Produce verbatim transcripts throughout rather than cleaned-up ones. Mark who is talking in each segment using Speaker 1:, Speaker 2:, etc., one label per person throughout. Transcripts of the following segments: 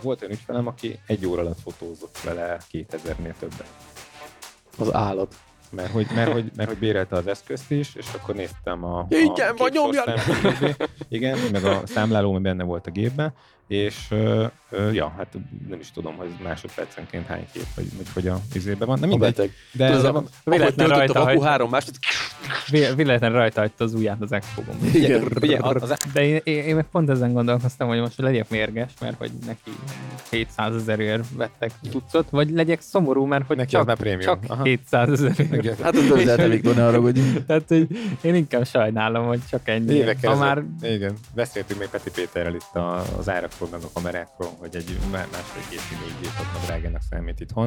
Speaker 1: volt olyan ügyfelem, aki egy óra alatt fotózott vele kétezernél többet.
Speaker 2: Az állat.
Speaker 1: Mert hogy, mert, hogy, mert hogy bérelte az eszközt is, és akkor néztem a...
Speaker 2: Igen, vagy nyomjál!
Speaker 1: Igen, meg a számláló, ami benne volt a gépben, és ö, ö, ja, hát nem is tudom, hogy másodpercenként hány kép, vagy, vagy hogy a izében van. Nem mindegy.
Speaker 2: De
Speaker 1: de
Speaker 2: ez
Speaker 1: a,
Speaker 2: a, véletlen rajta a kapu három másod...
Speaker 3: Véletlen rajta hagyta az ujját az Expogom.
Speaker 2: Igen.
Speaker 1: ugye, az,
Speaker 3: De én, én, én meg pont ezen gondolkoztam, hogy most legyek mérges, mert hogy neki hétszázezerért vettek tucot, vagy legyek szomorú, mert hogy
Speaker 1: neki
Speaker 3: csak,
Speaker 1: az már prémium.
Speaker 3: csak
Speaker 1: Aha.
Speaker 3: hétszázezerért.
Speaker 2: Hát az döntelte, Viktor, ne arra, hogy...
Speaker 3: Tehát, hogy én inkább sajnálom, hogy csak ennyi.
Speaker 1: Évekkel
Speaker 3: Ha
Speaker 1: ezelőtt-
Speaker 3: már
Speaker 1: Igen, beszéltünk még Peti Péterrel itt a, az árakról, meg a kamerákról, hogy egy másfél-két millió gép adna drágának számít itthon.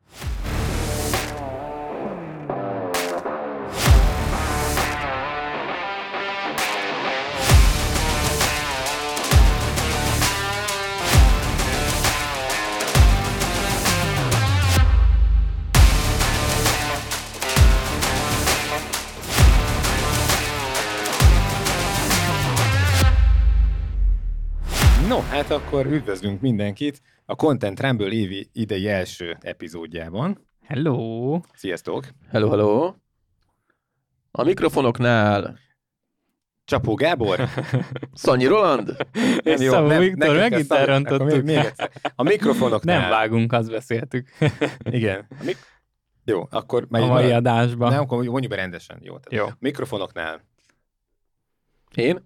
Speaker 1: No, hát akkor üdvözlünk mindenkit a Content Rumble évi idei első epizódjában.
Speaker 3: hello!
Speaker 1: Sziasztok!
Speaker 2: Hello, hello. A mikrofonoknál
Speaker 1: Csapó Gábor?
Speaker 2: Szanyi Roland.
Speaker 3: És Szabó Viktor,
Speaker 1: neked kell
Speaker 3: megint
Speaker 1: szólni.
Speaker 3: elrontottuk.
Speaker 1: Akkor Még, még egyszer. A mikrofonoknál...
Speaker 3: Nem vágunk, azt beszéltük
Speaker 1: Igen. A mik... Jó, akkor...
Speaker 3: a mai adásban.
Speaker 1: Nem, akkor mondjuk be rendesen. Jó. Tehát
Speaker 3: Jó.
Speaker 1: A mikrofonoknál...
Speaker 2: Én?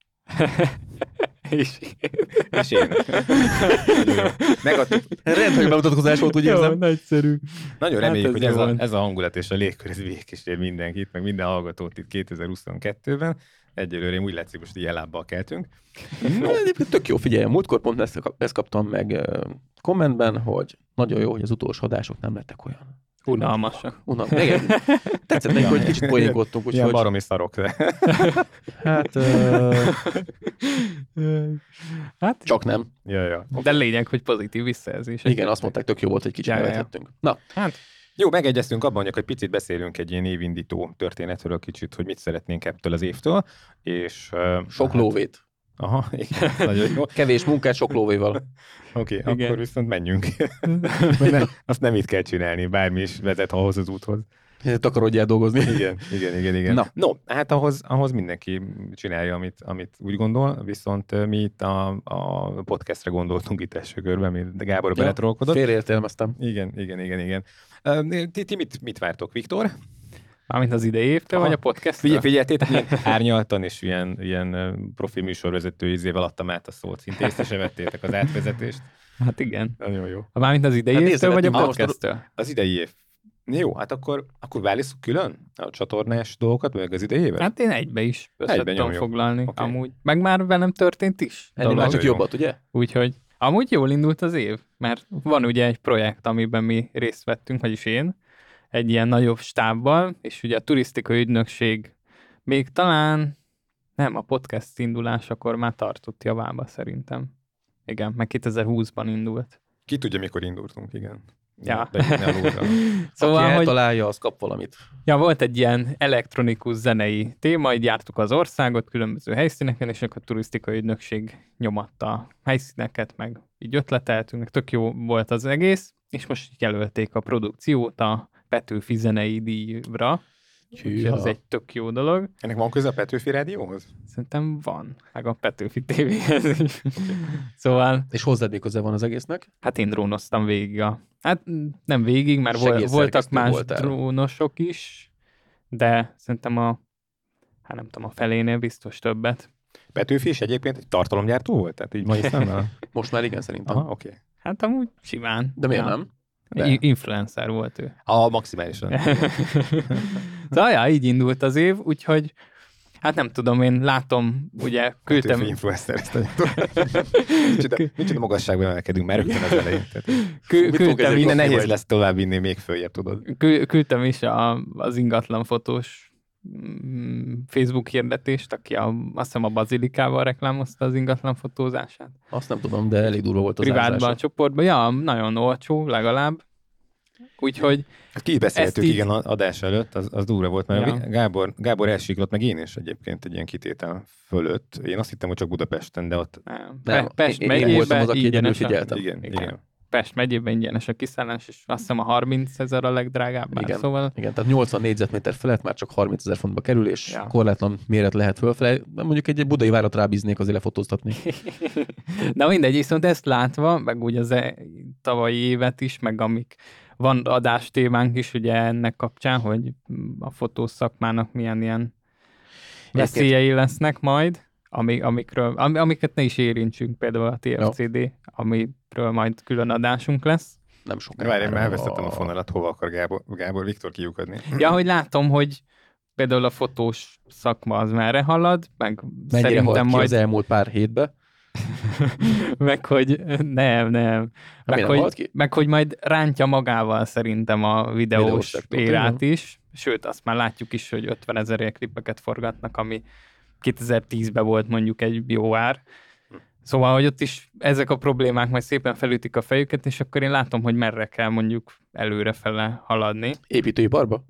Speaker 3: És
Speaker 1: És én. Nagyon jó. Megadtuk.
Speaker 2: Rendhagyó bemutatkozás volt, úgy
Speaker 3: jó,
Speaker 2: érzem.
Speaker 3: nagyszerű.
Speaker 1: Nagyon
Speaker 3: Hát
Speaker 1: reméljük,
Speaker 3: ez
Speaker 1: hogy ez
Speaker 3: jó
Speaker 1: a,
Speaker 3: volt.
Speaker 1: ez a hangulat és a légkör ez végigkísér mindenkit, meg minden hallgatót itt kétezer-huszonkettőben. Egyelőre én úgy látszik, most így elábbal keltünk.
Speaker 2: No. Egyébként tök jó, figyelj, a múltkor pont ezt, ezt kaptam meg uh, kommentben, hogy nagyon jó, hogy az utolsó adások nem lettek olyan
Speaker 3: Unalmasak.
Speaker 2: unalmas. Igen. Tetszett nekik, hogy kicsit poénkodtunk,
Speaker 1: Ilyen
Speaker 2: úgyhogy...
Speaker 1: baromi szarok.
Speaker 2: Hát... Uh,
Speaker 3: Hát,
Speaker 2: csak nem.
Speaker 1: ja, ja.
Speaker 3: de lényeg, hogy pozitív visszajelzés.
Speaker 2: Igen, azt mondták, tök jó volt, hogy kicsit
Speaker 3: Ja, ja, ja.
Speaker 2: nevethettünk. Na,
Speaker 1: Hát, jó, megegyeztünk abban, hogy egy picit beszélünk egy ilyen évindító történetről kicsit, hogy mit szeretnénk ebből az évtől, és... Uh,
Speaker 2: sok lóvét.
Speaker 1: Aha, igen, nagyon jó.
Speaker 2: Kevés munkát sok lóvéval.
Speaker 1: Oké, okay,
Speaker 3: Igen.
Speaker 1: akkor viszont menjünk. nem, azt nem itt kell csinálni, bármi is vezet ahhoz az úthoz.
Speaker 2: Takarodjál dolgozni.
Speaker 1: Igen, igen, igen, igen.
Speaker 2: Na.
Speaker 1: No, hát ahhoz, ahhoz mindenki csinálja, amit, amit úgy gondol, viszont mi itt a, a podcastre gondoltunk itt első körben, mint Gábor
Speaker 2: Ja,
Speaker 1: beletrolkodott.
Speaker 2: Félreértelmeztem.
Speaker 1: Igen, igen, igen, igen. Ö, Ti, ti mit, mit vártok, Viktor?
Speaker 3: Mármint az idei évtől,
Speaker 1: Aha.
Speaker 3: vagy a podcast?
Speaker 1: Figyelj, figyeltétek, ilyen árnyaltan és ilyen, ilyen ö, profi műsorvezető izével adtam át a szót, szinte észre se vettétek az átvezetést.
Speaker 3: Hát igen.
Speaker 1: Nagyon jó.
Speaker 3: Mármint az idei
Speaker 2: Hát
Speaker 3: évtől, vagy a
Speaker 2: nézzenek, most-
Speaker 3: podcast-től?
Speaker 1: Az idei év. Jó, hát akkor, akkor válasszuk külön a csatornás dolgokat, meg az idei évet?
Speaker 3: Hát én egybe is össze
Speaker 1: Egybe
Speaker 3: tudom
Speaker 1: nyomjuk.
Speaker 3: foglalni,
Speaker 1: Oké.
Speaker 3: amúgy. Meg már velem történt is.
Speaker 2: Ennél
Speaker 3: dolog.
Speaker 2: már csak
Speaker 1: jó.
Speaker 2: jobbat, ugye?
Speaker 3: Úgyhogy amúgy jól indult az év, mert van ugye egy projekt, amiben mi részt vettünk, vagyis én, egy ilyen nagyobb stábbal, és ugye a turisztikai ügynökség még talán nem, a podcast indulásakor már tartott javába szerintem. Igen, meg kétezer-húszban indult.
Speaker 1: Ki tudja, mikor indultunk, igen.
Speaker 3: Ja.
Speaker 1: De ne aludra.
Speaker 3: Szóval,
Speaker 2: Aki
Speaker 3: hogy
Speaker 2: eltalálja, az kap valamit.
Speaker 3: ja, volt egy ilyen elektronikus zenei téma, így jártuk az országot különböző helyszíneken, és akkor a turisztikai ügynökség nyomatta a helyszíneket, meg így ötleteltünk, meg tök jó volt az egész, és most így jelölték a produkciót a Petőfi zenei díjra, úgyhogy
Speaker 2: Hűha.
Speaker 3: az egy tök jó dolog.
Speaker 1: Ennek van köze a Petőfi Rádióhoz?
Speaker 3: Szerintem van, meg a Petőfi tévéhez is. Szóval,
Speaker 2: És hozzád mi köze van az egésznek?
Speaker 3: hát én drónoztam végig a... Hát nem végig, mert vol- voltak
Speaker 2: Segédszerkesztő
Speaker 3: más
Speaker 2: voltál.
Speaker 3: drónosok is, de szerintem a, hát nem tudom, a felénél biztos többet.
Speaker 1: Petőfi is egyébként egy tartalomgyártó volt? Tehát így mai szemmel?
Speaker 2: Most már igen, szerintem.
Speaker 1: Aha, oké. Okay.
Speaker 3: Hát amúgy simán.
Speaker 2: De miért
Speaker 3: ja.
Speaker 2: nem?
Speaker 1: De.
Speaker 3: I- influencer volt ő.
Speaker 1: A maximálisan.
Speaker 3: Szóval, ja, így indult az év, úgyhogy hát nem tudom, én látom, ugye küldtem...
Speaker 1: Petőfi influencer, ezt a micsoda, micsoda magasságban emelkedünk már rögtön az elején. Tehát,
Speaker 3: Kü-
Speaker 2: Mit fogok
Speaker 3: küldtem,
Speaker 2: ezzel
Speaker 1: innen
Speaker 2: kapni
Speaker 1: nehéz
Speaker 2: majd?
Speaker 1: lesz tovább vinni még följebb, tudod.
Speaker 3: kü- küldtem is a, az ingatlan fotós mm, Facebook hirdetést, aki a, azt hiszem a Bazilikával reklámozta az ingatlan fotózását.
Speaker 2: Azt nem tudom, de elég durva volt az
Speaker 3: Privátban, a
Speaker 2: árzása.
Speaker 3: csoportban. Ja, nagyon olcsó, legalább. Úgyhogy
Speaker 1: Hát ki beszéltük,
Speaker 3: így...
Speaker 1: igen, adás előtt, az, az durva volt, mert
Speaker 3: Ja.
Speaker 1: Gábor, Gábor elsiklott, meg én is egyébként egy ilyen kitétel fölött. Én azt hittem, hogy csak Budapesten, de ott...
Speaker 3: Nem,
Speaker 2: Nem,
Speaker 3: Pe- Pest
Speaker 2: én, én voltam az, aki egyedül
Speaker 3: ingyenes a-
Speaker 2: figyeltem.
Speaker 1: Igen, igen.
Speaker 3: Igen. Pest megyében ingyenes a kiszállás, és azt hiszem a harminc ezer a legdrágább bár,
Speaker 2: Igen.
Speaker 3: szóval...
Speaker 2: Igen, tehát nyolcvan négyzetméter felett már csak harmincezer fontba kerül, és
Speaker 3: Ja.
Speaker 2: korlátlan méret lehet fölfele. Mondjuk egy, egy budai várat rábíznék azért lefotóztatni.
Speaker 3: Na mindegy, viszont ezt látva, meg úgy az e- tavalyi évet is, meg amik van adástémánk is ugye ennek kapcsán, hogy a fotószakmának milyen ilyen veszélyei lesznek majd, ami, amikről, am, amiket ne is érintsünk, például a té ef cé dé, amiről majd külön adásunk lesz.
Speaker 2: Nem sok.
Speaker 1: Várj, én már elvesztettem a fonalat, hova akar Gábor, Gábor Viktor kiukadni.
Speaker 3: Ja, hogy látom, hogy például a fotós szakma az merre halad, meg
Speaker 2: Mennyire
Speaker 3: szerintem
Speaker 2: halt ki
Speaker 3: majd...
Speaker 2: az elmúlt pár hétben?
Speaker 3: meg hogy nem, nem. Meg
Speaker 2: nem
Speaker 3: hogy,
Speaker 2: halt ki?
Speaker 3: meg hogy majd rántja magával szerintem a videós
Speaker 2: Videós szektor,
Speaker 3: érát
Speaker 2: tényleg?
Speaker 3: is. Sőt, azt már látjuk is, hogy ötvenezer klipeket forgatnak, ami kétezer-tízben volt mondjuk egy jó ár. Szóval, hogy ott is ezek a problémák majd szépen felütik a fejüket, és akkor én látom, hogy merre kell mondjuk előrefele haladni.
Speaker 2: Építőiparba?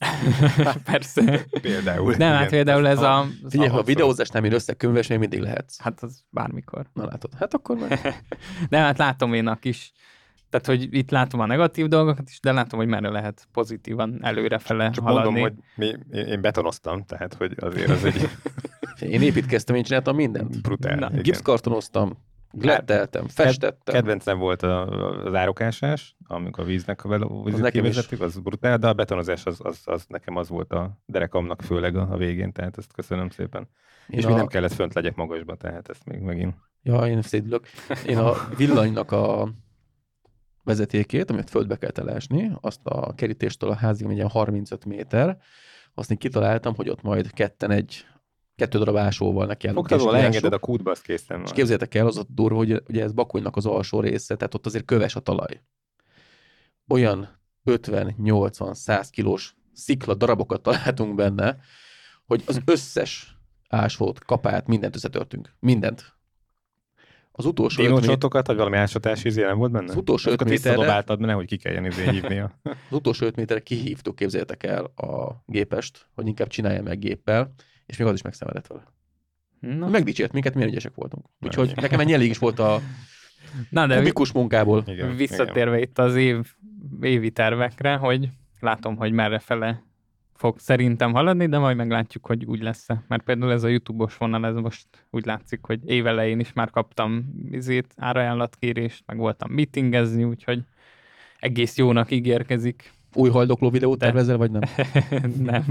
Speaker 3: Persze.
Speaker 1: Például.
Speaker 3: Nem, hát például ez a...
Speaker 2: Figyelj, ha a videózás nem ér össze, könyves még mindig lehetsz.
Speaker 3: Hát az bármikor.
Speaker 2: Na látod. Hát akkor már.
Speaker 3: Nem, hát látom én a kis... Tehát, hogy itt látom a negatív dolgokat is, de látom, hogy merre lehet pozitívan előrefele
Speaker 1: Csak
Speaker 3: haladni.
Speaker 1: mondom, hogy mi, én én betonoztam, tehát hogy azért az egy
Speaker 2: Én építkeztem, én csináltam mindent.
Speaker 1: brutál.
Speaker 3: Na,
Speaker 1: igen.
Speaker 2: Gipszkartonoztam, gletteltem, festettem.
Speaker 1: Kedvencem volt a, az árokásás, amikor a víznek a vízet
Speaker 2: nekem is.
Speaker 1: kivezettük, az brutál, de a betonozás az, az, az nekem az volt a derekamnak főleg a, a végén, tehát ezt köszönöm szépen.
Speaker 2: Én
Speaker 1: És
Speaker 2: a...
Speaker 1: még nem kellett fönt legyek magasba, tehát ezt még megint.
Speaker 2: Ja, én szédülök. Én a villanynak a vezetékét, amit földbe kell telesni, azt a kerítéstől a házig egy ilyen harmincöt méter, azt én kitaláltam, hogy ott majd ketten egy, kettő darab ásóval nekiállunk.
Speaker 1: Fogtad volna,
Speaker 2: és
Speaker 1: engeded
Speaker 2: kiássuk.
Speaker 1: a kútba, azt késztem.
Speaker 2: És képzeljétek el, az ott durva, hogy ugye ez Bakonynak az alsó része, tehát ott azért köves a talaj. Olyan ötven-nyolcvan-száz kilós szikla darabokat találtunk benne, hogy az összes ásót, kapát, mindent összetörtünk. Mindent. Az utolsó öt méter,
Speaker 1: Dinócsotokat, vagy valami ásatási izé nem volt benne?
Speaker 2: az utolsó öt
Speaker 1: Azokat
Speaker 2: méterre,
Speaker 1: visszadobáltad, mert nehogy ki kelljen izé hívnia.
Speaker 2: az utolsó öt méterre kihívtuk, képzeljétek el a gépest, hogy inkább csinálja meg géppel, és még az is megszenvedett vele.
Speaker 3: Na,
Speaker 2: Megdicsért minket, milyen ügyesek voltunk. Úgyhogy
Speaker 1: Ennyi.
Speaker 2: nekem ennyi elég is volt a
Speaker 3: Na de
Speaker 2: kubikus munkából.
Speaker 1: Igen,
Speaker 3: visszatérve
Speaker 1: igen.
Speaker 3: itt az év, évi tervekre, hogy látom, hogy merre fele fog szerintem haladni, de majd meglátjuk, hogy úgy lesz-e. Mert például ez a YouTube-os vonal, ez most úgy látszik, hogy évelején is már kaptam izét, árajánlatkérést, meg voltam meetingezni, úgyhogy egész jónak ígérkezik.
Speaker 2: Új haldokló videót
Speaker 3: De-
Speaker 2: tervezel, vagy nem?
Speaker 3: Nem.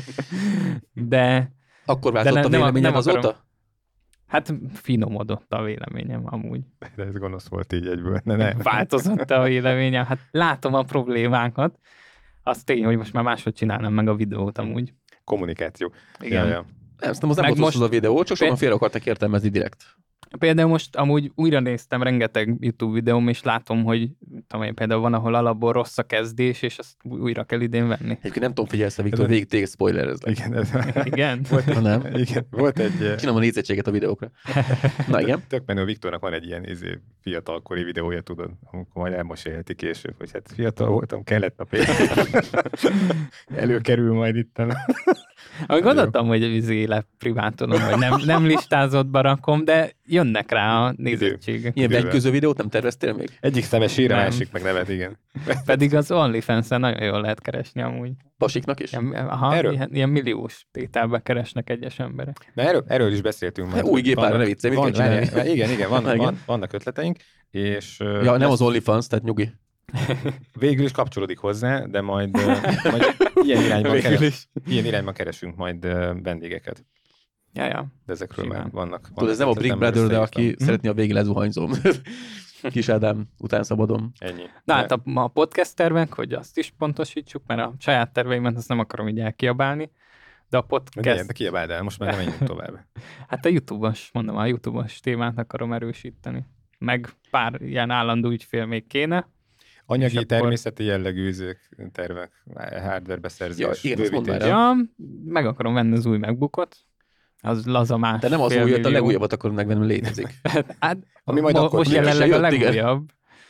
Speaker 3: De
Speaker 2: Akkor
Speaker 3: De
Speaker 2: változott
Speaker 3: ne-
Speaker 2: a
Speaker 3: nem-
Speaker 2: véleményed
Speaker 3: nem
Speaker 2: azóta?
Speaker 3: akarom. hát finomodott a véleményem amúgy.
Speaker 1: De ez gonosz volt így egyből. Ne, ne.
Speaker 3: Változott a véleményem. Hát látom a problémákat. Az tény, hogy most már máshogy csinálnám meg a videót amúgy.
Speaker 1: Kommunikáció.
Speaker 3: Igen.
Speaker 1: Ja, ja.
Speaker 2: Nem, szerintem az nem
Speaker 3: Meg
Speaker 2: volt most...
Speaker 3: most-
Speaker 2: az a videó, csak sokan
Speaker 3: Pe-
Speaker 2: félre akartak értelmezni direkt.
Speaker 3: Például most amúgy újra néztem rengeteg YouTube videóm, és látom, hogy tudom én, például van, ahol alapból rossz a kezdés, és azt újra kell idén venni.
Speaker 2: Egyébként nem tudom, figyelsz a Viktor,
Speaker 1: Ez-
Speaker 2: végig téged spoilerezlek.
Speaker 1: Igen, ez,
Speaker 3: Igen?
Speaker 2: Ha nem,
Speaker 1: igen, volt egy... eh,
Speaker 2: csinálom a nézettséget a videókra. Na igen.
Speaker 1: Tök menő, Viktornak van egy ilyen izé, fiatalkori videója, tudod, amikor majd elmosélheti később, hogy hát fiatal voltam, kellett a pénz. Előkerül majd itt.
Speaker 3: Ahogy gondoltam, hogy izé le privátonom, vagy nem, nem listázottba rakom, de jönnek rá a nézettségek.
Speaker 2: Ilyen
Speaker 1: Idővel.
Speaker 2: vegyköző videót nem terveztél még?
Speaker 1: Egyik szeme sír, a
Speaker 3: Nem.
Speaker 1: másik meg nevet, igen.
Speaker 3: Pedig az OnlyFans-en nagyon jól lehet keresni amúgy.
Speaker 2: Pasiknak is?
Speaker 3: Ilyen, aha,
Speaker 1: Erről?
Speaker 3: ilyen, ilyen milliós tételbe keresnek egyes emberek.
Speaker 1: Na erről, erről is beszéltünk már.
Speaker 2: Hát új gépára
Speaker 1: Vannak-
Speaker 2: ne viccelj, mit
Speaker 1: van,
Speaker 2: kell csinálni?
Speaker 1: várjál, Igen, igen, van,
Speaker 2: Na, igen.
Speaker 1: van, vannak ötleteink, és ö,
Speaker 2: Ja, nem
Speaker 1: lesz-
Speaker 2: az OnlyFans, tehát nyugi.
Speaker 1: végül is kapcsolódik hozzá, de majd, ö, majd ilyen, irányban
Speaker 3: Végül
Speaker 1: keres,
Speaker 3: is.
Speaker 1: ilyen irányban keresünk majd ö, vendégeket.
Speaker 3: Ja, ja.
Speaker 1: De ezekről
Speaker 3: Simán.
Speaker 1: már vannak.
Speaker 2: Tudod,
Speaker 1: vannak
Speaker 2: ez nem a Brick
Speaker 1: ötletem,
Speaker 2: Brother, de
Speaker 1: összeírtam.
Speaker 2: aki szeretné a végén lezuhanyzom. Kis Ádám után szabadon.
Speaker 1: Ennyi.
Speaker 3: Na hát a, a podcast tervek, hogy azt is pontosítsuk, mert a saját terveimet azt nem akarom így elkiabálni, de a
Speaker 1: De,
Speaker 3: podcast,
Speaker 1: de kiabáld el, most már nem menjünk tovább.
Speaker 3: hát a YouTube-os, mondom, a YouTube-os témát akarom erősíteni. Meg pár ilyen állandó ügyfél még kéne.
Speaker 1: Anyagi,
Speaker 3: És akkor-
Speaker 1: természeti jellegű üzők, tervek, hardware beszerzés,
Speaker 2: Ja, igen, azt mondd már
Speaker 1: bővítés.
Speaker 2: el.
Speaker 3: Ja, meg akarom venni az új MacBookot. Az laza más.
Speaker 2: De nem az
Speaker 3: fél
Speaker 2: újat, a
Speaker 3: millió.
Speaker 2: legújabbat akarom megvenni, létezik.
Speaker 3: Hát,
Speaker 1: Ami majd
Speaker 3: mo-
Speaker 1: akkor
Speaker 3: most
Speaker 2: kijön.
Speaker 3: jelenleg a
Speaker 2: Jött, igen.
Speaker 3: legújabb.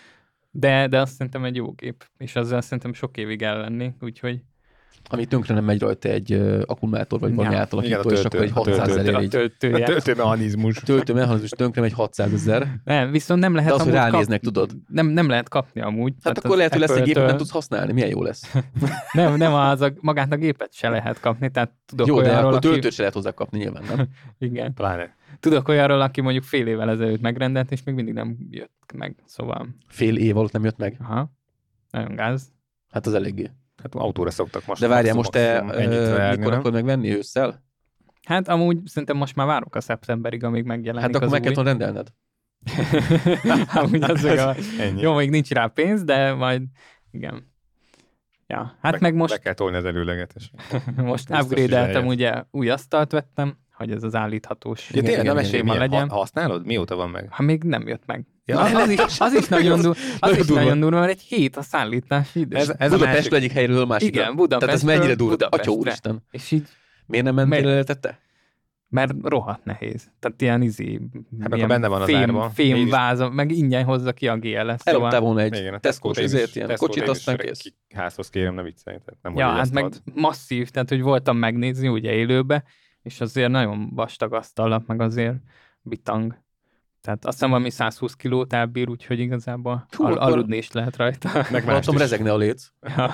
Speaker 3: De, de azt szerintem egy jó gép, és azzal szerintem sok évig el lenni, úgyhogy...
Speaker 2: Ami tönkre nem megy rajta egy uh, akkumulátor, vagy valami
Speaker 3: Ja.
Speaker 2: átalakító, és akkor egy
Speaker 1: a
Speaker 2: hatszázezer
Speaker 1: töltő.
Speaker 2: ér
Speaker 3: A
Speaker 2: egy
Speaker 3: töltője.
Speaker 1: Töltőmechanizmus.
Speaker 2: töltőmechanizmus tönkre megy hatszázezer.
Speaker 3: Nem, viszont nem lehet
Speaker 2: De az, hogy
Speaker 3: amúgy
Speaker 2: ránéznek,
Speaker 3: kap...
Speaker 2: tudod.
Speaker 3: Nem, nem lehet kapni amúgy.
Speaker 2: Hát
Speaker 3: Tehát
Speaker 2: akkor
Speaker 3: az
Speaker 2: lehet, hogy lesz egy gép,
Speaker 3: Apple-től-
Speaker 2: nem tudsz használni. Milyen jó lesz.
Speaker 3: Nem, nem, az a, magát a gépet se lehet kapni, tehát tudok
Speaker 2: Jó, de
Speaker 3: olyanról,
Speaker 2: akkor
Speaker 3: aki...
Speaker 2: töltőt se lehet hozzá kapni nyilván, nem?
Speaker 3: Igen.
Speaker 1: Pláne.
Speaker 3: Tudok olyanról, aki mondjuk fél évvel ezelőtt megrendelt, és még mindig nem jött meg, szóval...
Speaker 2: Fél év alatt nem jött meg.
Speaker 3: Aha, nagyon gáz.
Speaker 2: Hát az eléggé.
Speaker 1: Hát autóra szoktak most.
Speaker 2: De várjál, most
Speaker 1: maximum-
Speaker 2: te
Speaker 1: maximum ennyit
Speaker 2: ö,
Speaker 1: verni,
Speaker 2: mikor
Speaker 1: nem?
Speaker 2: akarod megvenni ősszel?
Speaker 3: Hát amúgy szerintem most már várok a szeptemberig, amíg megjelenik
Speaker 2: Hát akkor
Speaker 3: az
Speaker 2: meg
Speaker 3: új.
Speaker 2: kell volna rendelned.
Speaker 3: Amúgy az a...
Speaker 1: Ennyi.
Speaker 3: Jó, még nincs rá pénz, de majd... Igen. Ja, hát
Speaker 1: be,
Speaker 3: meg most,
Speaker 1: Be kell tolni az előlegetes.
Speaker 3: most
Speaker 1: biztos
Speaker 3: upgrade-eltem,
Speaker 1: is
Speaker 3: ugye új asztalt vettem, hogy ez az állíthatós
Speaker 1: Ja, tényleg,
Speaker 3: nem
Speaker 1: nem
Speaker 3: téma
Speaker 1: milyen,
Speaker 3: legyen.
Speaker 1: ha, használod? Mióta van meg?
Speaker 3: Ha még nem jött meg.
Speaker 1: Ja,
Speaker 3: az, az, is, az is nagyon durva, az
Speaker 2: Nagyon
Speaker 3: is
Speaker 2: durva.
Speaker 3: nagyon durva, mert egy hét a szállítási idő.
Speaker 1: Ez, ez a
Speaker 2: Budapest
Speaker 1: másik.
Speaker 2: egyik helyről másikra.
Speaker 3: Igen, Budapestről
Speaker 2: Tehát ez mennyire durva.
Speaker 3: Budapestre.
Speaker 2: Atya úristen.
Speaker 3: És így,
Speaker 2: Miért nem mentél
Speaker 3: Miért?
Speaker 2: el tette?
Speaker 3: mert rohadt nehéz. Tehát ilyen izé,
Speaker 1: akkor
Speaker 3: ilyen
Speaker 1: benne van az
Speaker 3: fém,
Speaker 1: árban. Én
Speaker 3: fém
Speaker 1: is-
Speaker 3: váza, meg ingyen hozza ki a gé el es.
Speaker 2: Eloptál
Speaker 3: Szóval,
Speaker 2: volna egy
Speaker 1: Igen, a
Speaker 2: Tesco-s
Speaker 1: Tesco-t én is-
Speaker 2: ezért ilyen
Speaker 1: Tesco-t
Speaker 2: kocsit,
Speaker 1: én is
Speaker 2: aztán
Speaker 1: ki-
Speaker 2: kész.
Speaker 1: Házhoz kérem, ne viccelj. Tehát nem
Speaker 3: ja,
Speaker 1: vagy
Speaker 3: hát meg
Speaker 1: asztalt.
Speaker 3: masszív, tehát hogy voltam megnézni ugye élőbe, és azért nagyon vastag asztal, meg azért bitang. Tehát azt hiszem valami száz húsz kilót elbír, úgyhogy igazából
Speaker 2: Hú,
Speaker 3: al-
Speaker 2: akkor-
Speaker 3: aludni is lehet rajta.
Speaker 1: Meg mást
Speaker 2: Mondtam,
Speaker 1: is.
Speaker 2: rezegne a léc.
Speaker 3: Ja.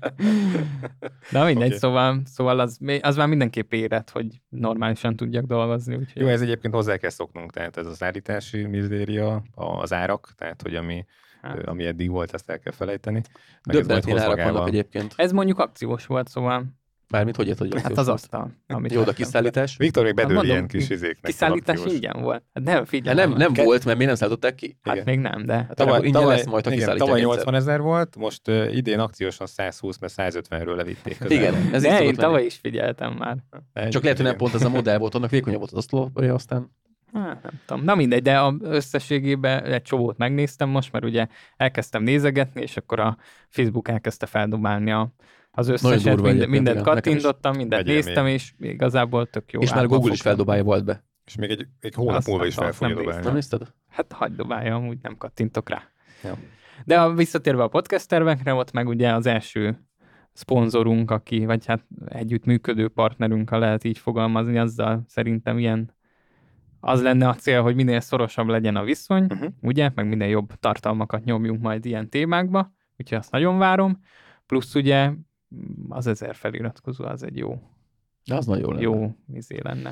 Speaker 3: Na mindegy,
Speaker 1: Oké.
Speaker 3: szóval, szóval az, az már mindenképp érett, hogy normálisan tudjak dolgozni. Úgyhogy...
Speaker 1: Jó, ez egyébként hozzá kell szoknunk, tehát ez az állítási mizéria, az árak, tehát hogy ami,
Speaker 3: Hát.
Speaker 1: ami eddig volt, ezt el kell felejteni. Meg ez majd
Speaker 2: Döbbenetén
Speaker 1: hoz
Speaker 2: árak
Speaker 1: magával.
Speaker 2: vannak egyébként.
Speaker 3: Ez mondjuk akciós volt, szóval
Speaker 2: Mármint hogy jött, hogy
Speaker 3: hát
Speaker 2: akciós
Speaker 3: az
Speaker 2: volt?
Speaker 3: asztal. Amit
Speaker 2: Jó, de
Speaker 3: vettem.
Speaker 2: kiszállítás?
Speaker 1: Viktor még bedől
Speaker 3: Hát mondom,
Speaker 1: ilyen kis izéknek.
Speaker 3: Kiszállítás
Speaker 1: akciós.
Speaker 3: ingyen volt. Hát nem,
Speaker 2: Ja,
Speaker 3: figyelj.
Speaker 2: nem, nem
Speaker 1: Ke-
Speaker 2: volt, mert még nem szállították ki.
Speaker 3: Hát
Speaker 1: Igen.
Speaker 3: még nem, de...
Speaker 2: Hát
Speaker 1: Tavaly,
Speaker 2: akkor ingyen
Speaker 1: tavaly,
Speaker 2: lesz majd, ha
Speaker 1: igen,
Speaker 2: kiszállítják
Speaker 1: tavaly
Speaker 2: egyszer.
Speaker 1: nyolcvan ezer volt, most uh, idén akciósan száz húsz, mert száz ötvenről levitték. közel.
Speaker 2: Igen, ez így
Speaker 3: De én
Speaker 2: szokott
Speaker 3: tavaly
Speaker 2: lenni.
Speaker 3: is figyeltem már.
Speaker 1: Egy-
Speaker 2: Csak lehet, hogy nem
Speaker 1: igen.
Speaker 2: pont ez a modell volt, annak vékonyabb volt az asztalja, aztán
Speaker 3: Hát, nem tudom. Na mindegy, de a összességében egy csomót megnéztem most, mert ugye elkezdtem nézegetni, és akkor a Facebook elkezdte feldobálni a, az összeset,
Speaker 2: durva
Speaker 3: mind,
Speaker 2: egyébként,
Speaker 3: mindent
Speaker 2: igen, nekem is.
Speaker 3: kattintottam, mindent
Speaker 1: Vegyél
Speaker 3: néztem,
Speaker 1: még.
Speaker 3: és igazából tök jó.
Speaker 2: és már
Speaker 3: árban
Speaker 2: Google is
Speaker 3: fogtam.
Speaker 2: feldobálja volt be.
Speaker 1: És még egy, egy hónap
Speaker 3: Azt
Speaker 1: múlva
Speaker 3: nem
Speaker 1: is
Speaker 3: tudom,
Speaker 1: fel fogja
Speaker 3: nem
Speaker 1: dobálni.
Speaker 2: Nem nézted?
Speaker 3: Hát hagyd dobálja, úgy nem kattintok rá.
Speaker 1: Ja.
Speaker 3: De a, visszatérve a podcast tervekre, ott meg ugye az első szponzorunk, aki, vagy hát együttműködő partnerünk, ha lehet így fogalmazni, azzal szerintem ilyen az lenne a cél, hogy minél szorosabb legyen a viszony,
Speaker 1: Uh-huh.
Speaker 3: ugye, meg minél jobb tartalmakat nyomjunk majd ilyen témákba, úgyhogy azt nagyon várom. Plusz ugye az ezer feliratkozó az egy jó,
Speaker 2: De az nagyon jó lenne.
Speaker 3: jó izé lenne.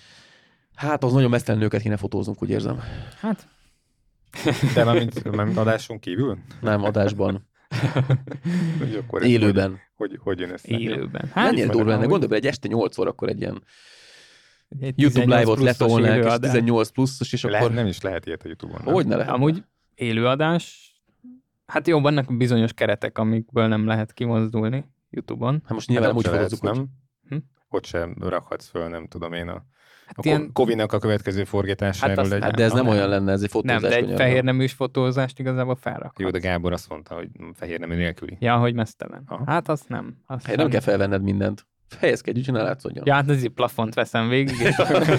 Speaker 2: Hát az nagyon mesztelen nőket kéne fotóznunk, úgy érzem.
Speaker 3: Hát,
Speaker 1: De már mint, már mint adásunk kívül?
Speaker 2: Nem, adásban.
Speaker 1: Hogy akkor ez
Speaker 2: Élőben.
Speaker 1: Hogy, hogy, hogy jön össze?
Speaker 3: élőben. Hát,
Speaker 2: Mennyire durva lenne,
Speaker 3: amúgy
Speaker 2: gondolj bele, egy este nyolc órakor egy ilyen
Speaker 3: egy
Speaker 2: YouTube
Speaker 3: tizennyolc
Speaker 2: live-ot
Speaker 3: pluszos
Speaker 2: letolnák, és
Speaker 3: élőadás.
Speaker 2: tizennyolc pluszos, és
Speaker 1: Le,
Speaker 2: akkor...
Speaker 1: nem is lehet ilyet a YouTube-on. nem?
Speaker 2: Hogy ne lehet?
Speaker 3: Amúgy élőadás, hát jó, vannak bizonyos keretek, amikből nem lehet kimozdulni YouTube-on.
Speaker 2: Hát most nyilván nem úgy
Speaker 1: ott se lehetsz,
Speaker 2: fotózzuk, hogy...
Speaker 1: nem?
Speaker 3: Hm?
Speaker 1: Ott sem rakhatsz föl, nem tudom én a,
Speaker 3: Hát
Speaker 1: a
Speaker 3: ilyen-
Speaker 1: ilyen... Kovinak a következő forgatásáról
Speaker 3: Hát azt-
Speaker 1: egy...
Speaker 2: Hát de ez nem
Speaker 3: Nem.
Speaker 2: olyan lenne, ez egy fotózás.
Speaker 3: Nem, de egy
Speaker 2: könyörgöm.
Speaker 3: fehér neműs fotózást igazából felrakhatsz.
Speaker 1: Jó, de Gábor azt mondta, hogy fehér nemű nélküli.
Speaker 3: Ja, hogy mesztelen.
Speaker 1: Aha.
Speaker 3: Hát azt nem. Azt
Speaker 2: Hát nem kell felvenned mindent. Helyezkedj, úgyhogy ne látszódjon.
Speaker 3: Ja, hát az így plafont veszem végig, és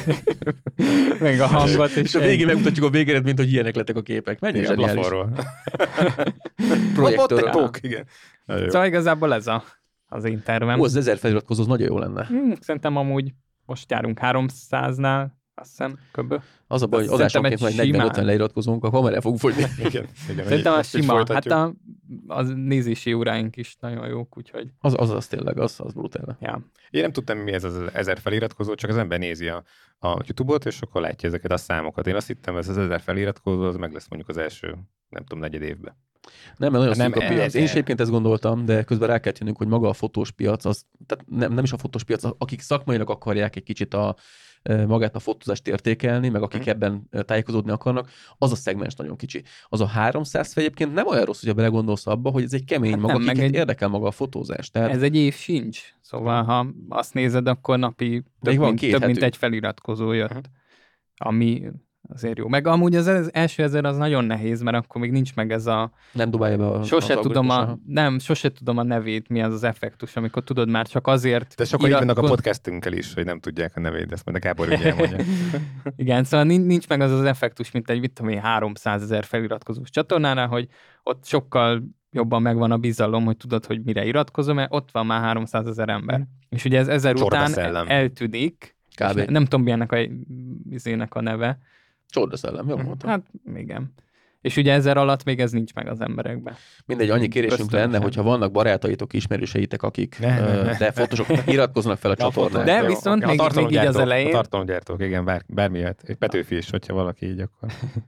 Speaker 3: meg a hangot, és,
Speaker 2: És a végén megmutatjuk a végeredményt, hogy ilyenek lettek a képek. Mennyire
Speaker 1: Igen,
Speaker 2: zseniális.
Speaker 1: plafonról.
Speaker 2: Projektorról.
Speaker 1: Ott egy tók, igen. Nagyon jó.
Speaker 3: Szóval igazából ez a, az én tervem.
Speaker 2: Ó, az ezer feliratkozó, az nagyon jó lenne.
Speaker 3: Hmm, szerintem amúgy most járunk háromszáznál, azt hiszem, köbö.
Speaker 2: Az a baj, hogy
Speaker 3: Azt szerintem
Speaker 2: adásonként
Speaker 3: egy
Speaker 2: majd negyven ötven
Speaker 3: simán.
Speaker 2: leiratkozunk, akkor hamar el fogunk fogyni.
Speaker 1: Igen, igen.
Speaker 3: Szerintem
Speaker 1: így-
Speaker 3: az
Speaker 1: így
Speaker 3: sima. Hát
Speaker 1: folytatjuk.
Speaker 3: a, az nézési óráink is nagyon jók, úgyhogy
Speaker 2: Az, az, az tényleg, az, az brutál.
Speaker 3: ja.
Speaker 1: Én nem tudtam, mi ez az ezer feliratkozó, csak az ember nézi a, a YouTube-ot, és akkor látja ezeket a számokat. Én azt hittem, ez az ezer feliratkozó, az meg lesz mondjuk az első, nem tudom, negyed évben.
Speaker 2: Nem, mert nagyon
Speaker 1: Nem,
Speaker 2: szűk a piac.
Speaker 1: ez-
Speaker 2: Én is egyébként ezt gondoltam, de közben rá kell tűnünk, hogy maga a fotós piac, az, tehát nem, nem is a fotós piac, akik szakmailag akarják egy kicsit a, e, magát a fotózást értékelni, meg akik
Speaker 1: Mhm.
Speaker 2: ebben e, tájékozódni akarnak, az a szegmens nagyon kicsi. Az a háromszáz fej egyébként nem olyan rossz, hogyha belegondolsz abba, hogy ez egy kemény
Speaker 3: Hát
Speaker 2: maga,
Speaker 3: nem, meg
Speaker 2: akiket
Speaker 3: egy-
Speaker 2: érdekel maga a fotózás. Tehát
Speaker 3: Ez egy év sincs. Szóval, ha azt nézed, akkor napi több,
Speaker 2: van
Speaker 3: mint,
Speaker 2: két
Speaker 3: több mint
Speaker 2: hetünk.
Speaker 3: egy feliratkozó jött.
Speaker 1: Mhm.
Speaker 3: Ami azért jó. Meg amúgy az, az első ezer az nagyon nehéz, mert akkor még nincs meg ez a...
Speaker 2: Nem dobálja be a...
Speaker 3: Sose
Speaker 2: az
Speaker 3: tudom a,
Speaker 2: algoritmus,
Speaker 3: nem, sose tudom a nevét, mi az az effektus, amikor tudod már csak azért...
Speaker 1: De sokan így vannak a
Speaker 3: iratkoz-
Speaker 1: podcastünkkel is, hogy nem tudják a nevét, ezt majd a Gábor ugye elmondja.
Speaker 3: Igen, szóval nin- nincs meg az az effektus, mint egy, mit tudom én, háromszázezer feliratkozós csatornára, hogy ott sokkal jobban megvan a bizalom, hogy tudod, hogy mire iratkozom, mert ott van már háromszázezer ember.
Speaker 1: Mm.
Speaker 3: És ugye ez ezer
Speaker 1: Csorda
Speaker 3: után
Speaker 1: szellem.
Speaker 3: eltűnik,
Speaker 2: Kb.
Speaker 3: és ne, nem tudom, milyennek a, izének a neve.
Speaker 2: Csordaszellem, jól mondtam.
Speaker 3: Hát, igen. És ugye ezer alatt még ez nincs meg az emberekben.
Speaker 2: Mindegy, annyi kérésünk
Speaker 3: Ösztönösen.
Speaker 2: lenne, hogyha vannak barátaitotok, ismerőseitek, akik
Speaker 1: Ne, ne,
Speaker 2: ö,
Speaker 1: ne.
Speaker 2: de fontosok, iratkoznak fel a csatornán.
Speaker 3: De
Speaker 1: Jó,
Speaker 3: viszont
Speaker 1: oké.
Speaker 3: még-
Speaker 1: a tartalomgyártók-
Speaker 3: még így az elején-
Speaker 1: A tartalomgyártók, igen, bár, bármilyet. Egy Petőfi is, hogyha valaki így, akkor...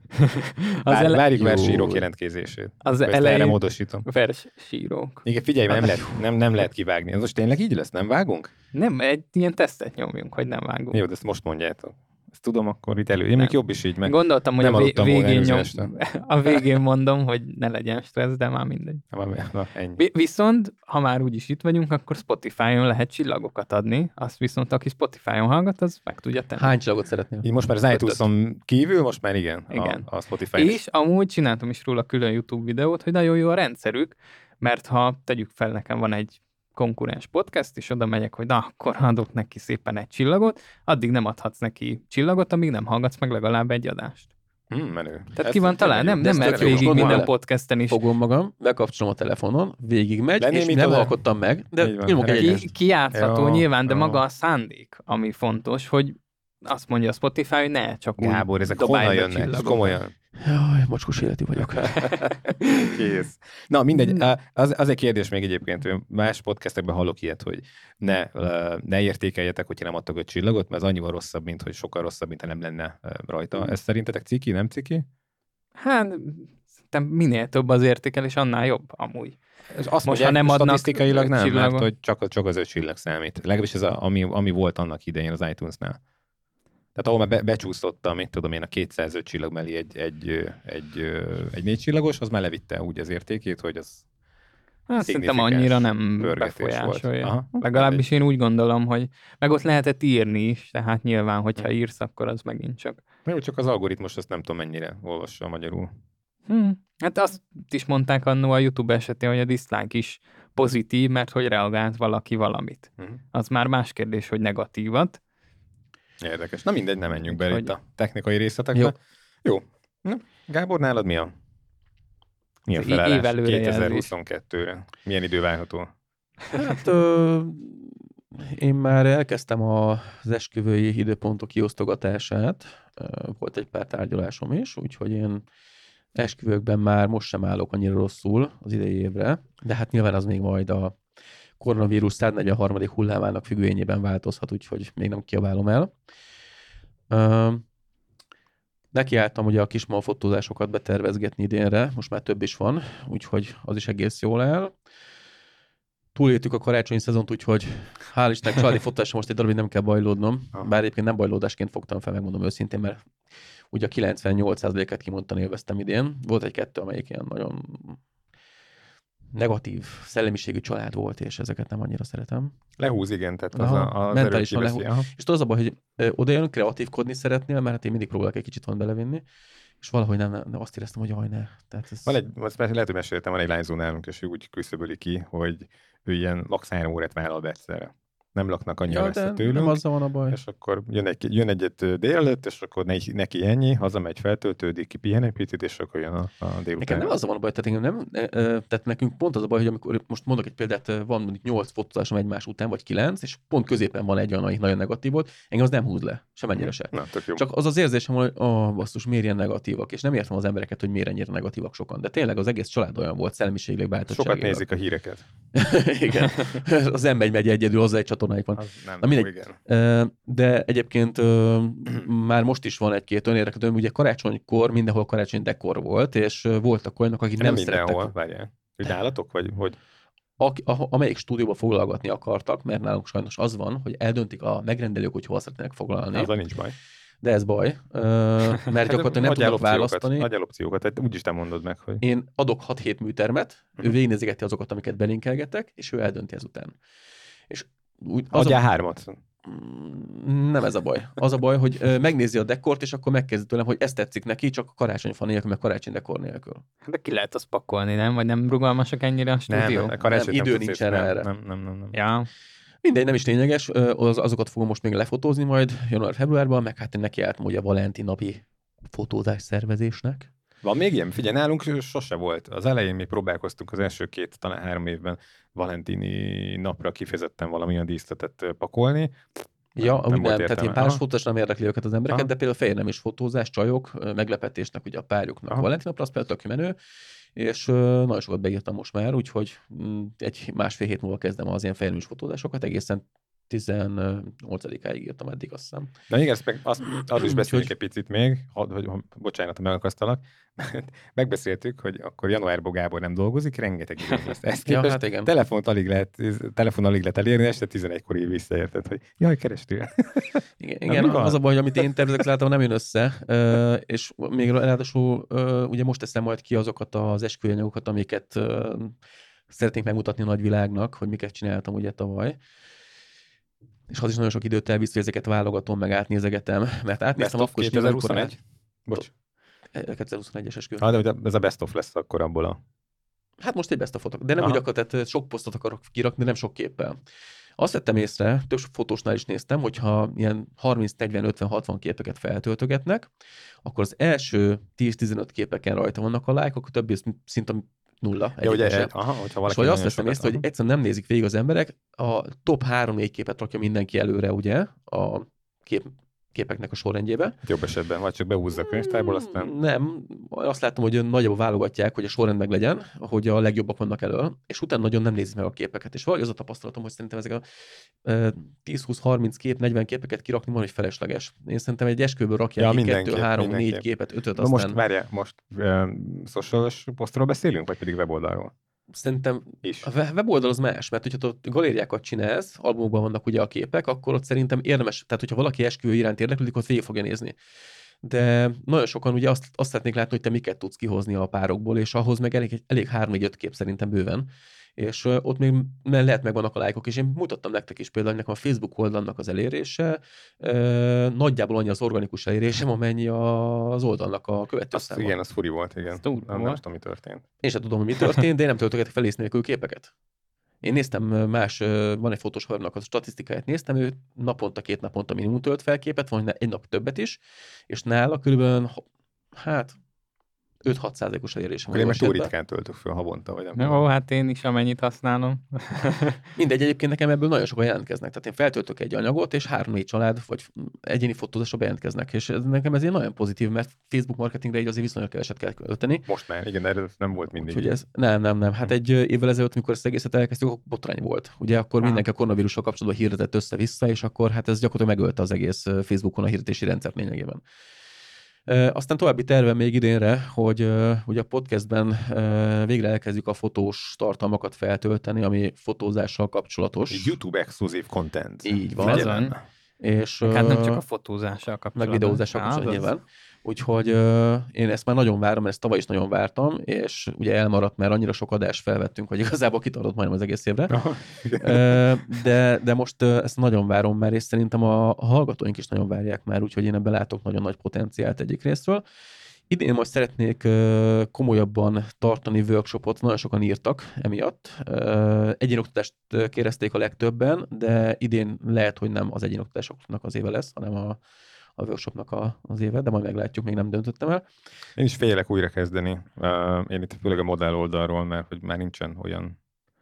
Speaker 3: Az
Speaker 1: Bár,
Speaker 3: ele-
Speaker 1: várjuk
Speaker 2: Jó.
Speaker 1: versírók jelentkezését.
Speaker 3: Az
Speaker 1: Ezt
Speaker 3: elején-
Speaker 1: erre módosítom.
Speaker 3: Versírók.
Speaker 1: Igen, figyelj, nem lehet, nem, nem lehet kivágni. Ez most tényleg így lesz? Nem vágunk?
Speaker 3: Nem, egy ilyen tesztet nyomjunk, hogy nem vágunk.
Speaker 1: Jó, de ezt most mondjátok. Ezt tudom, akkor itt elő. Én még jobb is így meg.
Speaker 3: Gondoltam, hogy
Speaker 1: nem
Speaker 3: a vé-
Speaker 1: aludtam volna
Speaker 3: végén,
Speaker 1: előző
Speaker 3: nyom,
Speaker 1: este.
Speaker 3: a végén mondom, hogy ne legyen stressz, de már mindegy.
Speaker 1: Na, ennyi.
Speaker 3: Vi- Viszont, ha már úgyis itt vagyunk, akkor Spotify-on lehet csillagokat adni. Azt viszont, aki Spotify-on hallgat, az meg tudja tenni.
Speaker 2: Hány csillagot szeretnél?
Speaker 1: Így most már az iTunes-on kívül, most már igen.
Speaker 3: Igen.
Speaker 1: A, a Spotify.
Speaker 3: És amúgy csináltam is róla külön YouTube videót, hogy nagyon jó a rendszerük, mert ha tegyük fel, nekem van egy konkurens podcast, és oda megyek, hogy na, akkor adok neki szépen egy csillagot, addig nem adhatsz neki csillagot, amíg nem hallgatsz meg legalább egy adást.
Speaker 1: Hmm, menő.
Speaker 3: Tehát
Speaker 1: Ez
Speaker 3: ki van talán, nem,
Speaker 2: de
Speaker 3: nem
Speaker 2: ez
Speaker 3: mehet
Speaker 2: tök jó.
Speaker 3: végig
Speaker 2: Most
Speaker 3: minden
Speaker 2: gondolom,
Speaker 3: podcasten is.
Speaker 2: Fogom magam, bekapcsolom a telefonon, végigmegy,
Speaker 1: Lenni,
Speaker 2: és
Speaker 1: mit
Speaker 2: nem
Speaker 1: oda?
Speaker 2: alkottam meg, de
Speaker 1: Így van.
Speaker 2: nyomok egy
Speaker 1: Ki-
Speaker 2: egyest.
Speaker 3: Ki, kijátszható
Speaker 1: Jó,
Speaker 3: nyilván, de
Speaker 1: jó.
Speaker 3: maga a szándék, ami fontos, hogy azt mondja a Spotify, hogy ne csak úgy
Speaker 1: Gábor, ezek
Speaker 3: dobálj
Speaker 1: honnan
Speaker 3: be
Speaker 1: jönnek?
Speaker 3: csillagokat.
Speaker 1: Komolyan.
Speaker 2: Jaj, mocskos életű vagyok.
Speaker 1: Kész. Na mindegy, az, az egy kérdés még egyébként, hogy más podcastekben hallok ilyet, hogy ne, ne értékeljetek, hogyha nem adtak öt csillagot, mert az annyival rosszabb, mint hogy sokkal rosszabb, mint ha nem lenne rajta. Ez szerintetek ciki, nem ciki?
Speaker 3: Hát, szerintem minél több az értékelés, annál jobb, amúgy.
Speaker 1: És azt
Speaker 3: Most,
Speaker 1: mondják,
Speaker 3: ha nem adnak
Speaker 1: statisztikailag nem,
Speaker 3: csillagot.
Speaker 1: mert hogy csak, csak az öt csillag számít. Legalábbis ez, a, ami, ami volt annak idején az iTunes-nál. Tehát ahol már be, becsúsztott, mit tudom én, a kétszázöt csillag mellé egy, egy, egy, egy, egy négy csillagos, az már levitte úgy az értékét, hogy az
Speaker 3: Hát, szerintem
Speaker 1: szignifikáns
Speaker 3: annyira nem
Speaker 1: pörgetés
Speaker 3: befolyásolja.
Speaker 1: volt. Aha.
Speaker 3: Legalábbis én úgy gondolom, hogy meg ott lehetett írni is, tehát nyilván, hogyha írsz, akkor az megint csak.
Speaker 1: Jó, csak az algoritmus, azt nem tudom mennyire olvassa magyarul.
Speaker 3: Hm. Hát azt is mondták annó a YouTube esetén, hogy a dislike is pozitív, mert hogy reagált valaki valamit.
Speaker 1: Uh-huh.
Speaker 3: Az már más kérdés, hogy negatívat.
Speaker 1: Érdekes. Na mindegy, nem menjünk bele
Speaker 3: Hogy-
Speaker 1: itt a technikai részletekbe.
Speaker 2: Jó.
Speaker 1: Jó. Na, Gábor, nálad mi a, mi a
Speaker 3: Az é-
Speaker 1: felállás
Speaker 3: évelőrejelzés.
Speaker 1: kétezer-huszonkettőre? Milyen idő várható?
Speaker 2: Hát ö, én már elkezdtem az esküvői időpontok kiosztogatását, Ö, volt egy pár tárgyalásom is, úgyhogy én esküvőkben már most sem állok annyira rosszul az idei évre, de hát nyilván az még majd a koronavírus száznegyvenharmadik hullámának függvényében változhat, úgyhogy még nem kiabálom el. Ö, Nekiálltam ugye a kismal fotózásokat betervezgetni idénre, most már több is van, úgyhogy az is egész jól áll. Túléltük a karácsonyi szezont, úgyhogy hál' Istennek családi fotózásra most egy darabig nem kell bajlódnom,
Speaker 1: Aha.
Speaker 2: bár egyébként nem bajlódásként fogtam fel, megmondom őszintén, mert ugye a kilencvennyolc százalékát kimondtan élveztem idén. Volt egy-kettő, amelyik ilyen nagyon negatív szellemiségű család volt, és ezeket nem annyira szeretem.
Speaker 1: Lehúz, igen, tehát az,
Speaker 2: Aha,
Speaker 1: a, az
Speaker 2: mentálisan
Speaker 1: erőt kiveszi. Aha.
Speaker 2: És tudod az a baj, hogy ö, oda jön, kreatívkodni szeretnél, mert hát én mindig próbálok egy kicsit van belevinni, és valahogy nem, nem azt éreztem, hogy jaj, ne. Tehát ez...
Speaker 1: Van egy, azt már lehet, hogy meséltem, van egy lányzó nálunk, és ő úgy küszöböli ki, hogy ő ilyen laksz három órát vállal be egyszerre. Nem laknak annyira
Speaker 2: ja,
Speaker 1: messze
Speaker 2: de
Speaker 1: tőlünk.
Speaker 2: nem azzal van a baj.
Speaker 1: És akkor jön, egy, jön egyet délelőtt, és akkor neki, neki ennyi, hazamegy, feltöltődik, kipihen egy picit, és akkor jön a, a délután.
Speaker 2: Nekem nem azzal van a baj, tehát, engem nem, ö, ö, tehát nekünk pont az a baj, hogy amikor most mondok egy példát, ö, van mondjuk nyolc fotózásom egymás után, vagy kilenc, és pont középen van egy olyan, ami nagyon negatív volt, engem az nem húz le, semennyire se.
Speaker 1: Na, tök jó.
Speaker 2: Csak az az érzésem, hogy oh, basszus, miért ilyen negatívak, és nem értem az embereket, hogy miért ennyire negatívak sokan. De tényleg az egész család olyan volt, szellemiségileg,
Speaker 1: Sokat
Speaker 2: váltottságilag.
Speaker 1: nézik a híreket.
Speaker 2: Igen. Az ember megy egyedül, hozzá egy csatornáik van.
Speaker 1: Az nem,
Speaker 2: Na mindegy.
Speaker 1: jó, igen.
Speaker 2: Ö, De egyébként ö, már most is van egy-két olyan érdekes, ugye karácsonykor mindenhol karácsony dekor volt, és ö, voltak olyanok, akik
Speaker 1: Nem,
Speaker 2: nem,
Speaker 1: nem
Speaker 2: szerettek.
Speaker 1: mindenhol, várjál. Hogy nálatok, vagy hogy?
Speaker 2: Aki, a, amelyik stúdióba foglalgatni akartak, mert nálunk sajnos az van, hogy eldöntik a megrendelők, hogy hol szeretnének foglalni.
Speaker 1: Azzal nincs baj.
Speaker 2: De ez baj, ö, mert gyakorlatilag nem
Speaker 1: Adjál
Speaker 2: tudnak
Speaker 1: opciókat,
Speaker 2: választani.
Speaker 1: Adjál opciókat, tehát úgyis te mondod meg, hogy...
Speaker 2: Én adok hat-hét műtermet, ő
Speaker 1: Mhm.
Speaker 2: végignézegeti azokat, amiket belinkelgetek, és ő eldönti ezután. És úgy, az
Speaker 1: Adjál
Speaker 2: a,
Speaker 1: hármat.
Speaker 2: Nem ez a baj. Az a baj, hogy ö, megnézi a dekort, és akkor megkezdi tőlem, hogy ez tetszik neki, csak a karácsonyfa nélkül, meg karácsony dekor nélkül.
Speaker 3: De ki lehet azt pakolni, nem? Vagy nem rugalmasak ennyire a stúdió?
Speaker 1: Nem, a karácsony
Speaker 2: Nem, idő
Speaker 1: tudsz
Speaker 2: nincsen
Speaker 1: ész-
Speaker 2: erre.
Speaker 1: Nem, nem, nem, nem.
Speaker 3: Ja,
Speaker 2: Mindegy, nem is lényeges, ö, az, azokat fogom most még lefotózni majd január-februárban, meg hát én nekiálltam ugye a Valentin napi fotózás szervezésnek.
Speaker 1: Van még ilyen? Figyelj, nálunk sose volt. Az elején még próbálkoztunk az első két, talán három évben valentini napra kifejezetten valamilyen díszletet pakolni.
Speaker 2: Ja,
Speaker 1: nem
Speaker 2: nem, nem
Speaker 1: volt
Speaker 2: tehát
Speaker 1: értelme.
Speaker 2: én páros
Speaker 1: Aha.
Speaker 2: fotós nem érdekli őket az embereket,
Speaker 1: Aha.
Speaker 2: de például fehér nem is fotózás, csajok, ö, meglepetésnek ugye a párjuknak
Speaker 1: Aha.
Speaker 2: Valentin napra, az például tök menő, és ö, nagyon sokat beírtam most már, úgyhogy mm, egy másfél hét múlva kezdem az ilyen fehér nem is fotózásokat, egészen tizennyolcadikáig írtam eddig, azt hiszem.
Speaker 1: Na igen, ezt meg, azt, arról is beszéljünk
Speaker 2: Úgyhogy-
Speaker 1: egy picit még, hogy, hogy, hogy bocsánat, ha megakasztalak. Megbeszéltük, hogy akkor januárban Gábor nem dolgozik, rengeteg idő lesz. Ezt
Speaker 2: Ja,
Speaker 1: képest
Speaker 2: hát igen.
Speaker 1: telefont alig lehet, telefon alig lehet elérni, este tizenegykor így visszaérted, hogy jaj, kerestél.
Speaker 2: Igen,
Speaker 1: Na,
Speaker 2: igen
Speaker 1: mi van?
Speaker 2: az a baj, hogy amit én tervezek, látom, nem jön össze, ö, és még ráadásul ö, ugye most teszem majd ki azokat az esküvőanyagokat, amiket ö, szeretnénk megmutatni a nagyvilágnak, hogy miket csináltam ugye tavaly. És az is nagyon sok időt elvisz, hogy ezeket válogatom, meg átnézegetem, mert
Speaker 1: Best
Speaker 2: átnéztem
Speaker 1: of
Speaker 2: akkor is nyilván, amikor
Speaker 1: kétezer-huszonegy? Bocs.
Speaker 2: kétezer-huszonegyes esküvő.
Speaker 1: Ah, de ez a best of lesz akkor abból a...
Speaker 2: Hát most egy best of fotok, de nem
Speaker 1: Aha.
Speaker 2: úgy akar, tehát sok posztot akarok kirakni, de nem sok képpel. Azt vettem észre, több fotósnál is néztem, hogyha ilyen harminc, negyven, ötven, hatvan képeket feltöltögetnek, akkor az első tíz-tizenöt képeken rajta vannak a lájkok, a többi az szinte nulla.
Speaker 1: Ja, ugye,
Speaker 2: egyetlen sem.
Speaker 1: aha, hogyha
Speaker 2: És
Speaker 1: valaki
Speaker 2: vagy azt
Speaker 1: nagyon
Speaker 2: veszem
Speaker 1: sokat-
Speaker 2: észre, hogy egyszerűen nem nézik végig az emberek, a top három-négy képet rakja mindenki előre, ugye, a kép, képeknek a sorrendjébe.
Speaker 1: Hát jobb esetben, vagy csak behúzza a könyvtárból, aztán...
Speaker 2: Nem, azt látom, hogy nagyjából válogatják, hogy a sorrend meg legyen, hogy a legjobbak vannak elől, és utána nagyon nem nézik meg a képeket. És valahogy az a tapasztalatom, hogy szerintem ezek a tíz-húsz-harminc kép, negyven képeket kirakni van, hogy felesleges. Én szerintem egy esküvőből rakják
Speaker 1: Ja,
Speaker 2: ki
Speaker 1: mindenképp,
Speaker 2: kettő, három, négy
Speaker 1: mindenképp.
Speaker 2: képet, ötöt,
Speaker 1: Na
Speaker 2: aztán
Speaker 1: most, várjál, most uh, socialos posztról beszélünk, vagy pedig weboldalról?
Speaker 2: szerintem
Speaker 1: Is.
Speaker 2: a we- weboldal az más, mert hogyha ott galériákat csinálsz, albumokban vannak ugye a képek, akkor ott szerintem érdemes, tehát hogyha valaki esküvő iránt érdeklődik, ott végig fogja nézni. De nagyon sokan ugye azt, azt szeretnék látni, hogy te miket tudsz kihozni a párokból, és ahhoz meg elég, elég három-négy-öt kép szerintem bőven. És uh, ott még lehet megvannak a lájkok, és én mutattam nektek is például, hogy nekem a Facebook oldalnak az elérése uh, nagyjából annyi az organikus elérésem, amennyi a- az oldalnak a
Speaker 1: Azt,
Speaker 2: követőszáma.
Speaker 1: igen, az furi volt, igen.
Speaker 3: Az durva
Speaker 1: Nem, nem
Speaker 3: volt.
Speaker 1: tudom, mi történt.
Speaker 2: Én sem tudom, hogy mi történt, de én nem töltögetek fel ész nélkül képeket. Én néztem más, van egy fotós havernak a statisztikáját néztem, ő naponta, két naponta minimum tölt fel képet, vagy egy nap többet is, és nála körülbelül, hát öt-hat százalékos elérésem.
Speaker 1: Akkor én meg túl
Speaker 2: esetben.
Speaker 1: ritkán töltök föl havonta, vagy nem
Speaker 3: Jó,
Speaker 1: tudom.
Speaker 3: hát én is amennyit használom.
Speaker 2: Mindegy, egyébként nekem ebből nagyon sokan jelentkeznek. Tehát én feltöltök egy anyagot, és három-négy család, vagy egyéni fotózásra bejelentkeznek. És ez, nekem ez ilyen nagyon pozitív, mert Facebook marketingre így azért viszonylag keveset kell költeni.
Speaker 1: Most már, igen, de erről nem volt mindig.
Speaker 2: Úgyhogy ez, nem, nem, nem. Hát egy ö, évvel ezelőtt, amikor ezt egészet elkezdtük, akkor botrány volt. Ugye akkor
Speaker 3: Á.
Speaker 2: mindenki a koronavírussal kapcsolatban hirdetett össze-vissza, és akkor hát ez gyakorlatilag megölte az egész ö, Facebookon a hirdetési rendszert lényegében. Ö, Aztán további tervem még idénre, hogy ö, ugye a podcastben ö, végre elkezdjük a fotós tartalmakat feltölteni, ami fotózással kapcsolatos.
Speaker 1: YouTube exkluzív content.
Speaker 2: Így van.
Speaker 3: Figyelem.
Speaker 2: És,
Speaker 3: Hát nem
Speaker 2: ö,
Speaker 3: csak a fotózással
Speaker 2: meg
Speaker 3: kapcsolatban.
Speaker 2: videózással
Speaker 3: Á,
Speaker 2: kapcsolatban
Speaker 3: azaz.
Speaker 2: nyilván. Úgyhogy uh, én ezt már nagyon várom, mert ezt tavaly is nagyon vártam, és ugye elmaradt, mert annyira sok adást felvettünk, hogy igazából kitartott majdnem az egész évre.
Speaker 1: Aha, igen.
Speaker 2: Uh, de, de most uh, ezt nagyon várom már, és szerintem a, a hallgatóink is nagyon várják már, úgyhogy én ebben látok nagyon nagy potenciált egyik részről. Idén most szeretnék uh, komolyabban tartani workshopot, nagyon sokan írtak emiatt. Uh, egyénoktatást kérezték a legtöbben, de idén lehet, hogy nem az egyénoktatásoknak az éve lesz, hanem a, a workshopnak a, az éve, de majd meglátjuk, még nem döntöttem el.
Speaker 1: Én is félek újra kezdeni. Uh, én itt főleg a modell oldalról, mert hogy már nincsen olyan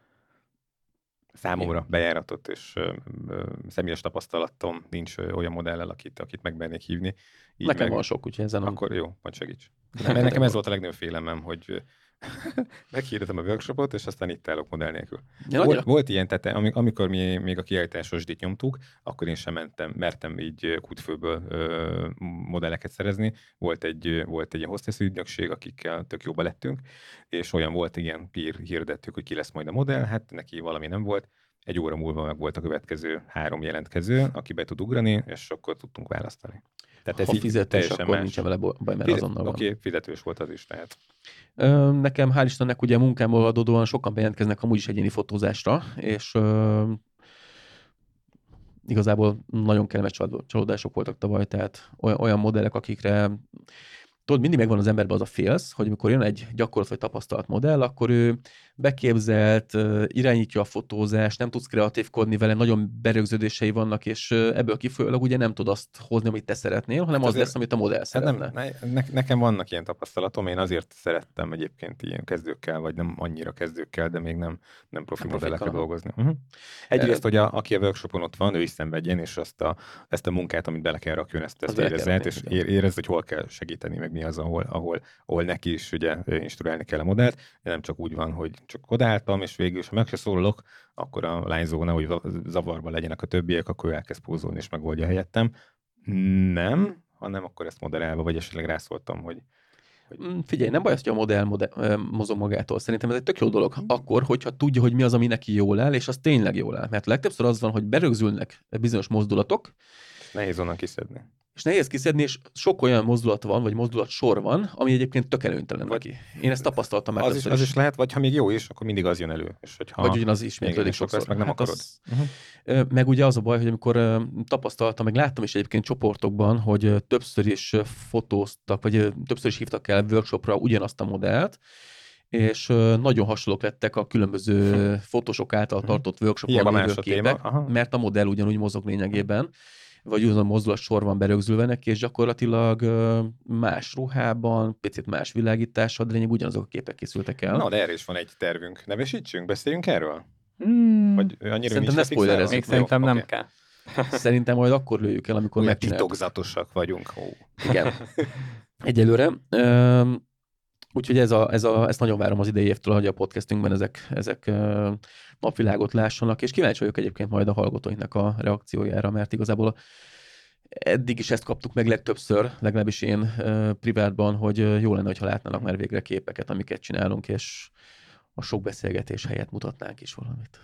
Speaker 1: számomra bejáratott és uh, uh, személyes tapasztalatom, nincs uh, olyan modellel, akit, akit megmernék hívni. Így
Speaker 2: Nekem
Speaker 1: meg,
Speaker 2: van sok, úgyhogy ezen nem.
Speaker 1: Akkor jó, majd segíts.
Speaker 2: Nem,
Speaker 1: Mert nekem
Speaker 2: nem.
Speaker 1: ez volt a legnagyobb félelmem, hogy meghirdetem a workshopot, és aztán itt állok modell nélkül.
Speaker 2: Ja,
Speaker 1: Volt,
Speaker 2: annyira-
Speaker 1: volt ilyen, tehát amik- amikor mi még a kiállításos dit nyomtuk, akkor én sem mentem, mertem így kútfőből ö, modelleket szerezni. Volt egy, volt egy ilyen hostess ügynökség, akikkel tök jóba lettünk, és olyan volt, igen, hír, hirdettük, hogy ki lesz majd a modell, hát neki valami nem volt. Egy óra múlva meg volt a következő három jelentkező, aki be tud ugrani, és akkor tudtunk választani. Tehát
Speaker 2: Ha
Speaker 1: így
Speaker 2: fizetős,
Speaker 1: teljesen
Speaker 2: akkor
Speaker 1: más.
Speaker 2: nincsen vele baj, mert
Speaker 1: Fizet-
Speaker 2: azonnal van.
Speaker 1: Oké, fizetős volt az is, tehát.
Speaker 2: Ö, Nekem hál' Istennek ugye munkámból adódóan sokan bejelentkeznek amúgy is egyéni fotózásra, és ö, igazából nagyon kellemes csalódások voltak tavaly, tehát olyan, olyan modellek, akikre tudod, mindig megvan az emberben az a félsz, hogy amikor jön egy gyakorlat vagy tapasztalt modell, akkor ő beképzelt, irányítja a fotózást, nem tudsz kreatívkodni vele, nagyon berögződései vannak, és ebből kifolyólag ugye nem tud azt hozni, amit te szeretnél, hanem hát az lesz, amit a modell szeretne.
Speaker 1: Nem, ne, nekem vannak ilyen tapasztalatom, én azért szerettem egyébként ilyen kezdőkkel, vagy nem annyira kezdőkkel, de még nem, nem profi modellekkel dolgozni. Uh-huh. Egyrészt, hogy a, aki a workshopon ott van, ő is szenvedjen, és azt a, ezt a munkát, amit bele kell rakjon, ezt, ezt érezze, és érezze, hogy hol kell segíteni, meg mi az, ahol, ahol, ahol neki is ugye instruálni kell a modellt. Nem csak úgy van, hogy csak odaálltam, és végül, ha meg se szólalok, akkor a lányzó nehogy zavarba legyenek a többiek, akkor ő elkezd pózolni, és megoldja helyettem. Nem, hanem akkor ezt modellálva, vagy esetleg rászóltam, hogy...
Speaker 2: hogy... Figyelj, nem baj az, hogy a modell, modell mozog magától. Szerintem ez egy tök jó dolog. Akkor, hogyha tudja, hogy mi az, ami neki jól áll, és az tényleg jól áll. Mert legtöbbször az van, hogy berögzülnek bizonyos mozdulatok,
Speaker 1: nehéz onnan kiszedni.
Speaker 2: És nehéz kiszedni, és sok olyan mozdulat van, vagy mozdulat sor van, ami egyébként tök előnytelen neki. Én ezt tapasztaltam már.
Speaker 1: Az, is, az is lehet, vagy ha még jó is, akkor mindig az jön elő. És hogyha
Speaker 2: vagy ugyanaz ismétlődik sokszor.
Speaker 1: Lesz, meg nem hát akarod. Az,
Speaker 2: uh-huh. Meg ugye az a baj, hogy amikor tapasztaltam, meg láttam is egyébként csoportokban, hogy többször is fotóztak, vagy többször is hívtak el workshopra ugyanazt a modellt, és nagyon hasonlók lettek a különböző fotósok által tartott workshopon lévő képek, mert a modell ugyanúgy mozog lényegében, vagy ugyanaz a mozdulat sor van berögzülve neki, és gyakorlatilag más ruhában, picit más világítással, de lényeg ugyanazok a képek készültek el.
Speaker 1: Na, de erre is van egy tervünk. Nevesítsünk, beszéljünk erről?
Speaker 3: Hmm.
Speaker 1: Vagy annyira
Speaker 2: szerintem ne spoilerezzük.
Speaker 3: Még szerintem
Speaker 1: jó,
Speaker 3: nem
Speaker 1: okay.
Speaker 3: kell.
Speaker 2: Szerintem majd akkor lőjük el, amikor megcsináljuk.
Speaker 1: Titokzatosak vagyunk. Ó.
Speaker 2: Igen. Egyelőre. Üm, úgyhogy ez a, ez a, ezt nagyon várom az idei évtől, hogy a podcastünkben ezek, ezek uh, napvilágot lássanak, és kíváncsi vagyok egyébként majd a hallgatóinknak a reakciójára, mert igazából eddig is ezt kaptuk meg legtöbbször, legalábbis én uh, privátban, hogy uh, jó lenne, ha látnának már végre képeket, amiket csinálunk, és a sok beszélgetés helyett mutatnánk is valamit.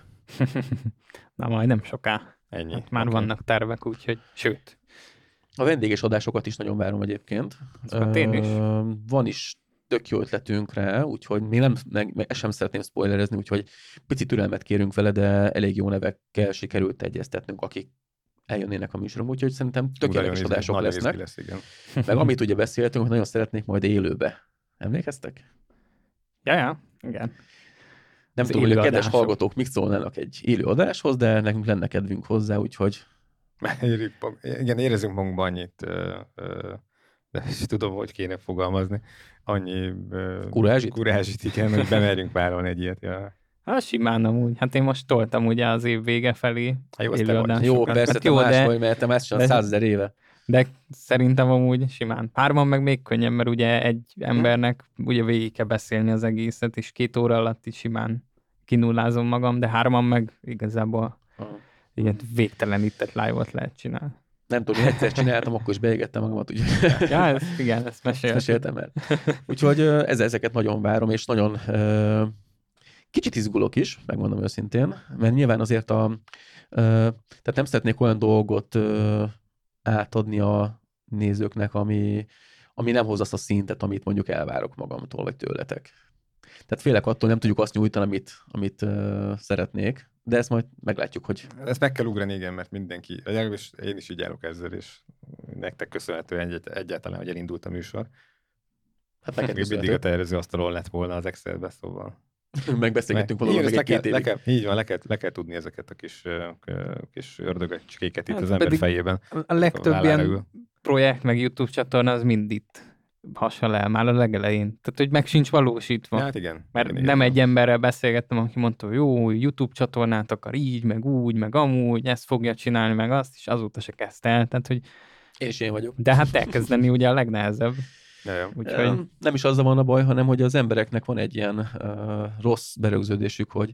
Speaker 3: Na majd nem soká.
Speaker 1: Ennyi.
Speaker 3: Hát már
Speaker 1: okay.
Speaker 3: vannak tervek, úgyhogy sőt.
Speaker 2: A vendéges adásokat is nagyon várom egyébként.
Speaker 3: Uh, én is.
Speaker 2: Van is tök jó ötletünk rá, úgyhogy még nem, meg, meg sem szeretném spoilerezni, úgyhogy pici türelmet kérünk vele, de elég jó nevekkel sikerült egyeztetnünk, akik eljönnének a műsorunk, úgyhogy szerintem tökéletes adások
Speaker 1: izgi,
Speaker 2: lesznek.
Speaker 1: Lesz, igen.
Speaker 2: Meg amit ugye beszéltünk, hogy nagyon szeretnék majd élőbe. Emlékeztek?
Speaker 3: Ja, ja, igen.
Speaker 2: Nem tudom, hogy a kedves hallgatók mik szólnának egy élő adáshoz, de nekünk lenne kedvünk hozzá, úgyhogy...
Speaker 1: Igen, érezünk magunkban annyit, de is tudom, hogy kéne fogalmazni, annyi
Speaker 2: kurázsit,
Speaker 1: kurázsit igen, hogy bemerjünk vállalni egy ilyet. Ja.
Speaker 3: Hát simán amúgy. Hát én most toltam ugye az év vége felé.
Speaker 1: Hát jó,
Speaker 2: jó, persze, hát te jó, más de, vagy, mert te más csinál százezer éve.
Speaker 3: De szerintem amúgy simán. Hárman meg még könnyebb, mert ugye egy embernek ugye végig kell beszélni az egészet, és két óra alatt is simán kinullázom magam, de hárman meg igazából uh-huh. ilyen végtelenített live-ot lehet csinálni.
Speaker 2: Nem tudom, én egyszer csináltam, akkor is beégettem magamat, úgyhogy...
Speaker 3: Ja, ez, igen, ezt meséltem.
Speaker 2: meséltem el. Úgyhogy ez, ezeket nagyon várom, és nagyon uh, kicsit izgulok is, megmondom őszintén, mert nyilván azért a... Uh, tehát nem szeretnék olyan dolgot uh, átadni a nézőknek, ami, ami nem hoz azt a szintet, amit mondjuk elvárok magamtól, vagy tőletek. Tehát félek attól, nem tudjuk azt nyújtani, amit, amit uh, szeretnék, de ezt majd meglátjuk, hogy...
Speaker 1: Ezt meg kell ugrani, igen, mert mindenki, legalábbis én is így állok ezzel, és nektek köszönhetően egy, egyáltalán, hogy elindult a műsor.
Speaker 2: Hát neked
Speaker 1: mindig a tervező asztalon lett volna az Excelbe, szóval...
Speaker 2: Megbeszélgettünk valóban meg egy két évig.
Speaker 1: Le kell, így van, le kell, le kell tudni ezeket a kis, kis ördögöcskéket itt hát az ember fejében.
Speaker 3: A legtöbb ilyen projekt, meg YouTube csatorna az mind itt hasonl el már a legelején. Tehát, hogy meg sincs valósítva.
Speaker 1: Hát igen.
Speaker 3: Mert
Speaker 1: igen,
Speaker 3: nem
Speaker 1: igen.
Speaker 3: egy emberrel beszélgettem, aki mondta, hogy jó, YouTube csatornát akar így, meg úgy, meg amúgy, ezt fogja csinálni, meg azt, és azóta se kezdte el. Tehát, hogy...
Speaker 2: Én is én vagyok.
Speaker 3: De hát elkezdeni ugye a legnehezebb.
Speaker 2: Úgyhogy... Nem is azzal van a baj, hanem hogy az embereknek van egy ilyen uh, rossz berögződésük, hogy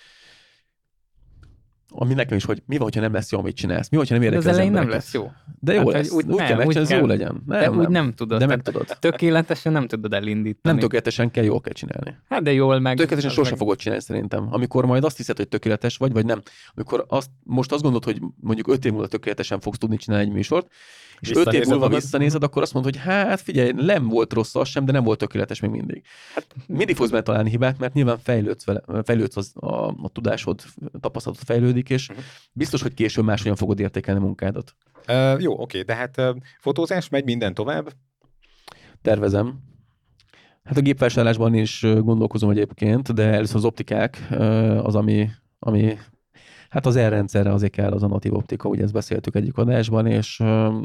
Speaker 2: ami nekem is, hogy mi van, ha nem lesz jó, amit csinálsz? Mi van, ha nem érdekel az embereket?
Speaker 3: Nem lesz jó.
Speaker 2: De jó hát, lesz. Úgy, úgy nem, kell megcsinálni, hogy jó legyen. Nem,
Speaker 3: de
Speaker 2: nem.
Speaker 3: úgy nem tudod.
Speaker 2: De meg tudod.
Speaker 3: Tökéletesen nem tudod elindítani.
Speaker 2: Nem tökéletesen kell, jól kell csinálni.
Speaker 3: Hát de jól meg...
Speaker 2: Tökéletesen sosem
Speaker 3: meg...
Speaker 2: fogod csinálni szerintem. Amikor majd azt hiszed, hogy tökéletes vagy, vagy nem. Amikor azt, most azt gondolod, hogy mondjuk öt év múlva tökéletesen fogsz tudni csinálni egy műsort, És öt év múlva
Speaker 1: magad?
Speaker 2: visszanézed, akkor azt mondod, hogy hát figyelj, nem volt rossz az sem, de nem volt tökéletes még mindig. Hát mindig fogsz benne találni hibát, mert nyilván fejlődsz, vele, fejlődsz az, a, a tudásod, tapasztalatod fejlődik, és uh-huh. biztos, hogy később máshogyan fogod értékelni a munkádat.
Speaker 1: Uh, jó, oké, de hát uh, fotózás, megy minden tovább?
Speaker 2: Tervezem. Hát a gépvásárlásban is gondolkozom egyébként, de először az optikák az, ami, ami hát az R-rendszerre azért kell az a natív optika, ugye ezt beszéltük egyik adásban, és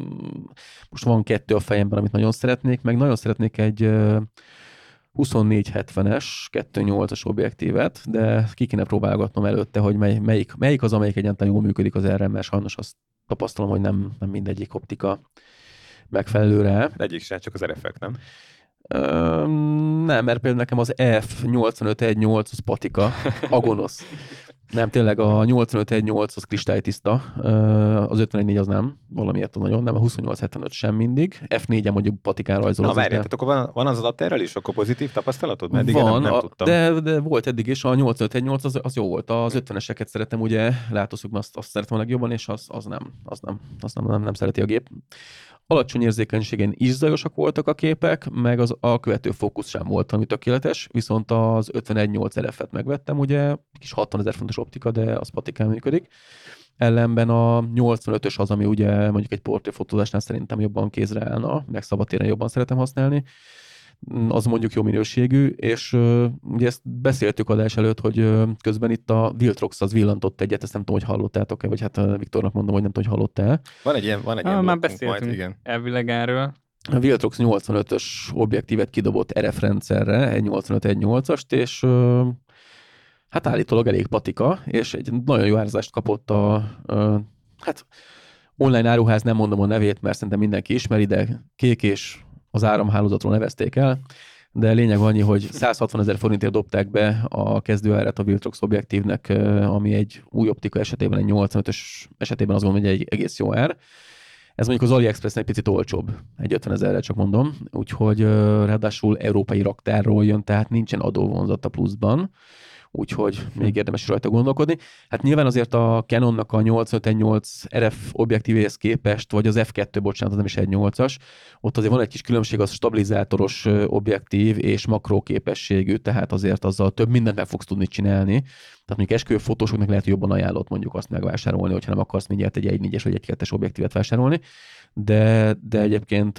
Speaker 2: most van kettő a fejemben, amit nagyon szeretnék, meg nagyon szeretnék egy huszonnégy hetvenes, kettő nyolcas objektívet, de ki kéne próbálgatnom előtte, hogy mely, melyik, melyik az, amelyik egyáltalán jól működik az R-en, mert sajnos azt tapasztalom, hogy nem, nem mindegyik optika megfelelő rá.
Speaker 1: Egyik sem, csak az er ef-ek, nem?
Speaker 2: Ö, nem, mert például nekem az F nyolcvanöt egy nyolc az patika, agonosz. Nem, tényleg a nyolcvanöt egy nyolc az kristálytiszta, az ötvenegy négy az nem, valamiért nagyon, nem, a huszonnyolc hetvenöt sem mindig. Ef négyen mondjuk patikán rajzol.
Speaker 1: Na várj, tehát akkor van, van az adapterrel is, akkor pozitív tapasztalatod? Mert
Speaker 2: van,
Speaker 1: nem, nem
Speaker 2: a,
Speaker 1: tudtam.
Speaker 2: de, de volt eddig is, a nyolcvanöt egy nyolc az, az jó volt, az ötveneseket szeretem, ugye látószögben azt, azt szeretem a legjobban, és az, az nem, az nem, az nem, nem, nem szereti a gép. Alacsony érzékenységen is zajosak voltak a képek, meg az a követő fókusz sem volt, ami tökéletes, viszont az ötvenegy nyolc er ef-et megvettem, ugye, kis hatvanezer fontos optika, de az patikán működik. Ellenben a nyolcvanötös az, ami ugye mondjuk egy portréfotózásnál szerintem jobban kézre állna, meg szabadtéren jobban szeretem használni. Az mondjuk jó minőségű, és uh, ugye ezt beszéltük adás előtt, hogy uh, közben itt a Viltrox az villantott egyet, ezt nem tudom, hogy hallottátok-e, vagy hát uh, Viktornak mondom, hogy nem tudom, hogy hallottál.
Speaker 1: Van egy ilyen, van egy
Speaker 3: ah,
Speaker 1: ilyen
Speaker 3: már
Speaker 1: blokkunk
Speaker 3: beszéltünk
Speaker 1: majd, igen.
Speaker 3: elvileg erről.
Speaker 2: A Viltrox nyolcvanötös objektívet kidobott er ef rendszerre, egy nyolcvanöt egy nyolcast, és uh, hát állítólag elég patika, és egy nagyon jó árazást kapott a uh, hát online áruház, nem mondom a nevét, mert szerintem mindenki ismeri, de kék és az áramhálózatról nevezték el, de lényeg annyi, hogy száz hatvanezer forintért dobták be a kezdőárat a Viltrox objektívnek, ami egy új optika esetében, egy nyolcvanötös esetében azt gondolom, hogy egy egész jó ár. Ez mondjuk az AliExpressnek picit olcsóbb, egy ötvenezerre csak mondom, úgyhogy ráadásul európai raktárról jön, tehát nincsen adóvonzat a pluszban, úgyhogy még érdemes rajta gondolkodni. Hát nyilván azért a Canonnak a nyolcvanöt egy nyolc er ef objektívéhez képest, vagy az ef kettő, bocsánat, az nem is egy nyolcas, ott azért van egy kis különbség, az stabilizátoros objektív és makró képességű, tehát azért azzal több mindent meg fogsz tudni csinálni. Tehát mondjuk esküvőfotósoknak lehet, hogy jobban ajánlott mondjuk azt megvásárolni, hogyha nem akarsz mindjárt egy egy négyes vagy egy kettes objektívet vásárolni, de, de egyébként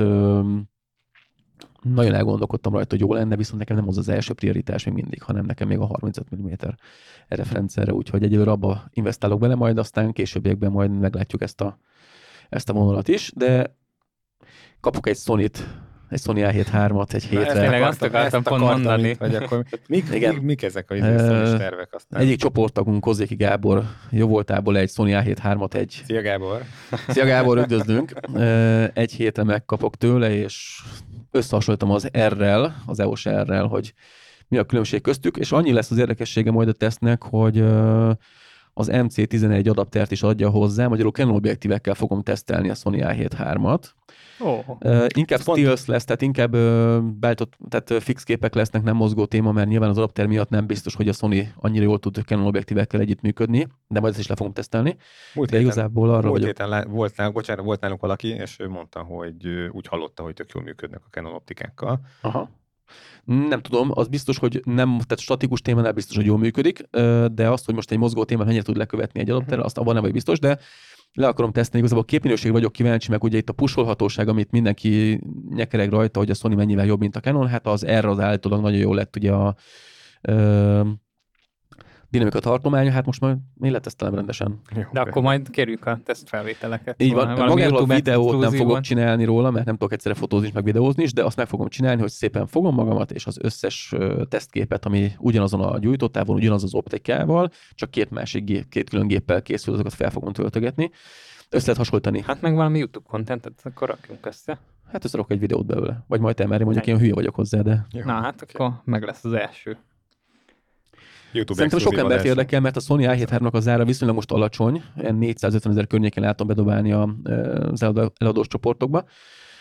Speaker 2: nagyon elgondolkodtam rajta, hogy jó lenne, viszont nekem nem az az első prioritás még mindig, hanem nekem még a harmincöt milliméter er ef rendszerre, úgyhogy egyelőre abba investálok bele, majd aztán későbbiekben majd meglátjuk ezt a, ezt a vonalat is, de kapok egy Sony-t, egy Sony á hét hármat egy hétre.
Speaker 3: Tényleg azt akartam pont mondani.
Speaker 1: Vagy akkor mik,
Speaker 2: Igen.
Speaker 1: mik, mik ezek a izészes tervek aztán?
Speaker 2: Egyik csoporttagunk, Kozéki Gábor, jó voltából egy Sony á hét hármat egy...
Speaker 1: Szia Gábor!
Speaker 2: Szia Gábor, üdvözlünk! Egy hétre megkapok tőle, és összehasonlítom az R-rel, az e o es R-rel, hogy mi a különbség köztük, és annyi lesz az érdekessége majd a tesztnek, hogy az em cé tizenegy adaptert is adja hozzá, magyarul Canon objektívekkel fogom tesztelni a Sony á hét hármat.
Speaker 3: Oh.
Speaker 2: Uh, inkább stills lesz, tehát inkább uh, beállított, tehát uh, fix képek lesznek, nem mozgó téma, mert nyilván az adapter miatt nem biztos, hogy a Sony annyira jól tud Canon objektívekkel együttműködni, de majd ezt is le fogom tesztelni.
Speaker 1: Múlt
Speaker 2: de
Speaker 1: héten,
Speaker 2: igazából arra
Speaker 1: múlt
Speaker 2: vagyok.
Speaker 1: héten lá, volt, nálunk, bocsánat, volt nálunk valaki, és ő mondta, hogy úgy hallotta, hogy tök jól működnek a Canon optikákkal.
Speaker 2: Aha. Nem tudom, az biztos, hogy nem, tehát statikus témánál biztos, hogy jól működik, de azt, hogy most egy mozgó témát mennyire tud lekövetni egy adapterrel, azt abban nem vagy biztos, de le akarom tesztelni, igazából a képminőség vagyok kíváncsi, meg ugye itt a pusolhatóság, amit mindenki nyekereg rajta, hogy a Sony mennyivel jobb, mint a Canon, hát az erre az állítólag nagyon jó lett ugye a ö, dinamika tartománya, hát most már én letesztelem rendesen.
Speaker 3: Jó, de akkor majd kérjük a tesztfelvételeket.
Speaker 2: Így van, magáról a videót nem fogok
Speaker 3: van.
Speaker 2: csinálni róla, mert nem tudok egyszerre fotózni és meg videózni is, de azt meg fogom csinálni, hogy szépen fogom magamat, és az összes uh, tesztképet, ami ugyanazon a gyújtótávon, ugyanaz az optikával, csak két másik gép, két külön géppel készül, azokat fel fogom töltögetni. Össze lehet hasonlítani.
Speaker 3: Hát meg valami YouTube contentet, akkor rakjunk össze.
Speaker 2: Hát összerakok egy videót belőle. Vagy majd te, mert én mondjuk ilyen hülye vagyok hozzá, de...
Speaker 3: Jó, Na hát okay. Akkor meg lesz az első.
Speaker 1: YouTube
Speaker 2: Szerintem sok embert érdekel, mert a Sony á hét háromnak az ára viszonylag most alacsony, négyszázötven ezer környéken látom bedobálni az eladós csoportokba.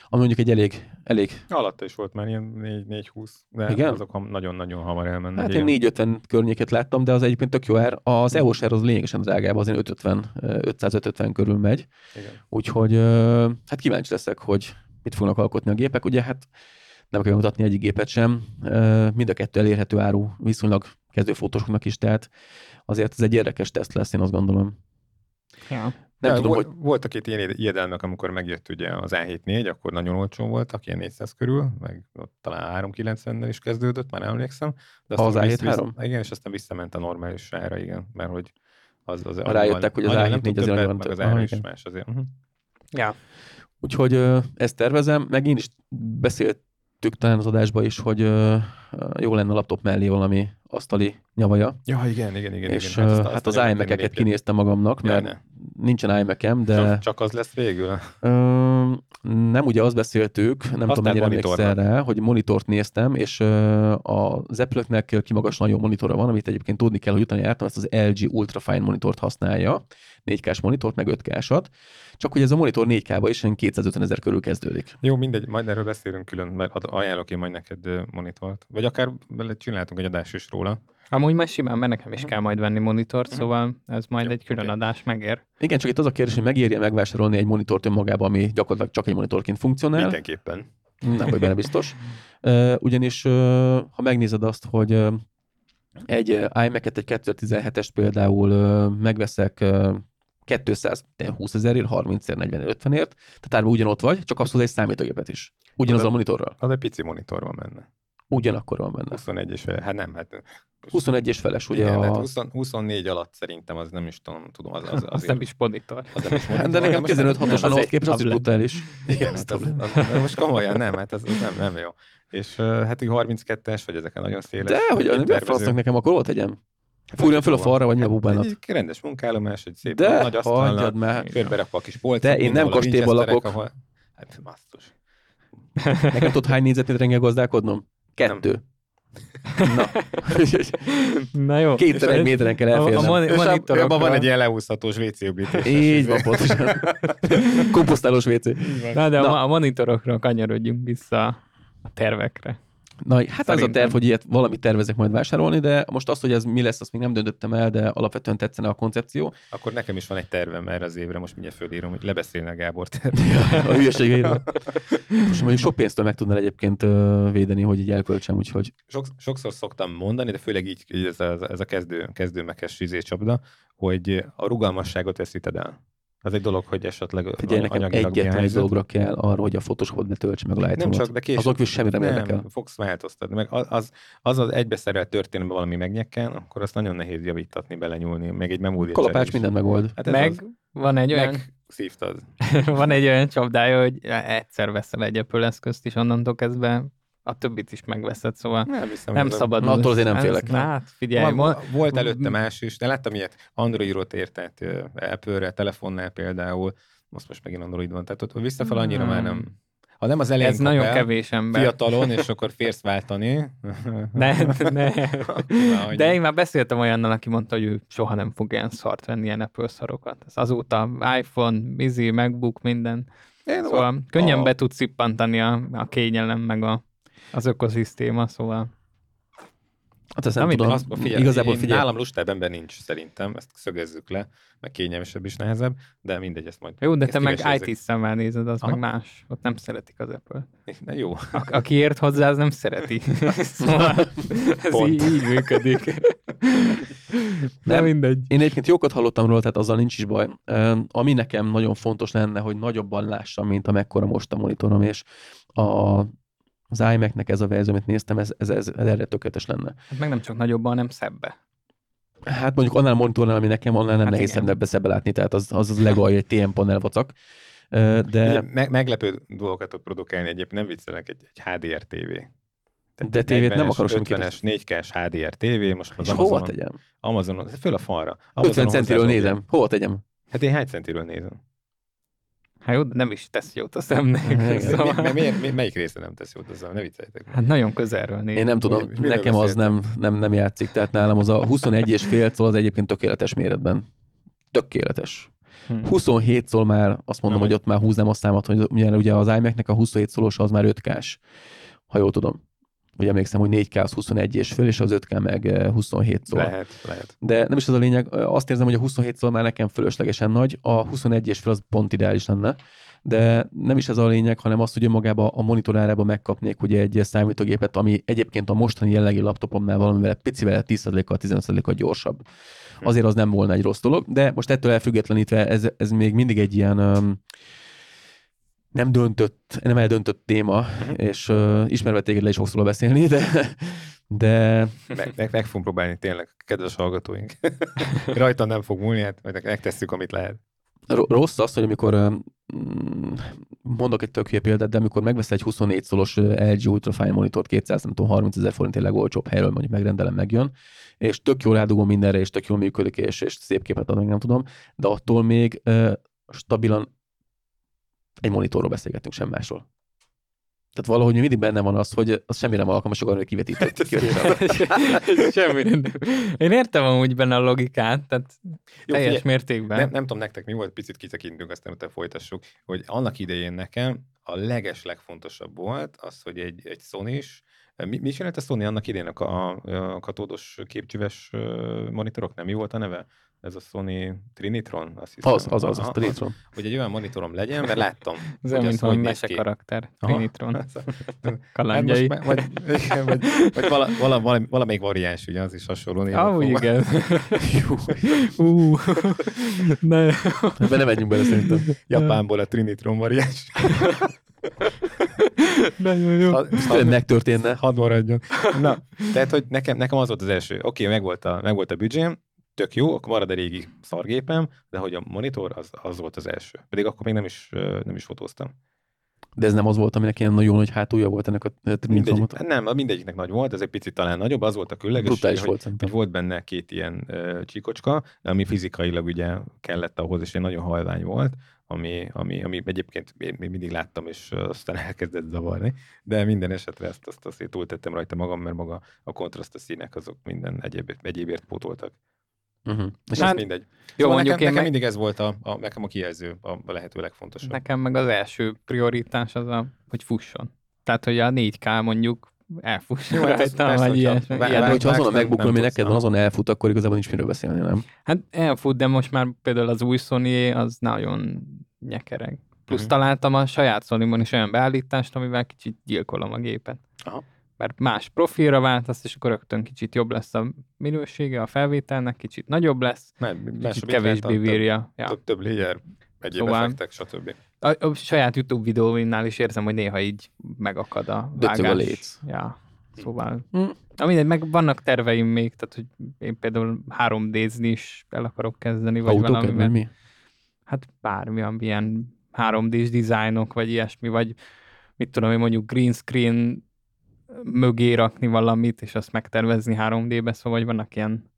Speaker 2: ami mondjuk egy elég, elég
Speaker 1: Alatta is volt már ilyen négy húsz, de
Speaker 2: igen?
Speaker 1: azok nagyon-nagyon hamar elmennek.
Speaker 2: Hát én négy ötven környéket láttam, de az egyébként tök jó ár. Az é o es ár az lényegesen drágább, azért ötszázötven, ötszázötven körül megy.
Speaker 1: Igen.
Speaker 2: Úgyhogy hát kíváncsi leszek, hogy mit fognak alkotni a gépek. Ugye hát nem kell mutatni egyik gépet sem. Mind a kettő elérhető áru viszonylag kezdőfotósoknak is, tehát azért ez egy érdekes teszt lesz, én azt gondolom.
Speaker 3: Ja.
Speaker 2: Nem
Speaker 1: ja,
Speaker 2: tudom,
Speaker 1: volt,
Speaker 2: hogy...
Speaker 1: Voltak itt ilyen ijedelmek, amikor megjött ugye az á hét négy, akkor nagyon olcsó voltak, ilyen négyszáz körül, meg ott talán háromszázkilencvennel is kezdődött, már nem emlékszem. De
Speaker 2: az á hét
Speaker 1: vissza,
Speaker 2: három?
Speaker 1: Igen, és aztán visszament a normális ára, igen, mert hogy az... az
Speaker 2: rájöttek, hogy az á hét négy azért nagyon
Speaker 1: meg az ára is más azért. Uh-huh.
Speaker 3: Ja.
Speaker 2: Úgyhogy ezt tervezem, meg én is beszéltük talán az adásban is, hogy jó lenne a laptop mellé valami asztali nyavaja.
Speaker 1: Ja, igen, igen, igen.
Speaker 2: És
Speaker 1: igen. Hát, azt,
Speaker 2: hát
Speaker 1: azt
Speaker 2: az iMac-eket kinéztem magamnak, mert ja, nincsen iMac-em, de...
Speaker 1: Csak, csak az lesz végül?
Speaker 2: Ö, nem, ugye azt beszéltük, nem Aztán tudom, mennyire emlékszel rá, hogy monitort néztem, és az Apple-nek kimagaslóan jó monitora van, amit egyébként tudni kell, hogy utána jártam, ezt az el gé Ultrafine monitort használja, négy ká-s monitort, meg öt ká-sat, csak hogy ez a monitor négy ká-ba is kétszázötven ezer körül kezdődik.
Speaker 1: Jó, mindegy, majd erről beszélünk külön, mert ajánlok én majd neked monitort. Vagy akár csináltunk egy adást is róla.
Speaker 3: Amúgy majd simán, mert nekem is kell majd venni monitort, szóval ez majd
Speaker 1: Jó,
Speaker 3: egy külön
Speaker 1: okay.
Speaker 3: adás megér.
Speaker 2: Igen, csak itt az a kérdés, hogy megérje megvásárolni egy monitort önmagában, ami gyakorlatilag csak egy monitorként funkcionál.
Speaker 1: Mindenképpen.
Speaker 2: Nem vagy benne biztos. Ugyanis, ha megnézed azt, hogy egy iMac-et, egy kétezer-tizenhetes például megveszek kétszázhúsz ezerért, harmincért, negyvenért, ötvenért, tehát árban ugyanott vagy, csak azt hozzá egy számítógépet is. Ugyanaz a monitorral.
Speaker 1: Az egy pici monitor van benne.
Speaker 2: Ugyanakkor van benne.
Speaker 1: huszonegy és hát nem, hát...
Speaker 2: huszonegy és feles, ugye
Speaker 1: igen,
Speaker 2: a...
Speaker 1: hát húsz, huszonnégy alatt szerintem az nem is tudom, tudom az, az,
Speaker 3: az nem is monitor.
Speaker 1: Az nem is monitor.
Speaker 2: De nekem tizenöt hatosan ahhoz képest az is brutális.
Speaker 1: Igen, hát az, az, az, most komolyan nem, hát az, az nem, nem jó. És uh, hát így harminckettes, vagy ezeken nagyon széles.
Speaker 2: De, hogy nem felszak nekem, akkor ott tegyem. Fúrjam föl a falra, vagy mi a bubánat.
Speaker 1: Egy rendes munkállomás, egy szép
Speaker 2: de
Speaker 1: nagy asztalnal, körberakva a kis polcot.
Speaker 2: De én nem kastélyban lakok.
Speaker 1: Ahol... Hát masztus.
Speaker 2: Nekem tudod, hány négyzetméteren kell gazdálkodnom? Kettő. Na.
Speaker 3: Na jó.
Speaker 2: Kétszer egy méteren kell elférnem.
Speaker 3: A, a monitorokra...
Speaker 1: van egy ilyen leúszhatós vé cé öblítés.
Speaker 2: Így van, pontosan. Komposztálós vé cé.
Speaker 3: Na, de Na. a monitorokra kanyarodjunk vissza a tervekre.
Speaker 2: Na, hát Szerintem. az a terv, hogy ilyet valamit tervezek majd vásárolni, de most azt, hogy ez mi lesz, azt még nem döntöttem el, de alapvetően tetszene a koncepció.
Speaker 1: Akkor nekem is van egy tervem erre az évre, most mindjárt fölírom, hogy lebeszélne Gábor.
Speaker 2: A hülyeségeidről. Most mondjuk sok pénztől meg tudnál egyébként védeni, hogy így elköltsem, úgyhogy...
Speaker 1: Sok, sokszor szoktam mondani, de főleg így, így ez a, ez a kezdő, kezdőmekes csapda, hogy a rugalmasságot veszíted el. Az egy dolog, hogy esetleg
Speaker 2: Figyelj, nekem egyetlen dologra kell arra, hogy a Photoshopot betöltse meg a Lightroom-ot.
Speaker 1: Nem csak, de később.
Speaker 2: Azok is semmire nem érdekel.
Speaker 1: Fogsz változtatni. Meg az az, az, az egybeszerelt történetben valami megnyekken, akkor azt nagyon nehéz javítatni, belenyúlni. Meg egy memória.
Speaker 2: Kalapács mindent megold.
Speaker 3: Hát meg az, van egy olyan...
Speaker 1: Megszívtad.
Speaker 3: Van egy olyan csapdája, hogy egyszer veszel egy Apple eszközt, és onnantól kezdve a többit is megveszed, szóval nem, hiszem, nem szabad.
Speaker 2: Na, attól azért nem félek.
Speaker 3: Hát, figyelj.
Speaker 1: Van, volt előtte más is, de láttam ilyet Androidot ért, tehát Apple-re, telefonnál például, most most megint Android van, tehát ott visszafel annyira hmm. már nem. Ha nem az elején
Speaker 3: ez nagyon el, kevés ember.
Speaker 1: Fiatalon, és akkor férsz váltani.
Speaker 3: Ne, ne. De én már beszéltem olyannal, aki mondta, hogy ő soha nem fog ilyen szart venni, ilyen Apple szarokat. Ez azóta iPhone, Bizi, MacBook, minden. Én szóval a... könnyen a... be tud szippantani a, a kényelem, meg a, az ökoszisztéma, szóval...
Speaker 2: Hát ezt nem Na, tudom, azt, figyelj, igazából figyelj.
Speaker 1: Nálam lustább ember nincs szerintem, ezt szögezzük le, meg kényelmesebb is nehezebb, de mindegy, ezt majd...
Speaker 3: Jó, de te meg í té szemmel nézed, az Aha. meg más. Ott nem szeretik az Apple.
Speaker 1: Na jó.
Speaker 3: A, aki ért hozzá, az nem szereti. Szóval ez így, így működik. De nem, mindegy.
Speaker 2: Én egyébként jókat hallottam róla, tehát azzal nincs is baj. Ami nekem nagyon fontos lenne, hogy nagyobban lássam, mint amekkora most a monitorom, és a az iMac-nek ez a verzió, amit néztem, ez, ez, ez, ez erre tökéletes lenne.
Speaker 3: Hát meg nem csak nagyobban, hanem szebbe.
Speaker 2: Hát mondjuk annál a monitornál, ami nekem, annál nem hát nehéz szembe szebbe látni, tehát az az, az legalja egy té em panel vacak. De...
Speaker 1: Ugye, me- meglepő dolgokat tud produkálni egyébként, nem viccelek, egy, egy há dé er tévé.
Speaker 2: Tehát de tévét nem akarok semmi
Speaker 1: ötvenes, négy ká-s há dé er tévé, most az
Speaker 2: és
Speaker 1: Amazonon...
Speaker 2: hova tegyem?
Speaker 1: Amazonon, föl a falra.
Speaker 2: ötven centiről nézem. Hova tegyem?
Speaker 1: Hát én hány centiről nézem?
Speaker 3: Hát jó, de nem is tesz jót a szemnek.
Speaker 1: Szóval... Mi, mi, mi, melyik része nem tesz jót a szemnek? Ne vicceljétek.
Speaker 3: Hát nagyon közelről nézem.
Speaker 2: Én nem tudom, mi, nekem az nem, nem, nem játszik, tehát nálam az a huszonegy és fél szól az egyébként tökéletes méretben. Tökéletes.
Speaker 3: Hmm.
Speaker 2: huszonhét szól már, azt mondom,
Speaker 1: Na,
Speaker 2: hogy ott már húznám a számot, hogy ugye, ugye az iMac-nek a huszonhét szolos az már öt ká-s, ha jól tudom. Ugye emlékszem, hogy négy ká az huszonegy és föl, és az öt ká meg huszonhét szól.
Speaker 1: Lehet, lehet.
Speaker 2: De nem is az a lényeg, azt érzem, hogy a huszonhét szól már nekem fölöslegesen nagy, a huszonegy és föl az pont ideális lenne, de nem is ez a lényeg, hanem azt, hogy önmagában a monitorárába megkapnék ugye egy számítógépet, ami egyébként a mostani jelenlegi laptopomnál valamivel picivel tíz százalékkal, tizenöt százalékkal gyorsabb. Azért az nem volna egy rossz dolog, de most ettől elfüggetlenítve ez, ez még mindig egy ilyen um, nem döntött, nem eldöntött téma, uh-huh. és uh, ismerve téged le is fogsz róla beszélni, de, de...
Speaker 1: Meg, meg, meg fogunk próbálni tényleg, kedves hallgatóink. Rajtam nem fog múlni, hát majd megtesszük, amit lehet.
Speaker 2: Rossz az, hogy amikor um, mondok egy tök hülye példát, de amikor megveszel egy huszonnégy szolos el gé Ultrafine monitort kétszáz, nem tudom, harminc ezer forint legolcsóbb helyről mondjuk megrendelem, megjön, és tök jól rádugom mindenre, és tök jól működik, és, és szép képet ad, meg nem tudom, de attól még uh, stabilan egy monitorról beszélgetünk, sem másról. Tehát valahogy mindig benne van az, hogy az semmire nem alkalmas, arra, hogy kivetített.
Speaker 3: Semmi nem. Én értem amúgy benne a logikát, tehát
Speaker 1: Jó,
Speaker 3: teljes
Speaker 1: figyelj,
Speaker 3: mértékben.
Speaker 1: Nem, nem tudom nektek mi volt, picit kitekintünk, aztán utána folytassuk, hogy annak idején nekem a leges legfontosabb volt az, hogy egy, egy Sony-s, mi, mi csinált a Sony annak idején a, a katódos képcsüves monitorok, nem mi volt a neve? Ez a Sony Trinitron? Azt hiszem.
Speaker 2: Az, az, az, az, Trinitron.
Speaker 1: Hogy egy olyan monitorom legyen, mert láttam.
Speaker 3: Ez olyan, mint valami mese karakter. Trinitron. Kalandjai.
Speaker 1: Hát vagy, vagy, vagy, vagy vala, vala, vala, valamelyik variáns, ugye, az is hasonló néven.
Speaker 3: Ah, igen. Ú, ne.
Speaker 2: Ebben nem menjünk bele szerintem.
Speaker 1: Japánból a Trinitron variáns.
Speaker 3: Nagyon jó.
Speaker 2: Ha, ha megtörténne.
Speaker 1: Hadd maradjon. Na, tehát, hogy nekem, nekem az volt az első. Oké, okay, meg volt a, meg volt a büdzsém, tök jó, akkor marad a régi szargépem, de hogy a monitor, az, az volt az első. Pedig akkor még nem is, nem is fotóztam.
Speaker 2: De ez nem az volt, aminek ilyen nagyon nagy hátulja volt ennek a
Speaker 1: Mindegyik, nem, mindegyiknek nagy volt, ez egy picit talán nagyobb, az volt a különleges, hogy,
Speaker 2: volt,
Speaker 1: hogy volt benne két ilyen uh, csíkocska, ami fizikailag ugye kellett ahhoz, és egy nagyon halvány volt, ami, ami, ami egyébként én még mindig láttam, és aztán elkezdett zavarni, de minden esetre ezt, azt azért túltettem rajta magam, mert maga a kontraszt, a színek, azok minden egyéb, egyébért pótoltak.
Speaker 2: Uh-huh.
Speaker 1: És
Speaker 3: hát,
Speaker 1: hát mindegy.
Speaker 3: Jó,
Speaker 1: szóval
Speaker 3: mondjuk
Speaker 1: nekem, nekem
Speaker 3: meg...
Speaker 1: mindig ez volt a, a, nekem a kijelző, a, a lehető legfontosabb.
Speaker 3: Nekem meg az első prioritás az, a, hogy fusson. Tehát, hogy a négy ká mondjuk elfusson.
Speaker 1: Jó, hát
Speaker 3: rajta, vagy ilyen.
Speaker 2: De hogyha azon a MacBook, ami neked van, azon elfut, akkor igazából nincs miről beszélni, nem?
Speaker 3: Hát elfut, de most már például az új Sony az nagyon nyekereg. Plusz
Speaker 1: Uh-huh.
Speaker 3: találtam a saját Sonymon is olyan beállítást, amivel kicsit gyilkolom a gépet.
Speaker 1: Aha.
Speaker 3: Mert más profilra váltasz, és akkor rögtön kicsit jobb lesz a minősége a felvételnek, kicsit nagyobb lesz,
Speaker 1: Nem,
Speaker 3: kicsit kevésbé bírja. Ja.
Speaker 1: Több, több layer, egyéb
Speaker 3: Szóval-
Speaker 1: effektek, stb.
Speaker 3: A, a saját YouTube videóinnál is érzem, hogy néha így megakad a
Speaker 2: Döcög a
Speaker 3: vágás.
Speaker 2: léc.
Speaker 3: Ja, szóval...
Speaker 2: Hm.
Speaker 3: Na mindegy, meg vannak terveim még, tehát hogy én például három dé-zni is el akarok kezdeni, vagy
Speaker 2: Autóked,
Speaker 3: valamivel.
Speaker 2: vagy mi?
Speaker 3: Hát bármi, ilyen három dés dizájnok, vagy ilyesmi, vagy mit tudom én, mondjuk green screen mögé rakni valamit, és azt megtervezni három dé-be, szóval vagy vannak ilyen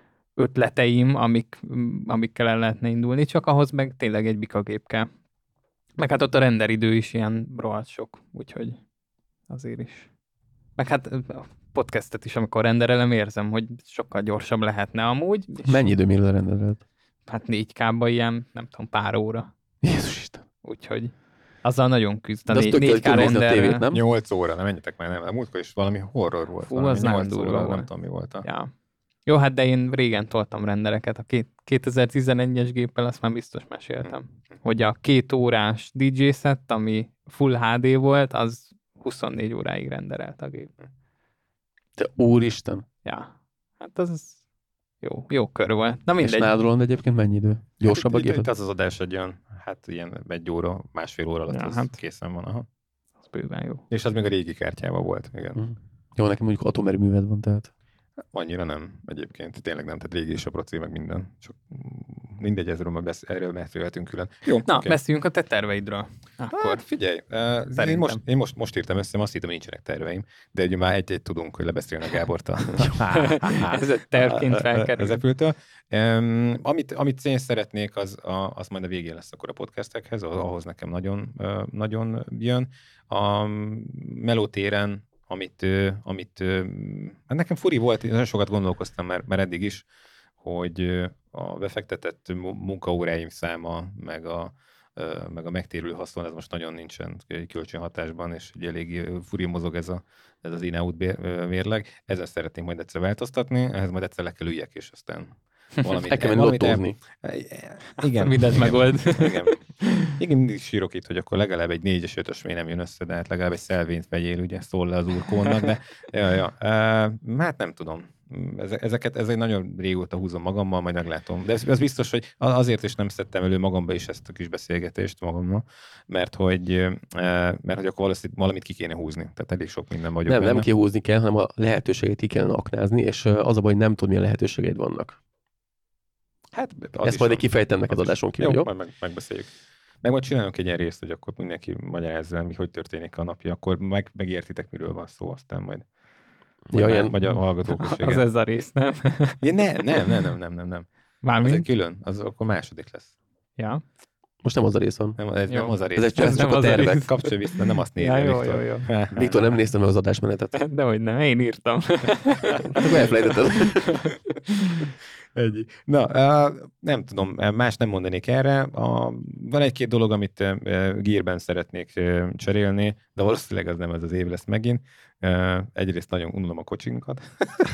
Speaker 3: ötleteim, amik, amikkel el lehetne indulni, csak ahhoz meg tényleg egy bikagép kell. Meg hát ott a renderidő is ilyen rohadt sok, úgyhogy azért is. Meg hát a podcastet is, amikor renderelem, érzem, hogy sokkal gyorsabb lehetne amúgy.
Speaker 2: Mennyi idő mire rendeled?
Speaker 3: Hát négy ká-ba ilyen, nem tudom, pár óra.
Speaker 2: Jézus Isten.
Speaker 3: Úgyhogy azzal nagyon küzd. A
Speaker 2: De az
Speaker 3: négy-
Speaker 2: tök
Speaker 3: négy ká
Speaker 2: kell nézni a tévét,
Speaker 3: renderrel.
Speaker 2: nem?
Speaker 1: nyolc óra, nem menjetek már, nem. A múltkor is valami horror volt.
Speaker 3: Fú,
Speaker 1: valami
Speaker 3: az nagyon
Speaker 1: nyolc
Speaker 3: durva
Speaker 1: óra,
Speaker 3: volt.
Speaker 1: Nem tudom, mi volt. A...
Speaker 3: Ja. Jó, hát de én régen toltam rendereket. A két- kétezer-tizenegyes géppel azt már biztos meséltem. Hogy a két órás dé jé set, ami Full há dé volt, az huszonnégy óráig renderelt a gép.
Speaker 2: Te úristen.
Speaker 3: Ja, hát az jó, jó kör volt. Na
Speaker 2: És
Speaker 3: mindegy.
Speaker 2: nálad Roland egyébként mennyi idő? Gyorsabb a
Speaker 1: Hát, itt-
Speaker 2: géped?
Speaker 1: itt az az adás egy olyan, hát ilyen egy óra, másfél óra alatt
Speaker 3: Ja,
Speaker 1: az
Speaker 3: hát.
Speaker 1: készen van. Aha.
Speaker 3: Az bőven jó.
Speaker 1: És az még a régi kártyával volt, igen.
Speaker 2: Mhm. Jó, nekem mondjuk atomerőműved van, tehát.
Speaker 1: Annyira nem egyébként, tényleg nem, tehát régi is a proci, meg minden. Csak mindegy, ezről, már besz- erről beszélhetünk külön. Jó,
Speaker 3: Na,
Speaker 1: oké.
Speaker 3: beszéljünk a te terveidről. Akkor.
Speaker 1: Hát figyelj, uh, én, most, én most, most írtam össze, azt hittem, nincsenek terveim, de ugye már egy-egy tudunk, hogy lebeszélni a Gábort a,
Speaker 3: Ez egy tervként felkerül.
Speaker 1: az Apple-től. Um, amit, amit én szeretnék, az, a, az majd a végén lesz akkor a podcastekhez, ahhoz nekem nagyon, uh, nagyon jön. A melótéren, amit, uh, amit uh, hát nekem furi volt, én nagyon sokat gondolkoztam már, már eddig is, hogy uh, a befektetett munkaóráim száma, meg a, meg a megtérülő haszon, ez most nagyon nincsen kölcsönhatásban, és ugye elég furi mozog ez, a, ez az in-out mérleg. Ezen szeretném majd egyszer változtatni, ehhez majd egyszer le kell üljek, és aztán valamit...
Speaker 2: El kell menni lottózni.
Speaker 1: Igen.
Speaker 3: Mindent megold.
Speaker 1: Igen. Igen, mindig sírok itt, hogy akkor legalább egy négyes, ötös még nem jön össze, de hát legalább egy szelvényt vegyél, ugye, szól le az úrkónak, de ja, ja. Uh, hát nem tudom. Ezeket, ez egy nagyon régóta húzom magammal, majd meglátom. De ez, ez biztos, hogy azért is nem szedtem elő magamba is ezt a kis beszélgetést magammal, mert hogy, mert hogy akkor valamit ki kéne húzni. Tehát elég sok minden vagyok
Speaker 2: Nem,
Speaker 1: benne.
Speaker 2: nem kihúzni kell, hanem a lehetőséget ki kellene aknázni, és az a baj, hogy nem tudni, milyen lehetőségeid vannak.
Speaker 1: Hát,
Speaker 2: ezt majd kifejtem neked adáson kívül, jó?
Speaker 1: Jó, majd meg, megbeszéljük. Meg majd csinálunk egy ilyen részt, hogy akkor mindenki magyarázza, mi hogy történik a napja, akkor meg, megértitek, miről van szó, aztán majd
Speaker 2: Ja,
Speaker 1: vagy,
Speaker 2: ilyen...
Speaker 1: vagy a hallgatók is.
Speaker 3: Az ez a rész, nem?
Speaker 1: Ja, nem, nem, nem, nem, nem, nem, nem.
Speaker 3: Mármint?
Speaker 1: Az egy külön, az akkor második lesz.
Speaker 3: Ja.
Speaker 2: Most nem az a rész van.
Speaker 1: Nem, ez
Speaker 3: jó.
Speaker 1: nem az a rész.
Speaker 2: Ez, egy, ez, ez csak a tervek.
Speaker 1: Kapcsolj vissza, nem azt nézni.
Speaker 3: Ja, jó,
Speaker 1: Viktor.
Speaker 3: jó, jó.
Speaker 2: Viktor, nem néztem meg az adásmenetet.
Speaker 3: Dehogy nem, én írtam.
Speaker 2: Hát akkor elfelejtetted.
Speaker 1: Egy. Na, uh, nem tudom, más nem mondanék erre. A, van egy-két dolog, amit uh, Gearben szeretnék uh, cserélni, de valószínűleg az nem ez az év lesz megint. Uh, egyrészt nagyon unalom a kocsinkat.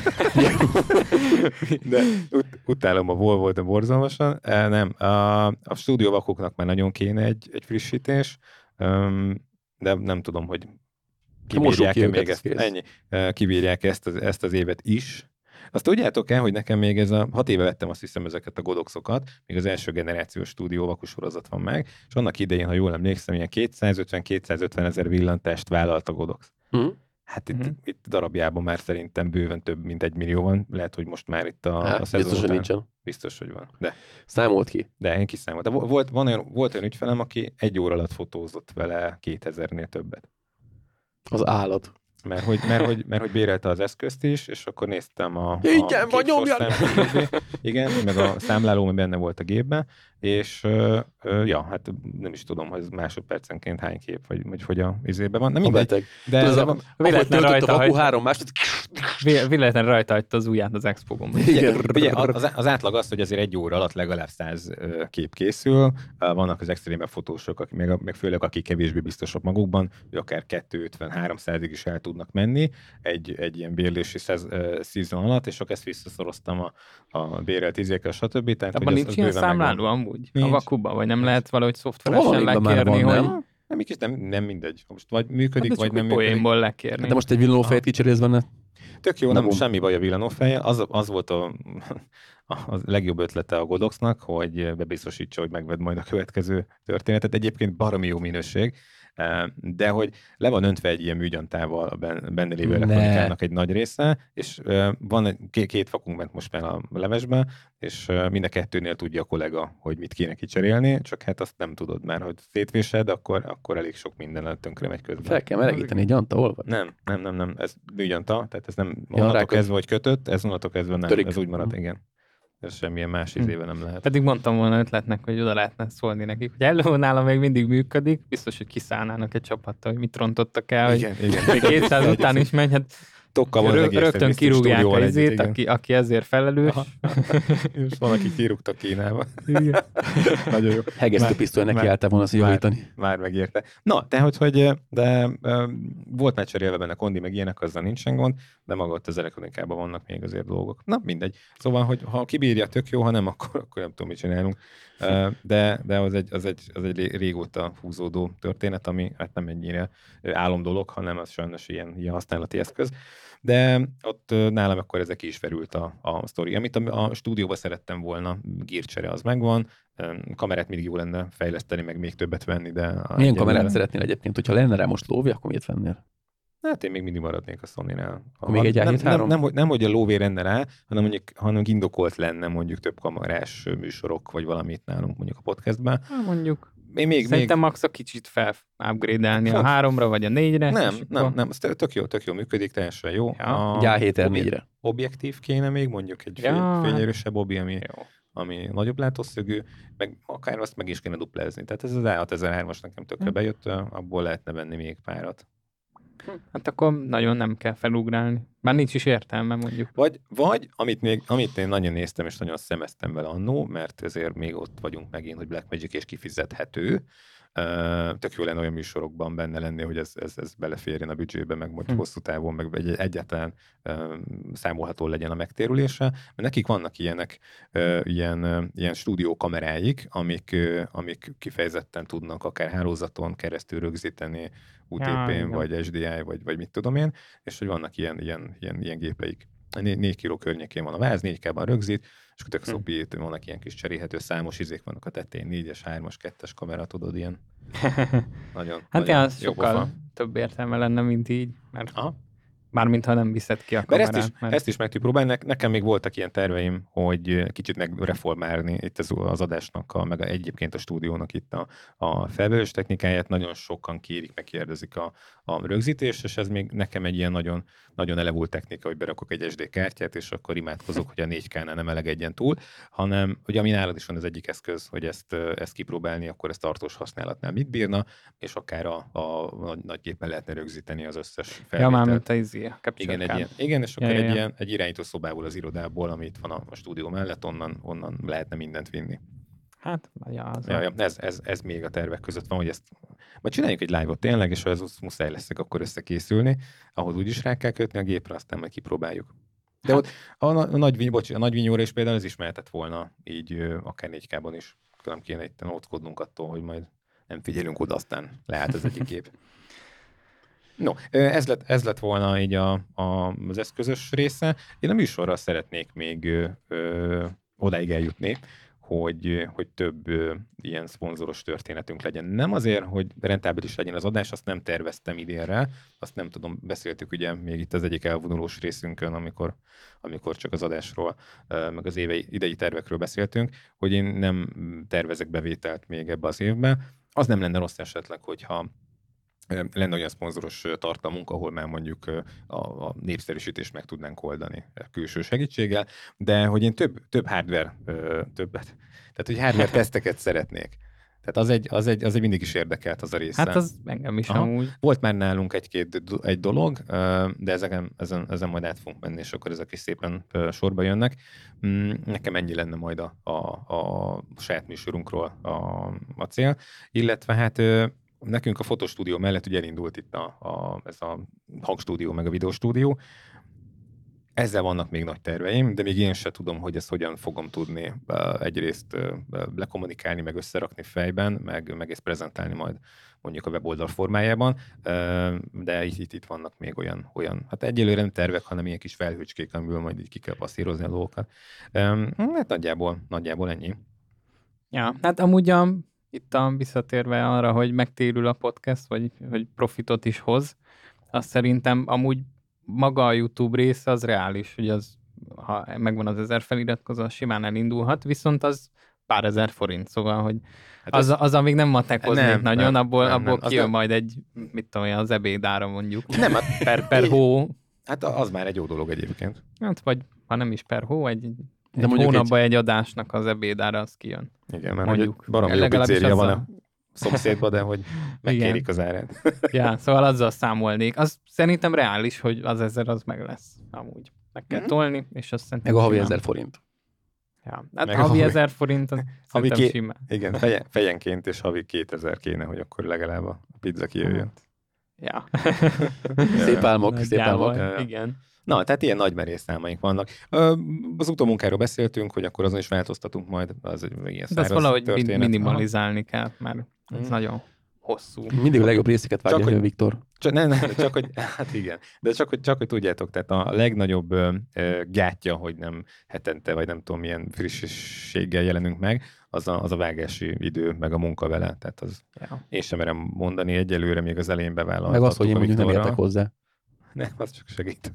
Speaker 1: de ut- utálom a Volvo-t, de borzalmasan. Uh, nem, a, a stúdióvakoknak már nagyon kéne egy, egy frissítés, um, de nem tudom, hogy kibírják-e még ezt. Ennyi. Uh, kibírják ezt az, ezt az évet is. Azt tudjátok el, hogy nekem még ez a hat éve vettem, azt hiszem, ezeket a Godoxokat, még az első generációs stúdió vakusorozat van meg, és annak idején, ha jól emlékszem, ilyen kétszázötven-kétszázötven ezer villantást vállalt a Godox.
Speaker 2: Mm.
Speaker 1: Hát itt,
Speaker 3: Mm.
Speaker 1: itt darabjában már szerintem bőven több, mint egy millió van. Lehet, hogy most már itt a,
Speaker 2: hát,
Speaker 1: a szezon
Speaker 2: biztos, hogy nincsen.
Speaker 1: Biztos, hogy van. De,
Speaker 2: Számolt ki.
Speaker 1: de én kiszámoltam. Volt, van olyan, volt olyan ügyfelem, aki egy óra alatt fotózott vele kétezernél többet.
Speaker 2: Az állat.
Speaker 1: Mert hogy, mert, hogy, mert hogy bérelte az eszközt is, és akkor néztem a...
Speaker 2: Igen,
Speaker 1: a
Speaker 2: vagy nyomjad!
Speaker 1: Igen, meg a számláló, ami benne volt a gépben, és ö, ö, ja, hát nem is tudom, hogy másodpercenként hány kép, vagy, vagy hogy a izében van. Nem
Speaker 2: A
Speaker 1: mindegy.
Speaker 2: beteg.
Speaker 1: De
Speaker 2: Tudod,
Speaker 1: de,
Speaker 2: a,
Speaker 3: véletlen
Speaker 2: ahogy töltött
Speaker 3: rajta
Speaker 2: a vaku
Speaker 3: hagy-
Speaker 2: három másod...
Speaker 3: Véletlen rajta hagyta az ujját az expóban.
Speaker 1: ugye, ugye az, az átlag az, hogy azért egy óra alatt legalább száz kép készül. Vannak az extrémebb fotósok, akik, meg, meg főleg akik kevésbé biztosak magukban, hogy akár kétszázötven-háromszázig is el tudnak menni egy, egy ilyen bérlési szezon alatt, és akkor ezt visszaszoroztam a, a bérelt izékkel, stb. Tehát,
Speaker 3: Abban nincs ilyen számláló
Speaker 1: megvan.
Speaker 3: amúgy?
Speaker 1: Nincs.
Speaker 3: A vakuban? Vagy nem lehet valahogy szoftveresen
Speaker 2: Valamelyikben már
Speaker 3: lekérni,
Speaker 2: van,
Speaker 3: hogy...
Speaker 2: nem?
Speaker 1: Nem, nem, nem mindegy. Most vagy működik,
Speaker 3: Hát,
Speaker 1: vagy nem
Speaker 3: csak
Speaker 1: működik.
Speaker 3: poénból lekérni.
Speaker 2: De most egy villanófejet kicserélsz benne?
Speaker 1: Tök jó, nem
Speaker 2: Megom.
Speaker 1: semmi baj a villanófejjel. Az, az volt a, a, a legjobb ötlete a Godoxnak, hogy bebiztosítsa, hogy megvedd majd a következő történetet. Egyébként baromi jó minőség, de hogy le van öntve egy ilyen műgyantával a benne lévő elektronikának egy nagy része, és van egy, két fakunk ment most már a levesbe, és mind a kettőnél tudja a kollega, hogy mit kéne kicserélni, csak hát azt nem tudod már, hogy szétvésed, akkor, akkor elég sok minden tönkre megy közben.
Speaker 2: Fel kell melegíteni egy gyanta, hol van?
Speaker 1: Nem, nem, nem, nem, ez műgyanta, tehát ez nem
Speaker 2: Ja,
Speaker 1: onnantól
Speaker 2: ráköt.
Speaker 1: kezdve, hogy kötött, ez onnantól kezdve nem,
Speaker 2: Törik.
Speaker 1: ez úgy marad,
Speaker 2: Hm.
Speaker 1: igen. Ez semmilyen más
Speaker 3: Hm.
Speaker 1: izével nem lehet.
Speaker 3: Pedig mondtam volna ötletnek, hogy oda lehetne szólni nekik, hogy hello, nálam még mindig működik, biztos, hogy kiszállnának egy csapattal, hogy mit rontottak el, hogy
Speaker 1: Igen, igen.
Speaker 3: még kétszáz után is megy, hát
Speaker 1: Tokkal van az
Speaker 3: rö-
Speaker 1: egész,
Speaker 3: rögtön
Speaker 1: biztos
Speaker 3: kirúgják
Speaker 1: stúdióval
Speaker 3: a
Speaker 1: együtt,
Speaker 3: izét,
Speaker 1: igen.
Speaker 3: aki, aki ezért felelős.
Speaker 1: Aha. És van, aki kirúgtak Kínába.
Speaker 3: Igen.
Speaker 1: Nagyon jó.
Speaker 2: Hegesztő
Speaker 1: Már-
Speaker 2: pisztoly neki
Speaker 1: már-
Speaker 2: álltál volna azt
Speaker 1: már-
Speaker 2: javítani.
Speaker 1: Már megérte. Na, tehát, hogy de, de volt már cserélve benne kondi, meg ilyenek, azzal nincsen gond, de maga ott az elektronikában vannak még azért dolgok. Na, mindegy. Szóval, hogy ha kibírja, tök jó, ha nem, akkor, akkor nem tudom, mit csinálunk. De, de az, egy, az, egy, az egy régóta húzódó történet, ami hát nem ennyire álomdolog, hanem az sajnos ilyen, ilyen használati eszköz. De ott nálam akkor ezek is felült a, a sztori. Amit a, a stúdióba szerettem volna, gírcsere az megvan, kamerát mindig jó lenne fejleszteni, meg még többet venni, de...
Speaker 2: Milyen
Speaker 1: egyelőre-
Speaker 2: kamerát szeretnél egyébként? Hogyha lenne rá most lóvé, akkor miért vennél?
Speaker 1: Hát én még mindig maradnék a Sony-nál.
Speaker 2: Akkor még egy
Speaker 1: nem,
Speaker 2: á hét három?
Speaker 1: nem, nem, hogy, nem, hogy a lóvé renne rá, hanem mondjuk hanem indokolt lenne mondjuk több kamerás műsorok, vagy valamit nálunk mondjuk a podcastben.
Speaker 3: Hát mondjuk.
Speaker 1: Én még,
Speaker 3: Szerintem
Speaker 1: még...
Speaker 3: max a kicsit fel upgrade-elni a
Speaker 1: Hát-
Speaker 3: háromra, vagy a négyre.
Speaker 1: Nem,
Speaker 3: és
Speaker 1: nem,
Speaker 3: akkor-
Speaker 1: nem, ez tök jó, tök jó működik, teljesen jó.
Speaker 3: Ja.
Speaker 2: Egy á hét er négyre.
Speaker 1: Objektív kéne még, mondjuk egy
Speaker 3: Ja,
Speaker 1: fél,
Speaker 3: hát-
Speaker 1: fényerősebb obi, ami,
Speaker 3: Jó.
Speaker 1: ami nagyobb látószögű, meg akár azt meg is kéne duplázni. Tehát ez az á hatezerhármas nekem tökre
Speaker 3: Hm.
Speaker 1: bejött, abból lehetne venni még párat.
Speaker 3: Hát akkor nagyon nem kell felugrálni. Már nincs is értelme, mondjuk.
Speaker 1: Vagy, vagy amit, még, amit én nagyon néztem, és nagyon szemeztem vele annó, mert ezért még ott vagyunk megint, hogy Blackmagic és kifizethető. Uh, tök jó lenne olyan műsorokban benne lenni, hogy ez, ez, ez beleférjen a büdzsébe, meg majd hm. hosszú távon, meg egy, egyáltalán uh, számolható legyen a megtérülése. Mert nekik vannak ilyenek, uh, ilyen, uh, ilyen stúdiókameráik, amik, uh, amik kifejezetten tudnak akár hálózaton keresztül rögzíteni u té pén, ja, vagy es dé i, vagy, vagy mit tudom én, és hogy vannak ilyen, ilyen, ilyen, ilyen gépeik. négy kiló környékén van a váz, négy ká-ban rögzít, és akkor tök hm. szopi, vannak ilyen kis cserélhető számos izék vannak a tetején, négyes, hármas, kettes kamera, tudod, ilyen. Nagyon,
Speaker 3: hát
Speaker 1: nagyon
Speaker 3: az sokkal pofa. Több értelme lenne, mint így, mert Aha. mármint ha nem viszed ki a kamerát.
Speaker 1: Ezt is, mert... ezt is meg tudjuk próbálni. Nekem még voltak ilyen terveim, hogy kicsit megreformálni itt az, az adásnak, a, meg a, egyébként a stúdiónak itt a, a felvevős technikáját. Nagyon sokan kérik, megkérdezik a, a rögzítést, és ez még nekem egy ilyen nagyon, nagyon elevult technika, hogy berakok egy es dé kártyát, és akkor imádkozok, hogy a négy ká-nál nem elegedjen túl, hanem ugye ami nálad is van az egyik eszköz, hogy ezt, ezt kipróbálni, akkor ezt tartós használatnál mit bírna, és akár a, a nagy, nagy gépen lehetne rögzíteni az összes felvételt.
Speaker 3: Ja, már mint a izé,
Speaker 1: igen, egy ilyen, igen, és akkor ja, egy, ja. Ilyen, egy irányító szobából az irodából, ami itt van a, a stúdió mellett, onnan, onnan lehetne mindent vinni.
Speaker 3: Hát, ja, az
Speaker 1: ja, ja, ez, ez, ez még a tervek között van, hogy ezt majd csináljuk egy live-ot tényleg, és ha ez muszáj leszek, akkor összekészülni, ahhoz úgyis rá kell kötni a gépre, aztán majd kipróbáljuk. De hát. Ott a, a, nagy, bocs, a nagy vinyóra is például ez is mehetett volna így akár négy ká-ban is. Nem kéne itt óckodnunk attól, hogy majd nem figyelünk oda, aztán lehet az egyik gép. No, ez lett, ez lett volna így a, a, az eszközös része. Én a műsorral szeretnék még ö, ö, odáig eljutni, hogy, hogy több ö, ilyen szponzoros történetünk legyen. Nem azért, hogy rentábilis legyen az adás, azt nem terveztem idénre, azt nem tudom, beszéltük ugye még itt az egyik elvonulós részünkön, amikor, amikor csak az adásról, ö, meg az évei, idei tervekről beszéltünk, hogy én nem tervezek bevételt még ebbe az évbe. Az nem lenne rossz esetleg, hogyha lenne olyan szponzoros tartalmunk, ahol már mondjuk a, a népszerűsítést meg tudnánk oldani külső segítséggel, de hogy én több, több hardware, többet, tehát hogy hardware teszteket szeretnék. Tehát az egy, az, egy, az egy mindig is érdekelt az a része.
Speaker 3: Hát az engem is Aha. amúgy.
Speaker 1: Volt már nálunk egy-két egy dolog, de ezeken, ezen, ezen majd át fogunk menni, és akkor ezek is szépen sorba jönnek. Nekem ennyi lenne majd a, a, a saját műsorunkról a, a cél, illetve hát nekünk a fotostúdió mellett ugye elindult itt a, a, ez a hangstúdió, meg a videóstúdió. Ezzel vannak még nagy terveim, de még én sem tudom, hogy ezt hogyan fogom tudni uh, egyrészt uh, lekommunikálni, meg összerakni fejben, meg, meg ezt prezentálni majd mondjuk a weboldal formájában, uh, de itt, itt, itt vannak még olyan, olyan, hát egyelőre nem tervek, hanem ilyen kis felhőcskék, amiből majd így ki kell passzírozni a dolgokat. Um, hát nagyjából, nagyjából ennyi.
Speaker 3: Ja, hát amúgy a itt a visszatérve arra, hogy megtérül a podcast, vagy hogy profitot is hoz, azt szerintem amúgy maga a YouTube része az reális, hogy az, ha megvan az ezer feliratkozó, az simán elindulhat, viszont az pár ezer forint, szóval, hogy hát az, az, az amíg nem matekoznék nem, nagyon, nem, abból, nem, abból nem, kijön nem. majd egy, mit tudom, az ebédára mondjuk.
Speaker 1: Nem,
Speaker 3: per, per hó.
Speaker 1: Hát az már egy jó dolog egyébként.
Speaker 3: Hát vagy, ha nem is per hó, egy De egy hónapban egy... egy adásnak az ebédára az kijön.
Speaker 1: Igen, mert mondjuk baromi jó pizzéria van a szomszédban, de hogy megkérik az árát.
Speaker 3: Ja, szóval azzal számolnék. Az szerintem reális, hogy az ezer az meg lesz. Amúgy meg kell mm-hmm. tolni, és azt szerintem
Speaker 2: meg a havi ezer forint.
Speaker 3: Ja, hát a havi ezer forint az havi ké... simán.
Speaker 1: Igen, feje, fejenként és havi kétezer kéne, hogy akkor legalább a pizza kijöjjön.
Speaker 3: Ja.
Speaker 2: Szép álmok, szép álmok.
Speaker 3: Igen.
Speaker 1: Na, tehát ilyen nagy merész számaink vannak. Az utómunkáról beszéltünk, hogy akkor azon is változtatunk majd. Az egy ilyen
Speaker 3: De ezt valahogy történet. minimalizálni kell, mert ez mm. nagyon hosszú.
Speaker 2: Mindig a legjobb részeket vágja hogy, Viktor.
Speaker 1: Csak, nem, nem, csak hogy, hát igen, de csak hogy, csak hogy tudjátok, tehát a legnagyobb ö, ö, gátja, hogy nem hetente, vagy nem tudom milyen frissséggel jelenünk meg, az a, az a vágási idő, meg a munka vele. Tehát az ja. én sem merem mondani egyelőre, még az elején bevállaltattuk.
Speaker 2: Meg az, hogy én mondjuk nem értek hozzá.
Speaker 1: Nem, az csak segít.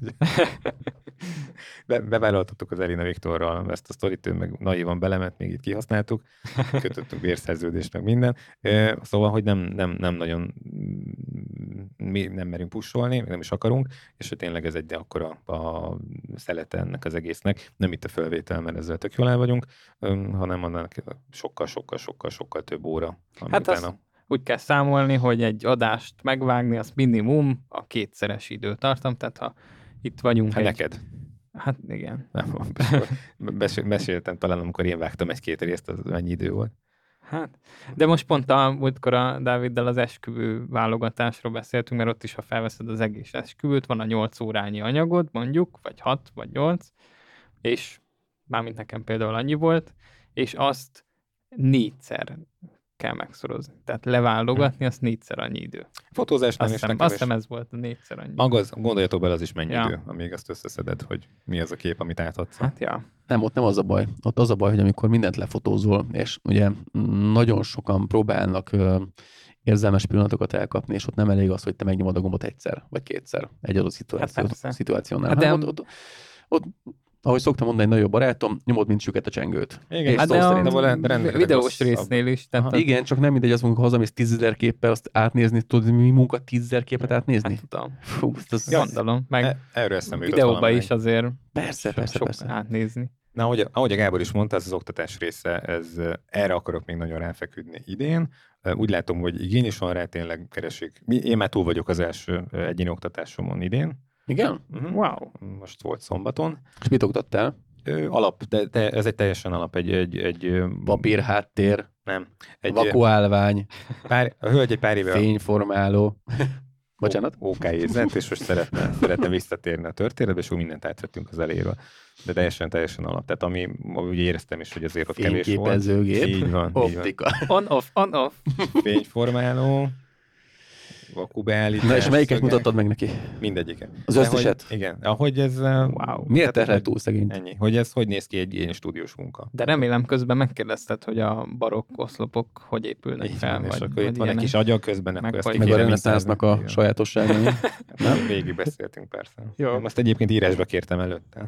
Speaker 1: Be, bevállaltattuk az Elina Viktorral ezt a sztorit, ő meg naivan belement, még itt kihasználtuk, kötöttünk bérszerződést, meg minden. Szóval, hogy nem, nem, nem nagyon mi nem merünk pusolni, nem is akarunk, és hogy tényleg ez egy akkora a szelete ennek az egésznek. Nem itt a felvétel, mert ezzel tök jól el vagyunk, hanem annak sokkal, sokkal, sokkal, sokkal több óra.
Speaker 3: Hát az, úgy kell számolni, hogy egy adást megvágni, az minimum a kétszeres időtartam, tehát ha itt vagyunk
Speaker 1: Hát
Speaker 3: egy...
Speaker 1: neked.
Speaker 3: Hát igen.
Speaker 1: Nem, besél, meséltem talán, amikor én vágtam egy-két részt, az mennyi idő volt.
Speaker 3: Hát, de most pont a múltkor a Dáviddal az esküvő válogatásról beszéltünk, mert ott is, ha felveszed az egész esküvőt, van a nyolc órányi anyagod, mondjuk, vagy hat, vagy nyolc, és mármint nekem például annyi volt, és azt négyszer kell megszorozni. Tehát leválogatni, azt négyszer annyi idő.
Speaker 1: Fotózásnál
Speaker 3: Azt
Speaker 1: is
Speaker 3: hiszem,
Speaker 1: nekem
Speaker 3: azt
Speaker 1: is.
Speaker 3: hiszem ez volt a négyszer annyi.
Speaker 1: Agaz, gondoljatok bele, az is mennyi
Speaker 3: Ja.
Speaker 1: idő, amíg azt összeszeded, hogy mi az a kép, amit átadsz.
Speaker 3: Hát ja.
Speaker 2: Nem, ott nem az a baj. Ott az a baj, hogy amikor mindent lefotózol, és ugye nagyon sokan próbálnak ö, érzelmes pillanatokat elkapni, és ott nem elég az, hogy te megnyomod a gombot egyszer, vagy kétszer egy adott szituáció,
Speaker 3: Hát persze.
Speaker 2: szituációnál.
Speaker 3: Hát
Speaker 2: Hát
Speaker 3: de-
Speaker 2: ott, ott, ott, ahogy szoktam mondani, egy nagyobb barátom, nyomod, mint süket a csengőt.
Speaker 1: Igen,
Speaker 2: És
Speaker 3: Hát
Speaker 2: szó
Speaker 3: de a
Speaker 2: szerint-
Speaker 1: de rengeteg
Speaker 3: videós
Speaker 1: rosszabb.
Speaker 3: résznél is. Tehát
Speaker 1: Aha.
Speaker 3: a-
Speaker 2: Igen, csak nem mindegy, azt mondjuk, hazamész tízezer képpel, azt átnézni, tudod, mi munka tízezer képet átnézni?
Speaker 3: Hát tudom.
Speaker 2: Fú, az,
Speaker 1: Ja,
Speaker 3: Gondolom. Meg
Speaker 1: E- Erről eszembe jutott
Speaker 3: videóban
Speaker 1: valamelyik.
Speaker 3: is azért
Speaker 2: persze,
Speaker 3: so-
Speaker 2: persze,
Speaker 3: sok
Speaker 2: persze.
Speaker 3: átnézni.
Speaker 1: Na, ahogy, ahogy a Gábor is mondta, ez az oktatás része, ez, eh, erre akarok még nagyon ráfeküdni idén. Eh, Úgy látom, hogy igény is van rá, tényleg keresik. Mi- Én már túl vagyok az első eh, egyéni oktatásomon idén.
Speaker 2: Igen?
Speaker 1: Uh-huh.
Speaker 3: Wow.
Speaker 1: Most volt szombaton.
Speaker 2: És mit oktattál?
Speaker 1: Ö, alap, de, de ez egy teljesen alap, egy, egy, egy ö,
Speaker 2: Papír háttér,
Speaker 1: nem, egy ö,
Speaker 2: vakuálvány,
Speaker 1: pár, a hölgy egy pár éve
Speaker 2: fényformáló. Bocsánat?
Speaker 1: ó ká ézett, és most szeretne, szeretne visszatérni a történetbe, és úgy mindent átvettünk az elejéről. De teljesen, teljesen alap. Tehát ami, úgy éreztem is, hogy azért ott kevés volt.
Speaker 2: Fényképezőgép,
Speaker 1: Így van, így van.
Speaker 2: optika.
Speaker 3: On-off, on-off.
Speaker 1: Fényformáló, vakubeállítás.
Speaker 2: Na és melyiket
Speaker 1: szögek,
Speaker 2: mutattad meg neki?
Speaker 1: Mindegyiket.
Speaker 2: Az
Speaker 1: De
Speaker 2: összeset?
Speaker 1: Hogy, igen. Ahogy ez... Wow.
Speaker 3: Wow.
Speaker 2: Miért terhel túl szegényt?
Speaker 1: Ennyi. Hogy ez hogy néz ki egy ilyen stúdiós munka.
Speaker 3: De remélem közben megkérdezted, hogy a barokk oszlopok hogy épülnek
Speaker 1: Így
Speaker 3: fel.
Speaker 1: van, és
Speaker 3: vagy,
Speaker 1: akkor itt
Speaker 3: vagy
Speaker 1: van egy
Speaker 3: ilyenek.
Speaker 1: kis agya közben,
Speaker 3: Meg
Speaker 1: akkor ezt
Speaker 3: vagy-
Speaker 1: ki
Speaker 2: Meg a
Speaker 1: kéne
Speaker 2: reneszánsznak a
Speaker 1: mintázni. Igen.
Speaker 2: sajátosságai.
Speaker 1: Nem? Végig beszéltünk persze.
Speaker 3: Jó.
Speaker 1: Azt egyébként írásba kértem előtte.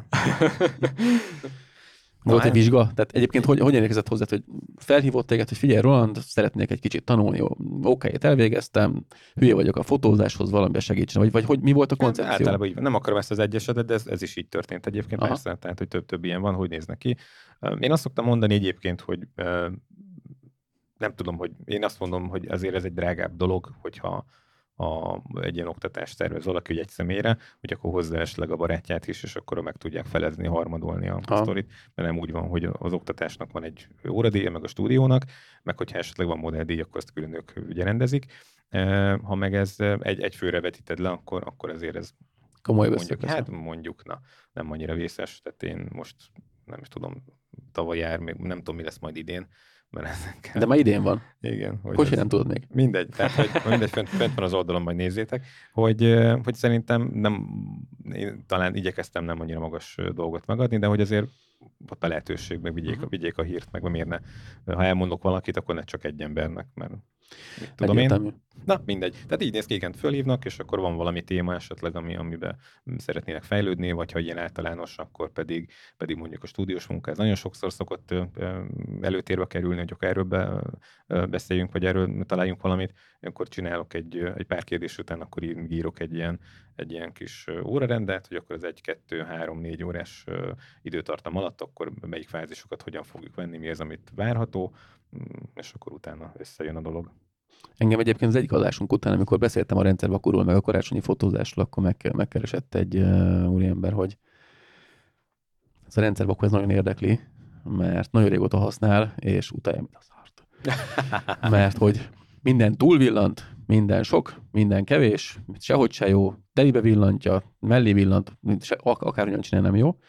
Speaker 2: Volt
Speaker 1: Na,
Speaker 2: egy vizsga? Tehát egyébként hogy, hogyan érkezett hozzá, hogy felhívott téged, hogy figyelj Roland, szeretnék egy kicsit tanulni, jó, oké, elvégeztem, hülye vagyok a fotózáshoz, valamiben segítsen, vagy, vagy hogy mi volt a koncepció?
Speaker 1: Általában így van. Nem akarom ezt az egyesetet, de ez, ez is így történt egyébként.
Speaker 2: Aha.
Speaker 1: Persze, tehát hogy több-több ilyen van, hogy néznek ki. Én azt szoktam mondani egyébként, hogy ö, nem tudom, hogy én azt mondom, hogy azért ez egy drágább dolog, hogyha a, egy ilyen oktatást tervez valaki, hogy egy személyre, hogy akkor hozzá esetleg a barátját is, és akkor meg tudják felezni, harmadolni a
Speaker 2: Ha.
Speaker 1: sztorit, mert nem úgy van, hogy az oktatásnak van egy óradíja, meg a stúdiónak, meg hogyha esetleg van modelldíj, akkor azt külön ők ugye rendezik. E, ha meg ez egy, egy főre vetíted le, akkor, akkor azért ez
Speaker 2: Komoly
Speaker 1: mondjuk,
Speaker 2: összeg.
Speaker 1: hát mondjuk, na, nem annyira vészes, tehát én most nem is tudom, tavaly jár, még nem tudom, mi lesz majd idén, mert ezekkel...
Speaker 2: De már idén van.
Speaker 1: Igen.
Speaker 2: Hogy, hogy
Speaker 1: ez-
Speaker 2: nem tudod még?
Speaker 1: Mindegy, tehát hogy mindegy, fönt, fönt van az oldalon, majd nézzétek, hogy, ö, hogy szerintem nem, én talán igyekeztem nem annyira magas ö, dolgot megadni, de hogy azért ott a lehetőség, meg vigyék, uh-huh. vigyék a hírt, meg miért ne. Ha elmondok valakit, akkor ne csak egy embernek, mert mit tudom én.
Speaker 2: Egyértelmű.
Speaker 1: Na, mindegy. Tehát így néz ki, igen, fölhívnak, és akkor van valami téma esetleg, ami, amiben szeretnének fejlődni, vagy ha ilyen általános, akkor pedig, pedig mondjuk a stúdiós munka, ez nagyon sokszor szokott ö, ö, előtérbe kerülni, hogy akkor erről be, ö, beszéljünk, vagy erről találjunk valamit, akkor csinálok egy, ö, egy pár kérdés után, akkor így írok egy ilyen, egy ilyen kis ö, órarendet, hogy akkor az egy, kettő, három, négy órás ö, időtartam alatt, akkor melyik fázisokat hogyan fogjuk venni, mi az, amit várható, mm, és akkor utána összejön a dolog.
Speaker 2: Engem egyébként az egyik adásunk után, amikor beszéltem a rendszervakuról, meg a karácsonyi fotózásról, akkor meg, megkeresett egy uh, úriember, hogy ez a rendszervakú ez nagyon érdekli, mert nagyon régóta használ, és utálja, mint a szart. Mert hogy minden túlvillant, minden sok, minden kevés, sehogy se jó, telibe villantja, mellé villant, se, ak- akárhogyan csinál, nem jó.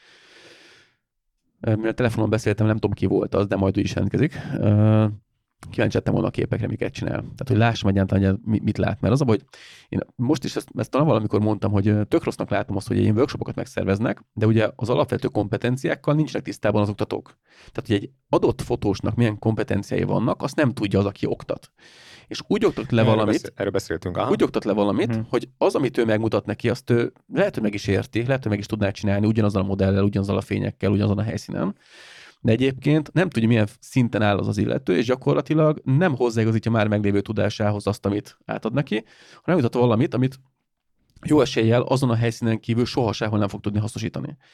Speaker 2: Mivel telefonon beszéltem, nem tudom ki volt az, de majd úgy is jelentkezik. Uh, kíváncsi lettem volna a képekre, miket csinál. Tehát, hogy lássam egyáltalán, hogy mit lát. Mert az a baj, hogy én most is ezt, ezt talán valamikor mondtam, hogy tök rossznak látom azt, hogy ilyen workshopokat megszerveznek, de ugye az alapvető kompetenciákkal nincsenek tisztában az oktatók. Tehát, hogy egy adott fotósnak milyen kompetenciái vannak, azt nem tudja az, aki oktat. És úgy oktat le
Speaker 1: Erről
Speaker 2: valamit,
Speaker 1: beszél- erről beszéltünk. Aha.
Speaker 2: úgy oktat le valamit,
Speaker 3: Mhm.
Speaker 2: hogy az, amit ő megmutat neki, azt ő lehet, hogy meg is érti, lehet, hogy meg is tudná csinálni ugyanazzal a modellel, ugyanazzal a fényekkel, ugyanazon a helyszínen, de egyébként nem tudja, milyen szinten áll az az illető, és gyakorlatilag nem hozzáigazítja már meglévő tudásához azt, amit átad neki, hanem mutat valamit, amit jó eséllyel azon a helyszínen kívül soha sehol nem fog tudni hasznosítani.
Speaker 1: Ja.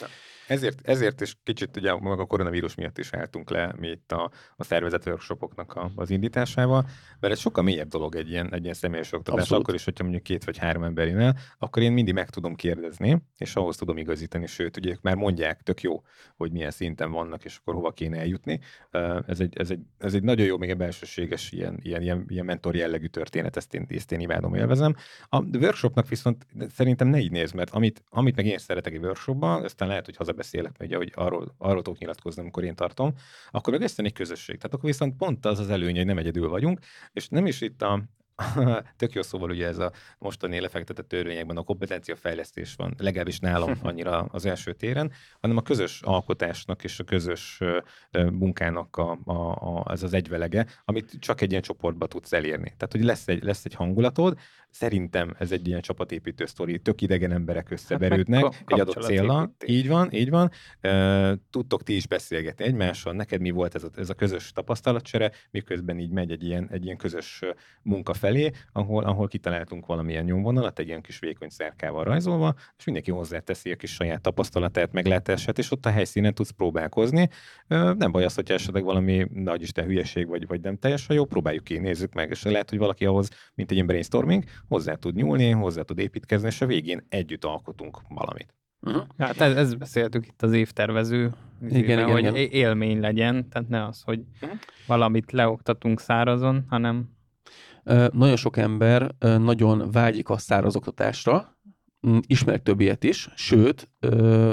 Speaker 1: Ezért, ezért is kicsit ugye meg a koronavírus miatt is álltunk le mi itt a, a szervezett workshopoknak a, az indításával, mert ez sokkal mélyebb dolog egy ilyen, egy ilyen személyes oktatás.
Speaker 2: Abszolút.
Speaker 1: Akkor is, hogyha mondjuk két vagy három ember jön el, akkor én mindig meg tudom kérdezni, és ahhoz tudom igazítani, sőt, ugye ők már mondják, tök jó, hogy milyen szinten vannak, és akkor hova kéne eljutni. Ez egy, ez egy, ez egy nagyon jó, még egy belsőséges ilyen, ilyen, ilyen, ilyen mentor jellegű történet, ezt én, ezt én imádom, élvezem. A workshopnak viszont szerintem ne így néz, mert amit, amit meg én szeretek egy workshopban, aztán lehet, hogy hazabeszélek, mert ugye, hogy arról, arról tudok nyilatkozni, amikor én tartom, akkor meg lesz egy közösség. Tehát akkor viszont pont az az előny, hogy nem egyedül vagyunk, és nem is itt a tök jó szóval ugye ez a mostani lefektetett törvényekben a kompetenciafejlesztés van, legalábbis nálam annyira az első téren, hanem a közös alkotásnak és a közös munkának a, a, a, ez az egyvelege, amit csak egy ilyen csoportba tudsz elérni. Tehát, hogy lesz egy, lesz egy hangulatod, szerintem ez egy ilyen csapatépítő sztori, tök idegen emberek összeverődnek hát egy adott céllal. Így van, így van. Tudtok ti is beszélgetni egymással, neked mi volt ez a, ez a közös tapasztalatcsere, miközben így megy egy ilyen, egy ilyen közös munka felé, ahol, ahol kitaláltunk valamilyen nyomvonalat, egy ilyen kis vékony szerkával rajzolva, és mindenki hozzáteszi a kis saját tapasztalatát, meglátását, és ott a helyszínen tudsz próbálkozni. Nem baj az, hogyha esetleg valami nagy isten hülyeség, vagy, vagy nem teljesen jó, próbáljuk ki, nézzük meg, és lehet, hogy valaki ahhoz, mint egy ilyen brainstorming, hozzá tud nyúlni, hozzá tud építkezni, és a végén együtt alkotunk valamit.
Speaker 3: Uh-huh. Hát ez, ez beszéltük itt az évtervező,
Speaker 2: igen, igen,
Speaker 3: hogy
Speaker 2: igen.
Speaker 3: élmény legyen, tehát ne az, hogy uh-huh. valamit leoktatunk szárazon, hanem
Speaker 2: Uh, nagyon sok ember uh, nagyon vágyik a száraz oktatásra, mm, ismerek több ilyet is, sőt, uh,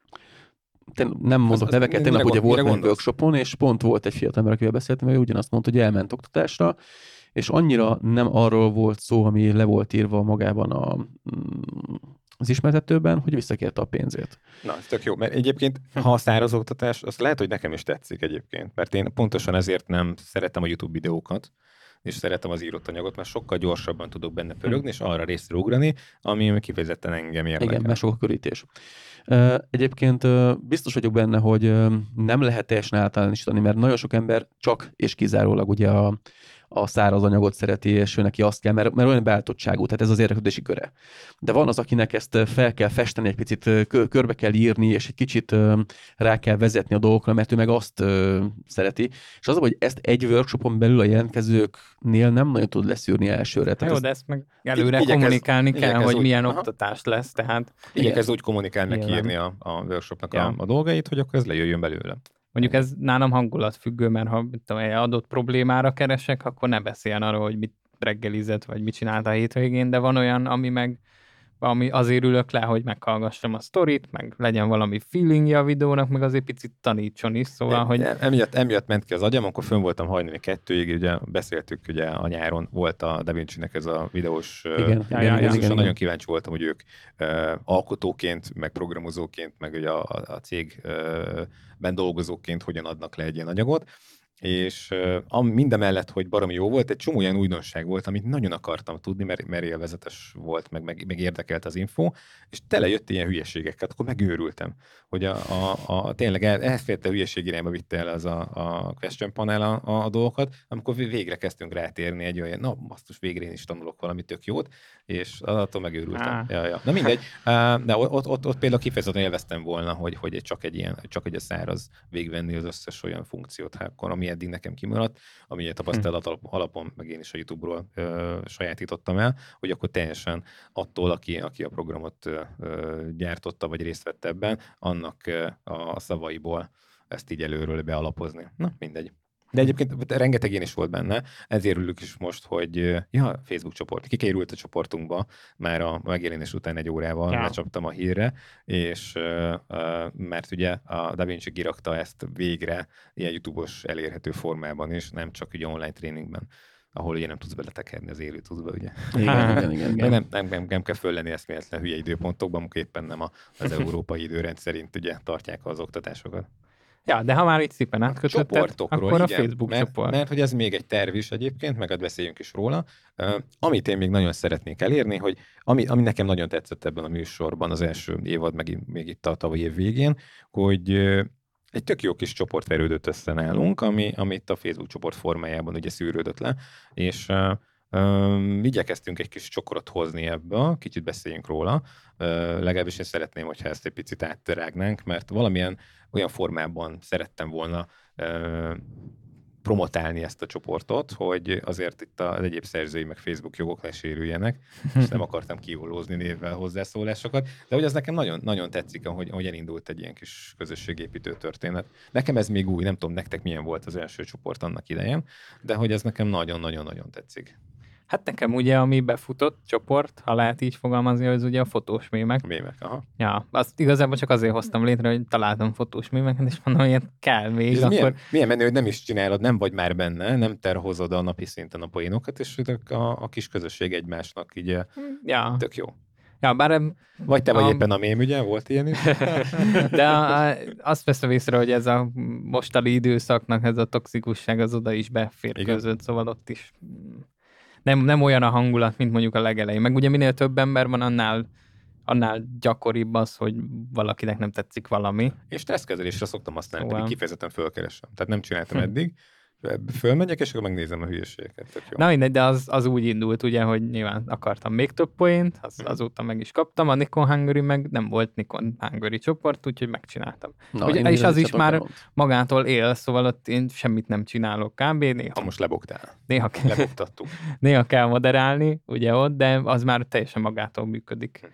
Speaker 2: nem mondok az, neveket, tegnap ugye volt egy workshopon, és pont volt egy fiatal ember, akivel beszéltem, ő ugyanazt mondta, hogy elment oktatásra, és annyira nem arról volt szó, ami le volt írva magában a, az ismertetőben, hogy visszakérte a pénzét.
Speaker 1: Na, ez tök jó, mert egyébként, ha a száraz oktatás, az lehet, hogy nekem is tetszik egyébként, mert én pontosan ezért nem szeretem a YouTube videókat, és szeretem az írott anyagot, mert sokkal gyorsabban tudok benne pörögni, és arra részre ugrani, ami kifejezetten engem érdekel.
Speaker 2: Igen, mert sok a körítés. Egyébként biztos vagyok benne, hogy nem lehet teljesen általánosítani, mert nagyon sok ember csak és kizárólag ugye a, a száraz anyagot szereti, és ő neki azt kell, mert, mert olyan beállítottságú, tehát ez az érdeklődési köre. De van az, akinek ezt fel kell festeni, egy picit körbe kell írni, és egy kicsit rá kell vezetni a dolgokra, mert ő meg azt szereti. És az, hogy ezt egy workshopon belül a jelentkezőknél nem nagyon tud leszűrni elsőre.
Speaker 3: Tehát jó, de ezt meg előre igyekez, kommunikálni kell, igyekez hogy úgy, milyen aha. oktatás lesz. Tehát
Speaker 1: igyekez úgy kommunikálni, kiírni a, a workshopnak ja. a, a dolgait, hogy akkor ez lejöjjön belőle.
Speaker 3: Mondjuk ez nálam hangulatfüggő, mert ha tudom, egy adott problémára keresek, akkor ne beszéljen arról, hogy mit reggelizett, vagy mit csinált a hétvégén, de van olyan, ami meg ami azért ülök le, hogy meghallgassam a sztorit, meg legyen valami feelingje a videónak, meg azért picit tanítson is, szóval,
Speaker 1: e,
Speaker 3: hogy...
Speaker 1: Emiatt, emiatt ment ki az agyam, akkor fönn voltam hajnali kettőig, ugye beszéltük, ugye a nyáron volt a Da Vinci-nek ez a videós...
Speaker 2: Igen,
Speaker 1: uh,
Speaker 2: ja, ja, igen, igen,
Speaker 1: nagyon kíváncsi voltam, hogy ők uh, alkotóként, meg programozóként, meg ugye a, a cégben uh, dolgozóként hogyan adnak le egy ilyen anyagot, és uh, mindemellett, hogy baromi jó volt, egy csomó olyan újdonság volt, amit nagyon akartam tudni, mert, mert élvezetes volt, meg, meg, meg érdekelt az info, és tele jött ilyen hülyeségeket, akkor megőrültem, hogy a, a, a tényleg el, elférte hülyeség irányba vitte el az a, a question panel a, a dolgokat, amikor végre kezdtünk rátérni egy olyan, na, basszus, végre én is tanulok valami tök jót, és attól megőrültem. Ja, ja. Na mindegy, de ott, ott, ott például kifejezetten élveztem volna, hogy, hogy csak egy ilyen, csak egy száraz végvenni az összes olyan funkciót, akkor ami eddig nekem kimaradt, ami egy tapasztalat alapon, meg én is a YouTube-ról ö, sajátítottam el, hogy akkor teljesen attól, aki, aki a programot ö, gyártotta, vagy részt vett ebben, annak ö, a szavaiból ezt így előről bealapozni. Na, mindegy. De egyébként rengeteg én is volt benne, ezért ülök is most, hogy ja, Facebook csoport, kikerült a csoportunkba, már a megjelenés után egy órával ja. lecsaptam a hírre, és uh, uh, mert ugye a Da Vinci kirakta ezt végre ilyen YouTube-os elérhető formában is, nem csak ugye online tréningben, ahol ugye nem tudsz beletekerni az élő tudsz be, ugye.
Speaker 2: Igen, igen, igen, igen.
Speaker 1: Nem, nem, nem, nem kell föllenni eszméletlen hülye időpontokban, amikor éppen nem az európai időrend szerint ugye tartják az oktatásokat.
Speaker 3: Ja, de ha már itt szépen átkötötted, akkor a igen, Facebook
Speaker 1: mert,
Speaker 3: csoport.
Speaker 1: Mert hogy ez még egy terv is egyébként, meg beszéljünk is róla. Uh, amit én még nagyon szeretnék elérni, hogy ami, ami nekem nagyon tetszett ebben a műsorban az első évad, meg még itt a tavalyi év végén, hogy uh, egy tök jó kis csoport verődött össze nálunk, ami, amit a Facebook csoport formájában ugye szűrődött le, és uh, Um, igyekeztünk egy kis csokorot hozni ebből, kicsit beszéljünk róla. Uh, legalábbis én szeretném, hogyha ezt egy picit átterágnánk, mert valamilyen olyan formában szerettem volna uh, promotálni ezt a csoportot, hogy azért itt az egyéb szerzői meg Facebook jogok lesérüljenek, és nem akartam kiólózni névvel hozzászólásokat, de hogy az nekem nagyon, nagyon tetszik, ahogy, ahogy elindult egy ilyen kis közösségépítő történet. Nekem ez még új, nem tudom nektek milyen volt az első csoport annak idején, de hogy ez nekem nagyon-nagyon-nagyon tetszik.
Speaker 3: Hát nekem ugye, ami befutott csoport, ha lehet így fogalmazni, az ugye a fotós mémek.
Speaker 1: Mémek, aha.
Speaker 3: Ja, azt igazából csak azért hoztam létre, hogy találtam fotós mémeket, és mondom, hogy kell még.
Speaker 1: És
Speaker 3: akkor...
Speaker 1: milyen, milyen menő, hogy nem is csinálod, nem vagy már benne, nem terhozod a napi szinten a poénokat, és a, a kis közösség egymásnak így
Speaker 3: ja.
Speaker 1: tök jó.
Speaker 3: Ja, bár...
Speaker 1: Vagy te vagy
Speaker 3: a...
Speaker 1: éppen a mém, ugye? Volt ilyen is?
Speaker 3: De a, a, azt veszem észre, hogy ez a mostani időszaknak ez a toxikusság az oda is beférkőzött, szóval ott is nem, nem olyan a hangulat, mint mondjuk a legelején. Meg ugye minél több ember van, annál, annál gyakoribb az, hogy valakinek nem tetszik valami.
Speaker 1: És stresszkezelésre szoktam használni,
Speaker 3: Szóval...
Speaker 1: pedig kifejezetten fölkeresem. Tehát nem csináltam eddig, fölmegyek, és akkor megnézem a hülyeségeket. Tök jó.
Speaker 3: Na mindegy, de az, az úgy indult, ugye, hogy nyilván akartam még több poént, az, azóta meg is kaptam, a Nikon Hungary meg nem volt Nikon Hungary csoport, úgyhogy megcsináltam.
Speaker 2: Na,
Speaker 3: ugye, és az is már magától él, szóval ott én semmit nem csinálok kb. Néha,
Speaker 1: ha most lebogtál.
Speaker 3: Néha,
Speaker 1: Lebogtattuk.
Speaker 3: néha kell moderálni, ugye ott, de az már teljesen magától működik.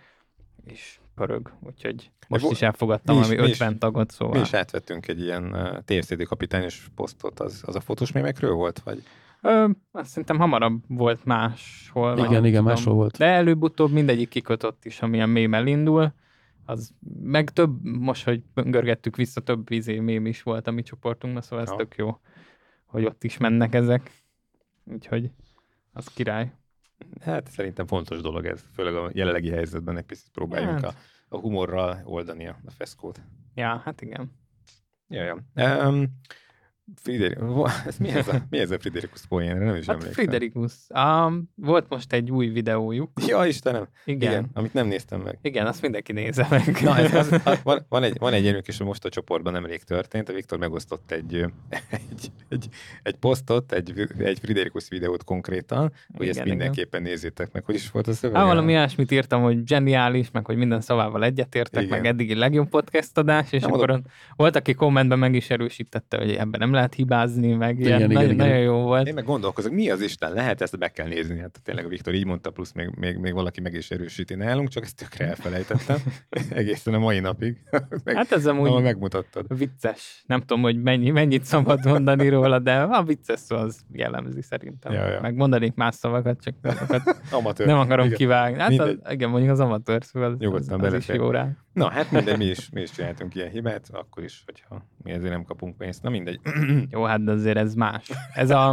Speaker 3: És pörög, úgyhogy most is, is elfogadtam
Speaker 1: is,
Speaker 3: ami ötven tagot, szóval.
Speaker 1: Mi is átvettünk egy ilyen uh, té ef cé dé kapitányos posztot, az, az a fotós mémekről volt, vagy?
Speaker 3: Ö, azt szerintem hamarabb volt máshol.
Speaker 2: Igen, igen, tudom. máshol volt.
Speaker 3: De előbb-utóbb mindegyik kikötött is, amilyen mém elindul. Az meg több, most, hogy görgettük vissza, több vízé mém is volt a mi csoportunkban, szóval ez ha. tök jó, hogy ott is mennek ezek. Úgyhogy az király.
Speaker 1: Hát szerintem fontos dolog ez, főleg a jelenlegi helyzetben egy picit próbáljunk hát. a, a humorral oldani a, a feszkót.
Speaker 3: Ja, hát igen.
Speaker 1: Ja, ja. Um, Friderikus, ez mi ez a, mi ez a Friderikus poénre? Nem is
Speaker 3: hát
Speaker 1: emlékszem.
Speaker 3: Friderikus. Um, volt most egy új videójuk.
Speaker 1: Ja, Istenem.
Speaker 3: Igen.
Speaker 1: Igen. Amit nem néztem meg.
Speaker 3: Igen, azt mindenki nézze meg.
Speaker 1: Na, ez, az, az, van, van, egy, van egy ilyenük, és most a csoportban nemrég történt. A Viktor megosztott egy, egy, egy, egy posztot, egy, egy Friderikus videót konkrétan, hogy igen, ezt mindenképpen igen. nézzétek meg. Hogy is volt a szöveg?
Speaker 3: Há, valami ilyesmit írtam, hogy zseniális, meg hogy minden szavával egyetértek, igen. meg eddigi legjobb podcast adás, és nem akkor mondom. Volt, aki kommentben meg is erősítette, hogy ebben nem lehet hibázni, meg igen, ilyen, igen, nagyon, igen. nagyon jó volt.
Speaker 1: Én meg gondolkozok, mi az Isten lehet, ezt be kell nézni. Hát tényleg a Viktor így mondta, plusz még, még, még valaki meg is erősíti nálunk, csak ezt tökre elfelejtettem. Egészen a mai napig. meg,
Speaker 3: hát ez amúgy
Speaker 1: megmutattad.
Speaker 3: Vicces. Nem tudom, hogy mennyi, mennyit szabad mondani róla, de a vicces szó az jellemzi szerintem.
Speaker 1: Ja, ja.
Speaker 3: Meg mondanék más szavakat, csak amatőr. Nem akarom igen. kivágni. Hát az, igen, mondjuk az amatőr szó, az, az, az is jó rá.
Speaker 1: Na, hát mindegy, mi is, mi is csináltunk ilyen hibát, akkor is, hogyha mi ezért nem kapunk pénzt. Na mindegy.
Speaker 3: Jó, hát de azért ez más. Ez a...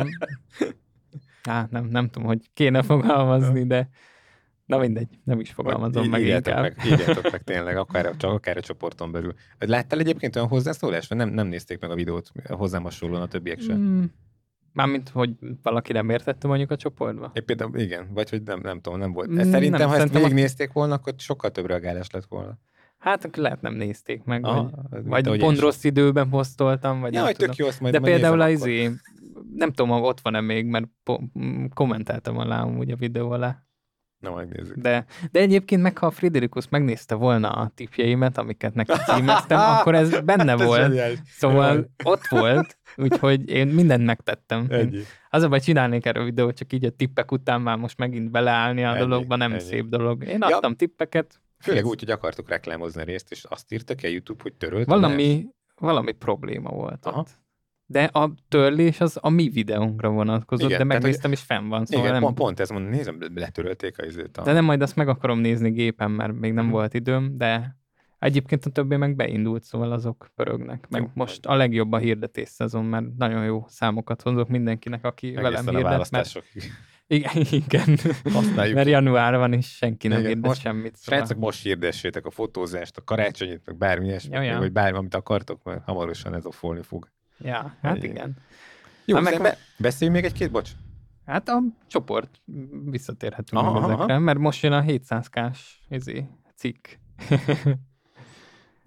Speaker 3: Hát nem, nem tudom, hogy kéne fogalmazni, de na mindegy, nem is fogalmazom így, meg inkább.
Speaker 1: Meg, írjátok meg tényleg, akár, csak akár a csoporton belül. Láttál egyébként olyan hozzászólást, vagy nem, nem nézték meg a videót hozzám hasonlóan a többiek sem? Mm.
Speaker 3: Mármint, hogy valaki nem értette mondjuk a csoportba?
Speaker 1: Én például igen, vagy hogy nem, nem tudom, nem volt. Mm, szerintem, nem, ha ezt végignézték volna, akkor sokkal több reagálás lett volna.
Speaker 3: Hát akkor lehet nem nézték meg, Aha, vagy, vagy pont rossz időben posztoltam, vagy
Speaker 1: ja,
Speaker 3: nem tudom.
Speaker 1: Tök jó, azt majd
Speaker 3: de
Speaker 1: majd
Speaker 3: például az izé, nem tudom, ott van-e még, mert po- kommentáltam alá amúgy a videó alá.
Speaker 1: Na, megnézzük.
Speaker 3: De, de egyébként meg, ha a Friderikus megnézte volna a tippjeimet, amiket neki címeztem, akkor ez benne hát volt. Ez szóval ott volt, úgyhogy én mindent megtettem. Az a baj, csinálnék erre a videót, csak így a tippek után már most megint beleállni a ennyi, dologba, nem ennyi. Szép dolog. Én adtam ja. tippeket.
Speaker 1: Főleg úgy, hogy akartuk reklámozni a részt, és azt írtak el YouTube, hogy törölt.
Speaker 3: Valami, valami probléma volt Aha. ott. De a törlés az a mi videónkra vonatkozott, igen, de megnéztem, és fenn van. Szóval
Speaker 1: igen,
Speaker 3: nem...
Speaker 1: pont ezt mondom, nézem, letörölték a izőt. A...
Speaker 3: De nem, majd azt meg akarom nézni gépen, mert még nem hmm. volt időm, de egyébként a többi meg beindult, szóval azok pörögnek. Meg jó, most a legjobb a hirdetés szezon, mert nagyon jó számokat hozok mindenkinek, aki egészen velem hirdet. Mert... Igen, igen. Mert január van, és senki nem hirdet semmit.
Speaker 1: Szóval. Srácok, most hirdessétek a fotózást, a karácsonyit, meg bármi ilyesmit, ja, ja. vagy bármi, amit akartok, mert hamarosan ez a folni fog.
Speaker 3: Ja, hát igen. igen.
Speaker 1: Jó, hát meg be... beszéljünk még egy-két, bocs?
Speaker 3: Hát a csoport, visszatérhetünk aha, ezekre, aha. mert most jön a hétszáz ká-s izé, cikk.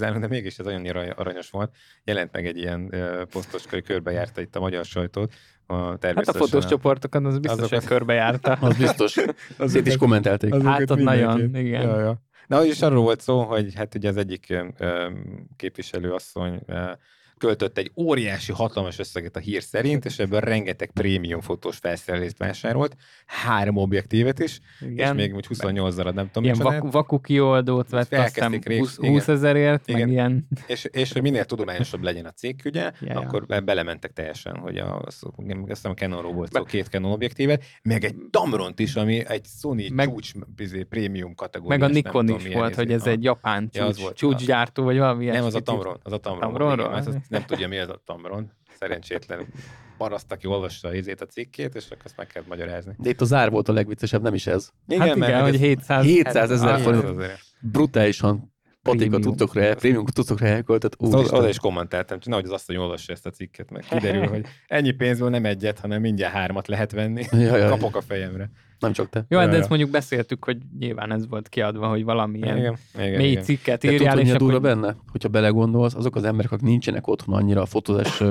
Speaker 1: politizálunk, de mégis ez olyan aranyos volt. Jelent meg egy ilyen uh, posztos kör, körbejárta itt a magyar sajtót. A
Speaker 3: hát a fotós csoportokon az biztos, hogy körbejárta.
Speaker 2: Az biztos. Szét is kommentelték.
Speaker 3: Hát ott nagyon, igen.
Speaker 1: Ja, ja. Na, és arról volt szó, hogy hát ugye az egyik uh, képviselőasszony uh, költött egy óriási, hatalmas összeget a hír szerint, és ebből rengeteg prémium fotós felszerelést vásárolt, három objektívet is, igen. És még úgy huszonnyolc darab, nem tudom.
Speaker 3: Ilyen vak- vakuki oldót vett, aztán húsz ezerért, meg ilyen.
Speaker 1: És, és hogy minél tudományosabb legyen a cikk, ugye,
Speaker 3: ja,
Speaker 1: akkor ja. belementek teljesen, hogy a, azt a Canonról volt szó, két Canon objektívet, meg egy Tamront is, ami egy Sony meg, csúcs bizé, prémium kategóriás.
Speaker 3: Meg a Nikon is volt, volt hogy ez egy japán csúcs, ja, csúcsgyártó, vagy valami
Speaker 1: Nem, az a Tamron, az a Tamron. Nem tudja, mi az a Tamron. Szerencsétlen paraszt, aki olvassa az izét a cikkét, és akkor azt meg kell magyarázni.
Speaker 2: De itt az ár volt a legviccesebb, nem is ez.
Speaker 3: Igen, hát igen, hogy
Speaker 2: hétszázezer forint. Brutálisan patika tudtokra, prémium tudtokra elköltött.
Speaker 1: Oda is kommentáltam, csak nehogy az asszony olvassa ezt a cikket, meg kiderül, hogy ennyi pénzből nem egyet, hanem mindjárt hármat lehet venni. Jaj, kapok a fejemre.
Speaker 2: Nem csak te.
Speaker 3: Jó, de ezt mondjuk beszéltük, hogy nyilván ez volt kiadva, hogy valamilyen
Speaker 1: igen, igen,
Speaker 3: mély
Speaker 1: igen.
Speaker 3: cikket
Speaker 2: írjál.
Speaker 3: De
Speaker 2: tudod, hogy durva benne? Hogyha belegondolsz, azok az emberek, akik nincsenek otthon annyira a fotózás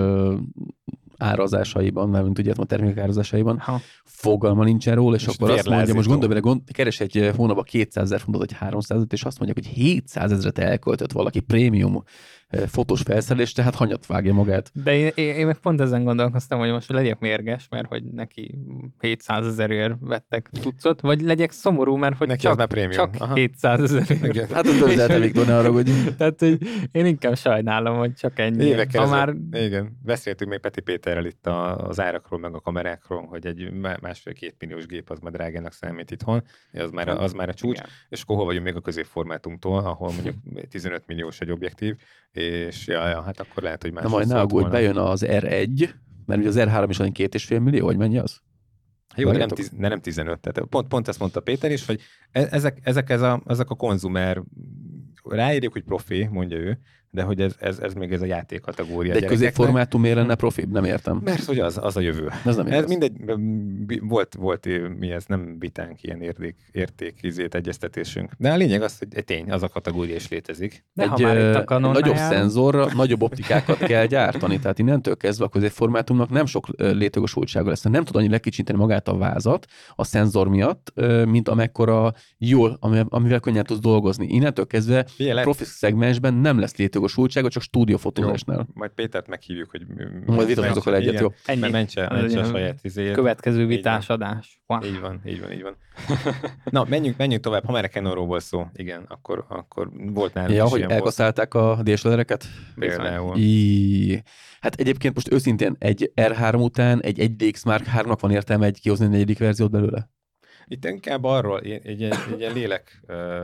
Speaker 2: árazásaiban, mert mint ugye a termékek árazásaiban, ha. fogalma nincsen róla, és most akkor azt mondja, most gondolj bele, gond, keres egy hónapban kétszázezer fontot, vagy háromszázat, és azt mondják, hogy hétszázezret elköltött valaki prémium fotós felszerelést, tehát hanyat vágja magát.
Speaker 3: De én, én, én meg pont ezen gondolkoztam, hogy most legyek mérges, mert hogy neki hétszázezerért vettek cuccot, vagy legyek szomorú, mert hogy
Speaker 1: neki
Speaker 3: csak, csak hétszázezerért.
Speaker 2: Hát az döntelte, Viktor, ne arra, hogy...
Speaker 3: Tehát, hogy én inkább sajnálom, hogy csak ennyi.
Speaker 1: Évekkel már... Igen, beszéltünk még Peti Péterrel itt az árakról, meg a kamerákról, hogy egy másfél-két milliós gép az már drágának számít itthon, az már, az már a csúcs, igen. És akkor hol vagyunk még a középformátumtól, ahol mondjuk tizenöt milliós egy objektív, és ja, ja, hát akkor lehet, hogy más.
Speaker 2: Na majd ne aggódj, bejön az er egy, mert ugye az er három is olyan két és fél millió, vagy mennyi az?
Speaker 1: Jó, de nem, tiz, de nem tizenöt. Tehát pont, pont ezt mondta Péter is, hogy ezek, ezek, ez a, ezek a konzumer, ráírjuk, hogy profi, mondja ő, de hogy ez, ez, ez még ez a játék kategória.
Speaker 2: De egy középformátum miért lenne profibb? Nem értem.
Speaker 1: Mert hogy az, az a jövő.
Speaker 2: Ez nem
Speaker 1: ez mindegy, volt, volt mi ez, nem vitánk, ilyen érték, értékizét egyeztetésünk. De a lényeg az, hogy egy tény, az a kategória is létezik.
Speaker 2: De egy, egy nagyobb szenzorra, nagyobb optikákat kell gyártani, tehát innentől kezdve a középformátumnak nem sok létjogosultsága lesz. Nem tud annyira lekicsinteni magát a vázat a szenzor miatt, mint amekkora jól, amivel könnyen tudsz dolgozni. Innentől kezdve Figyelek. profi szegmensben nem lesz létjogosultsága, csak stúdiófotózásnál.
Speaker 1: Majd Pétert meghívjuk, hogy...
Speaker 2: Majd vitatkozok el egyet, jó.
Speaker 1: Ennyi. Mentse, mentse a saját izéjét.
Speaker 3: Következő vitás-adás.
Speaker 1: Wow. Így van, így van, így van. Na, menjünk, menjünk tovább. Ha már a Canonról volt szó, igen, akkor, akkor volt nálunk
Speaker 2: ja,
Speaker 1: is
Speaker 2: hogy elkaszálták a dé es el er-eket?
Speaker 1: Például.
Speaker 2: I... Hát egyébként most őszintén egy er három után egy egy dé iksz Mark háromnak van értelme egy kihozni a negyedik verziót belőle?
Speaker 1: Itt inkább arról, egy, egy, egy, egy lélek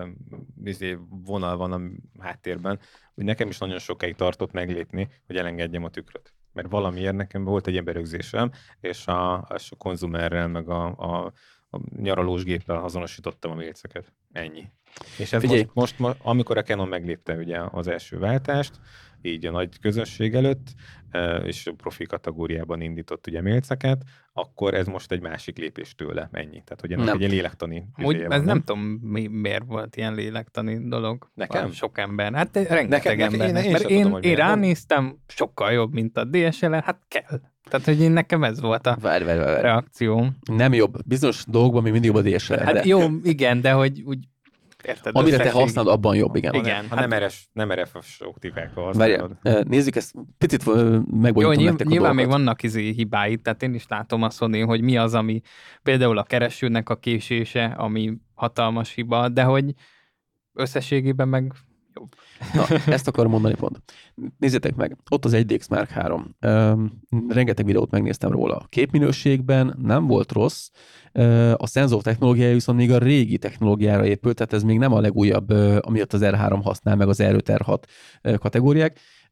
Speaker 1: uh, vonal van a háttérben, hogy nekem is nagyon sokáig tartott meglépni, hogy elengedjem a tükröt. Mert valamiért nekem volt egy ilyen berögzésem, és a, a konzumerrel, meg a, a, a nyaralós géppel azonosítottam a mérceket. Ennyi. És ez most, most, most, amikor a Canon meglépte ugye az első váltást, így a nagy közönség előtt, és profi kategóriában indított ugye mérceket, akkor ez most egy másik lépés tőle, ennyi. Tehát, hogy ennek egy lélektani
Speaker 3: Úgy, ez nem, nem tudom, mi, miért volt ilyen lélektani dolog.
Speaker 1: Nekem?
Speaker 3: Sok ember. Hát rengeteg
Speaker 1: nekem,
Speaker 3: ember.
Speaker 1: Én, én,
Speaker 3: mert
Speaker 1: én,
Speaker 3: én,
Speaker 1: tudom,
Speaker 3: én ránéztem, sokkal jobb, mint a dé es el er, hát kell. Tehát, hogy én nekem ez volt a
Speaker 2: várj, várj, várj.
Speaker 3: reakcióm.
Speaker 2: Nem jobb. Bizonyos dolgokban még mindig jobb a dé es el er.
Speaker 3: Hát
Speaker 2: de...
Speaker 3: jó, igen, de hogy úgy érted,
Speaker 2: amire te használod, abban jobb, igen.
Speaker 3: igen
Speaker 1: ha hát, nem eres, nem erefes optikákkal
Speaker 2: használod. Nézzük ezt, picit megbonyolítom
Speaker 3: jó,
Speaker 2: nektek a
Speaker 3: nyilván
Speaker 2: dolgokat.
Speaker 3: még vannak izé hibái, tehát én is látom a Sony, hogy mi az, ami például a keresőnek a késése, ami hatalmas hiba, de hogy összességében meg jobb.
Speaker 2: Na, ezt akarom mondani pont. Nézzétek meg, ott az egy dé iksz Mark három. Um, rengeteg videót megnéztem róla. A képminőségben nem volt rossz, uh, a szenzor technológiája viszont még a régi technológiára épült, tehát ez még nem a legújabb, uh, amiatt az er három használ, meg az er öt er hat uh, kategóriák.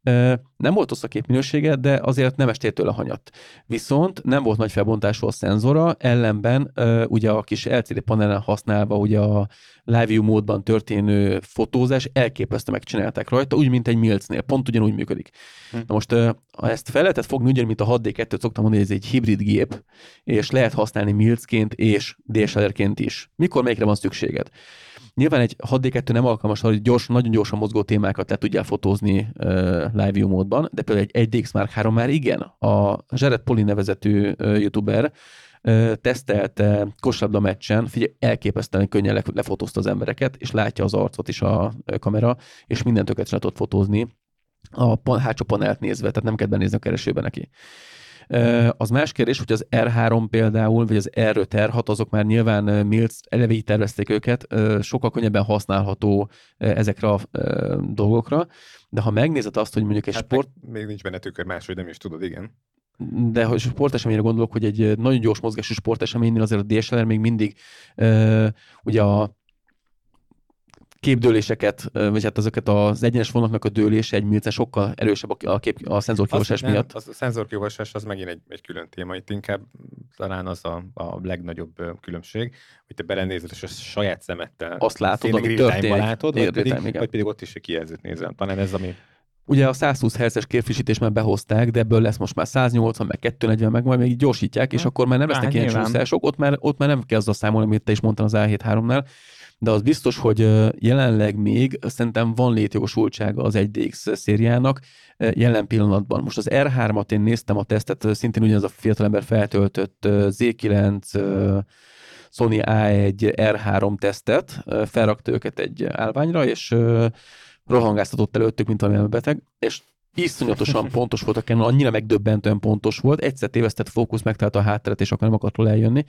Speaker 2: Nem volt rossz a képminősége, de azért nem estél tőle hanyat. Viszont nem volt nagy felbontású a szenzora, ellenben ugye a kis el cé dé panelen használva ugye a Live View módban történő fotózás elképesztő megcsinálták rajta, úgy, mint egy Milcnél, pont ugyanúgy működik. Hm. Na most ha ezt fel lehetett fogni ugyanúgy, mint a hat dé kettőt szoktam mondani, hogy ez egy hibrid gép, és lehet használni Milcként és dé es el er-ként is. Mikor melyikre van szükséged? Nyilván egy hat dé kettő nem alkalmas, hogy gyors, nagyon gyorsan mozgó témákat le tudjál fotózni uh, Live View módban, de például egy egy dé iksz Mark három már igen. A Jared Polly nevezetű uh, youtuber uh, tesztelte kosárlabda meccsen, figyelj, elképesztően könnyen le, lefotózta az embereket, és látja az arcot is a kamera, és mindent tökéletesen tud fotózni a pan, hátsó panelt nézve, tehát nem kell benézni a keresőbe neki. Az más kérdés, hogy az er három például, vagy az er öt, er hat, azok már nyilván Milc eleve így tervezték őket, sokkal könnyebben használható ezekre a dolgokra, de ha megnézed azt, hogy mondjuk egy hát sport...
Speaker 1: Még nincs benne tükör, máshogy nem is tudod, igen.
Speaker 2: De hogy sporteseményre gondolok, hogy egy nagyon gyors mozgású sporteseménynél azért a dé es el er még mindig ugye a képdőléseket, vagy hát azokat az egyenes vonalaknak a dőlése egy milcen sokkal erősebb a, kép, a szenzorkiolvasás miatt.
Speaker 1: Az, a szenzorkiolvasás az megint egy, egy külön téma, itt inkább talán az a, a legnagyobb különbség, hogy te belenézed, és a saját szemettel
Speaker 2: azt látod, ami történik.
Speaker 1: Látod, vagy, pedig, vagy pedig ott is egy kijelzőt nézel. Talán ez, ami...
Speaker 2: Ugye a száz húsz hertzes képfrissítést már behozták, de ebből lesz most már száz nyolcvan, meg kétszáznegyven, meg majd még gyorsítják, és akkor már nem lesznek ilyen csúszások, ott már, ott már nem kell azzal számolni, amit te is mondtál az á hét háromnál, de az biztos, hogy jelenleg még szerintem van létjogosultsága az egy dé iksz szériának jelen pillanatban. Most az er hármat én néztem a tesztet, szintén ugyanaz a fiatalember feltöltött zé kilenc Sony á egy er három tesztet, felrakta őket egy állványra, és rohangáztatott előttük, mint valami beteg, és iszonyatosan pontos volt a Canon, annyira megdöbbentően pontos volt, egyszer tévesztett fókusz, megtalálta a hátteret, és akkor nem akart róla eljönni,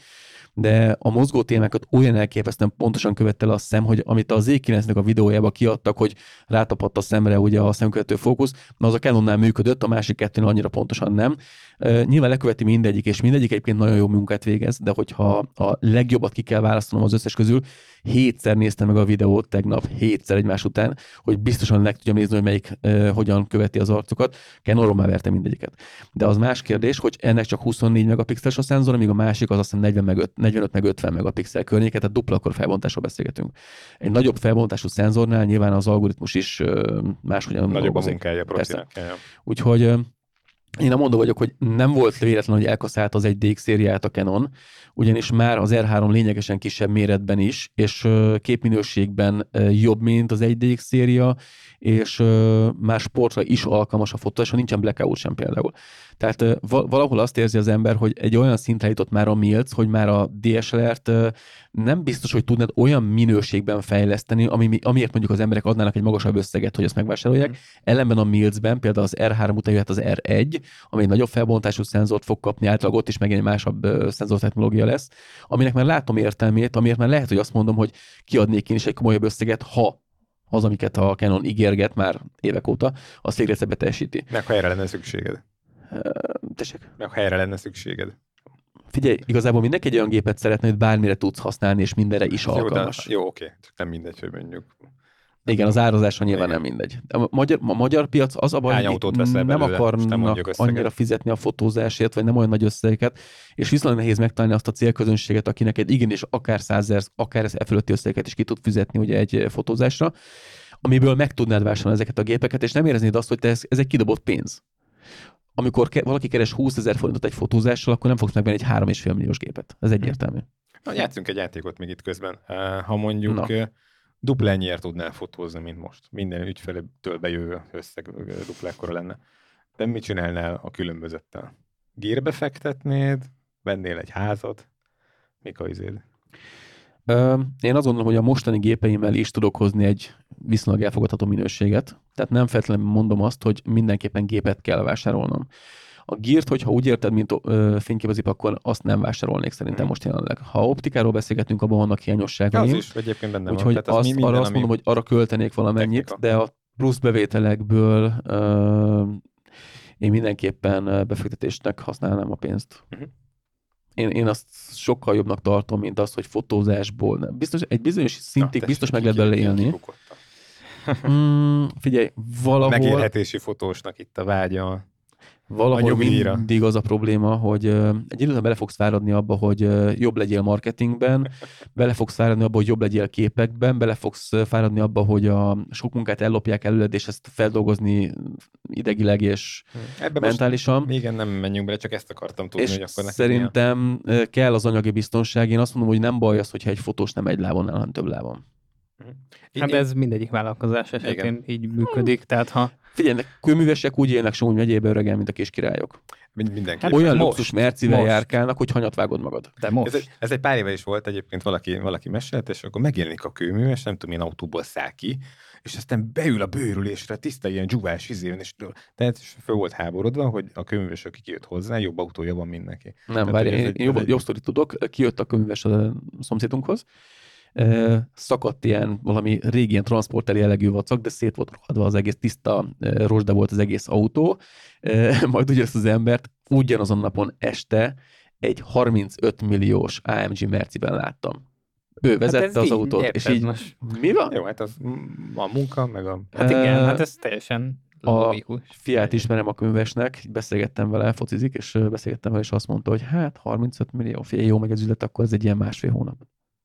Speaker 2: de a mozgó témákat olyan elképesztően pontosan követte le a szem, hogy amit a zé kilencnek a videójában kiadtak, hogy rátapadt a szemre ugye a szemkövető fókusz, na az a Canonnál működött, a másik kettőnél annyira pontosan nem. Uh, nyilván leköveti mindegyik, és mindegyik egyébként nagyon jó munkát végez, de hogyha a legjobbat ki kell választanom az összes közül, hétszer néztem meg a videót tegnap, hétszer egymás után, hogy biztosan meg tudjam nézni, hogy melyik uh, hogyan követi az arcokat. Canonról már verte mindegyiket. De az más kérdés, hogy ennek csak huszonnégy megapixeles a szenzor, míg a másik az azt hiszem negyvenöt meg ötven megapixel környéket, tehát dupla akkor felbontásról beszélgetünk. Egy nagyobb felbontású szenzornál nyilván az algoritmus is uh, máshogyan
Speaker 1: nagyobb a munkája, procinak.
Speaker 2: Úgyhogy uh, én nem mondom vagyok, hogy nem volt véletlen, hogy elkaszált az egy dé iksz szériát a Canon, ugyanis már az er három lényegesen kisebb méretben is, és képminőségben jobb, mint az egy dé iksz széria, és már sportra is alkalmas a fotó, és ha nincsen blackout sem például. Tehát valahol azt érzi az ember, hogy egy olyan szintre jutott már a Milc, hogy már a dé es el er-t nem biztos, hogy tudnád olyan minőségben fejleszteni, ami, amiért mondjuk az emberek adnának egy magasabb összeget, hogy ezt megvásárolják. Mm. Ellenben a Milcben például az er három után jöhet az er egy, ami egy nagyobb felbontású szenzort fog kapni, általában ott is megint egy másabb szenzortechnológia lesz, aminek már látom értelmét, amiért már lehet, hogy azt mondom, hogy kiadnék én is egy komolyabb összeget, ha az, amiket a Canon ígérget már évek óta, azt végre ebbe teljesíti.
Speaker 1: Meg ha helyre lenne szükséged.
Speaker 2: Tessék?
Speaker 1: Meg ha helyre lenne szükséged.
Speaker 2: Figyelj, igazából mindenki egy olyan gépet szeretne, hogy bármire tudsz használni, és mindenre is alkalmas.
Speaker 1: Jó, oké. Okay. Nem mindegy, hogy mondjuk.
Speaker 2: Igen, az árazásra nyilván igen. Nem mindegy. A magyar, a magyar piac az a baj, hogy nem belőle, akarnak annyira fizetni a fotózásért, vagy nem olyan nagy összegeket, és viszonylag nehéz megtalálni azt a célközönséget, akinek egy igenis akár százezer, akár ez e fölötti összegeket is ki tud fizetni ugye egy fotózásra, amiből meg tudnád vásárolni ezeket a gépeket, és nem éreznéd azt, hogy te ez, ez egy kidobott pénz. Amikor ke- valaki keres húszezer forintot egy fotózással, akkor nem fogsz megvenni egy három és fél milliós gépet. Ez egyértelmű.
Speaker 1: Na, játszunk egy játékot még itt közben. Ha mondjuk Na. dupla ennyiért tudnál fotózni, mint most. Minden ügyfeltől bejövő összeg dupla ekkora lenne. De mit csinálnál a különbözettel? Gírbe fektetnéd? Vennél egy házat? Mik a izéd?
Speaker 2: Én azt gondolom, hogy a mostani gépeimmel is tudok hozni egy viszonylag elfogadható minőséget. Tehát nem feltétlenül mondom azt, hogy mindenképpen gépet kell vásárolnom. A gírt, hogyha úgy érted, mint ö, fényképezőgép, akkor azt nem vásárolnék szerintem hmm. most jelenleg. Ha optikáról beszélgetünk, abban vannak hiányosságaim.
Speaker 1: Az is egyébként benne van.
Speaker 2: Úgyhogy azt, minden, arra azt mondom, hogy arra költenék valamennyit, technika. De a plusz bevételekből ö, én mindenképpen befektetésnek használnám a pénzt. Uh-huh. Én, én azt sokkal jobbnak tartom, mint az, hogy fotózásból. Nem. Biztos, egy bizonyos szintig Na, biztos meg lehet belőle élni. Mm, figyelj, valahol...
Speaker 1: Megélhetési fotósnak itt a vágya.
Speaker 2: Valahol
Speaker 1: nyugdíjra.
Speaker 2: mindig az a probléma, hogy uh, egy időben bele fogsz fáradni abba, hogy uh, jobb legyél marketingben, bele fogsz fáradni abba, hogy jobb legyél képekben, bele fogsz fáradni abba, hogy a sok munkát ellopják előled, és ezt feldolgozni idegileg és
Speaker 1: Ebben
Speaker 2: mentálisan.
Speaker 1: Most, igen, nem menjünk bele, csak ezt akartam tudni,
Speaker 2: És
Speaker 1: hogy akkor
Speaker 2: szerintem ilyen... kell az anyagi biztonság. Én azt mondom, hogy nem baj az, hogyha egy fotós nem egy lábon áll, hanem több lábon.
Speaker 3: Hát ez mindegyik vállalkozás esetén igen. így működik, tehát ha...
Speaker 2: Figyelj, kőművesek úgy élnek Somogy megyében öregen, mint a kis királyok.
Speaker 1: Mindenki.
Speaker 2: Hát olyan luxus mercivel járkálnak, hogy hanyat vágod magad.
Speaker 3: De most.
Speaker 1: Ez egy, ez egy pár éve is volt egyébként, valaki, valaki mesélt, és akkor megjelenik a kőműves, nem tudom, milyen autóból száll ki, és aztán beül a bőrülésre, tiszta ilyen dzsúvás izén, és tehát föl volt háborodva, hogy a kőműves, aki kijött hozzá, jobb autója van, mint neki.
Speaker 2: Nem, várj, én egy, jobb, jobb sztorit tudok, kijött a kőműves a szomszédunkhoz, szakadt ilyen valami régi ilyen transporter jellegű vacak, de szét volt rohadva az egész, tiszta rozsda volt az egész autó, majd ugye ezt az embert ugyanazon napon este egy harmincöt milliós á em gé Merciben láttam. Ő vezette hát az autót, és így most... mi van?
Speaker 1: Jó, hát az a munka, meg a...
Speaker 3: Hát igen, uh, hát ez teljesen logikus.
Speaker 2: A fiát ismerem a könyvesnek, beszélgettem vele, focizik, és beszélgettem vele, és azt mondta, hogy hát harmincöt millió, figyelj, jó meg az üzlet, akkor ez egy ilyen másfél hónap.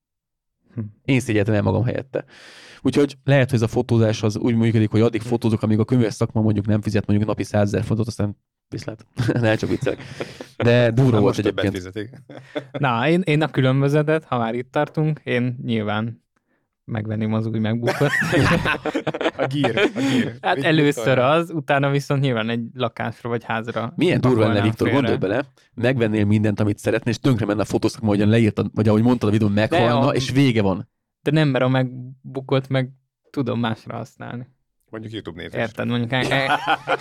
Speaker 2: Hm. Én szégyeltem el magam helyette. Úgyhogy lehet, hogy ez a fotózás az úgy működik, hogy addig fotózok, amíg a könyves szakma mondjuk nem fizet mondjuk napi százezer fontot, aztán viszlát. Ne, csak viccelek. De durva volt egyébként.
Speaker 3: Na, én, én a különbözetet, ha már itt tartunk, én nyilván megvenném az új MacBookot.
Speaker 1: A gír, a gír.
Speaker 3: Hát Mit először az, utána viszont nyilván egy lakásra vagy házra.
Speaker 2: Milyen durva lenne, Viktor, félre. Gondolj bele, megvennél mindent, amit szeretnél, és tönkre menne a fotószakma, ahogyan leírtad, vagy ahogy mondtad a videón, meghalna, a... és vége van.
Speaker 3: De nem, mert a MacBookot meg tudom másra használni.
Speaker 1: Mondjuk YouTube nézésre.
Speaker 3: Érted, mondjuk el, el...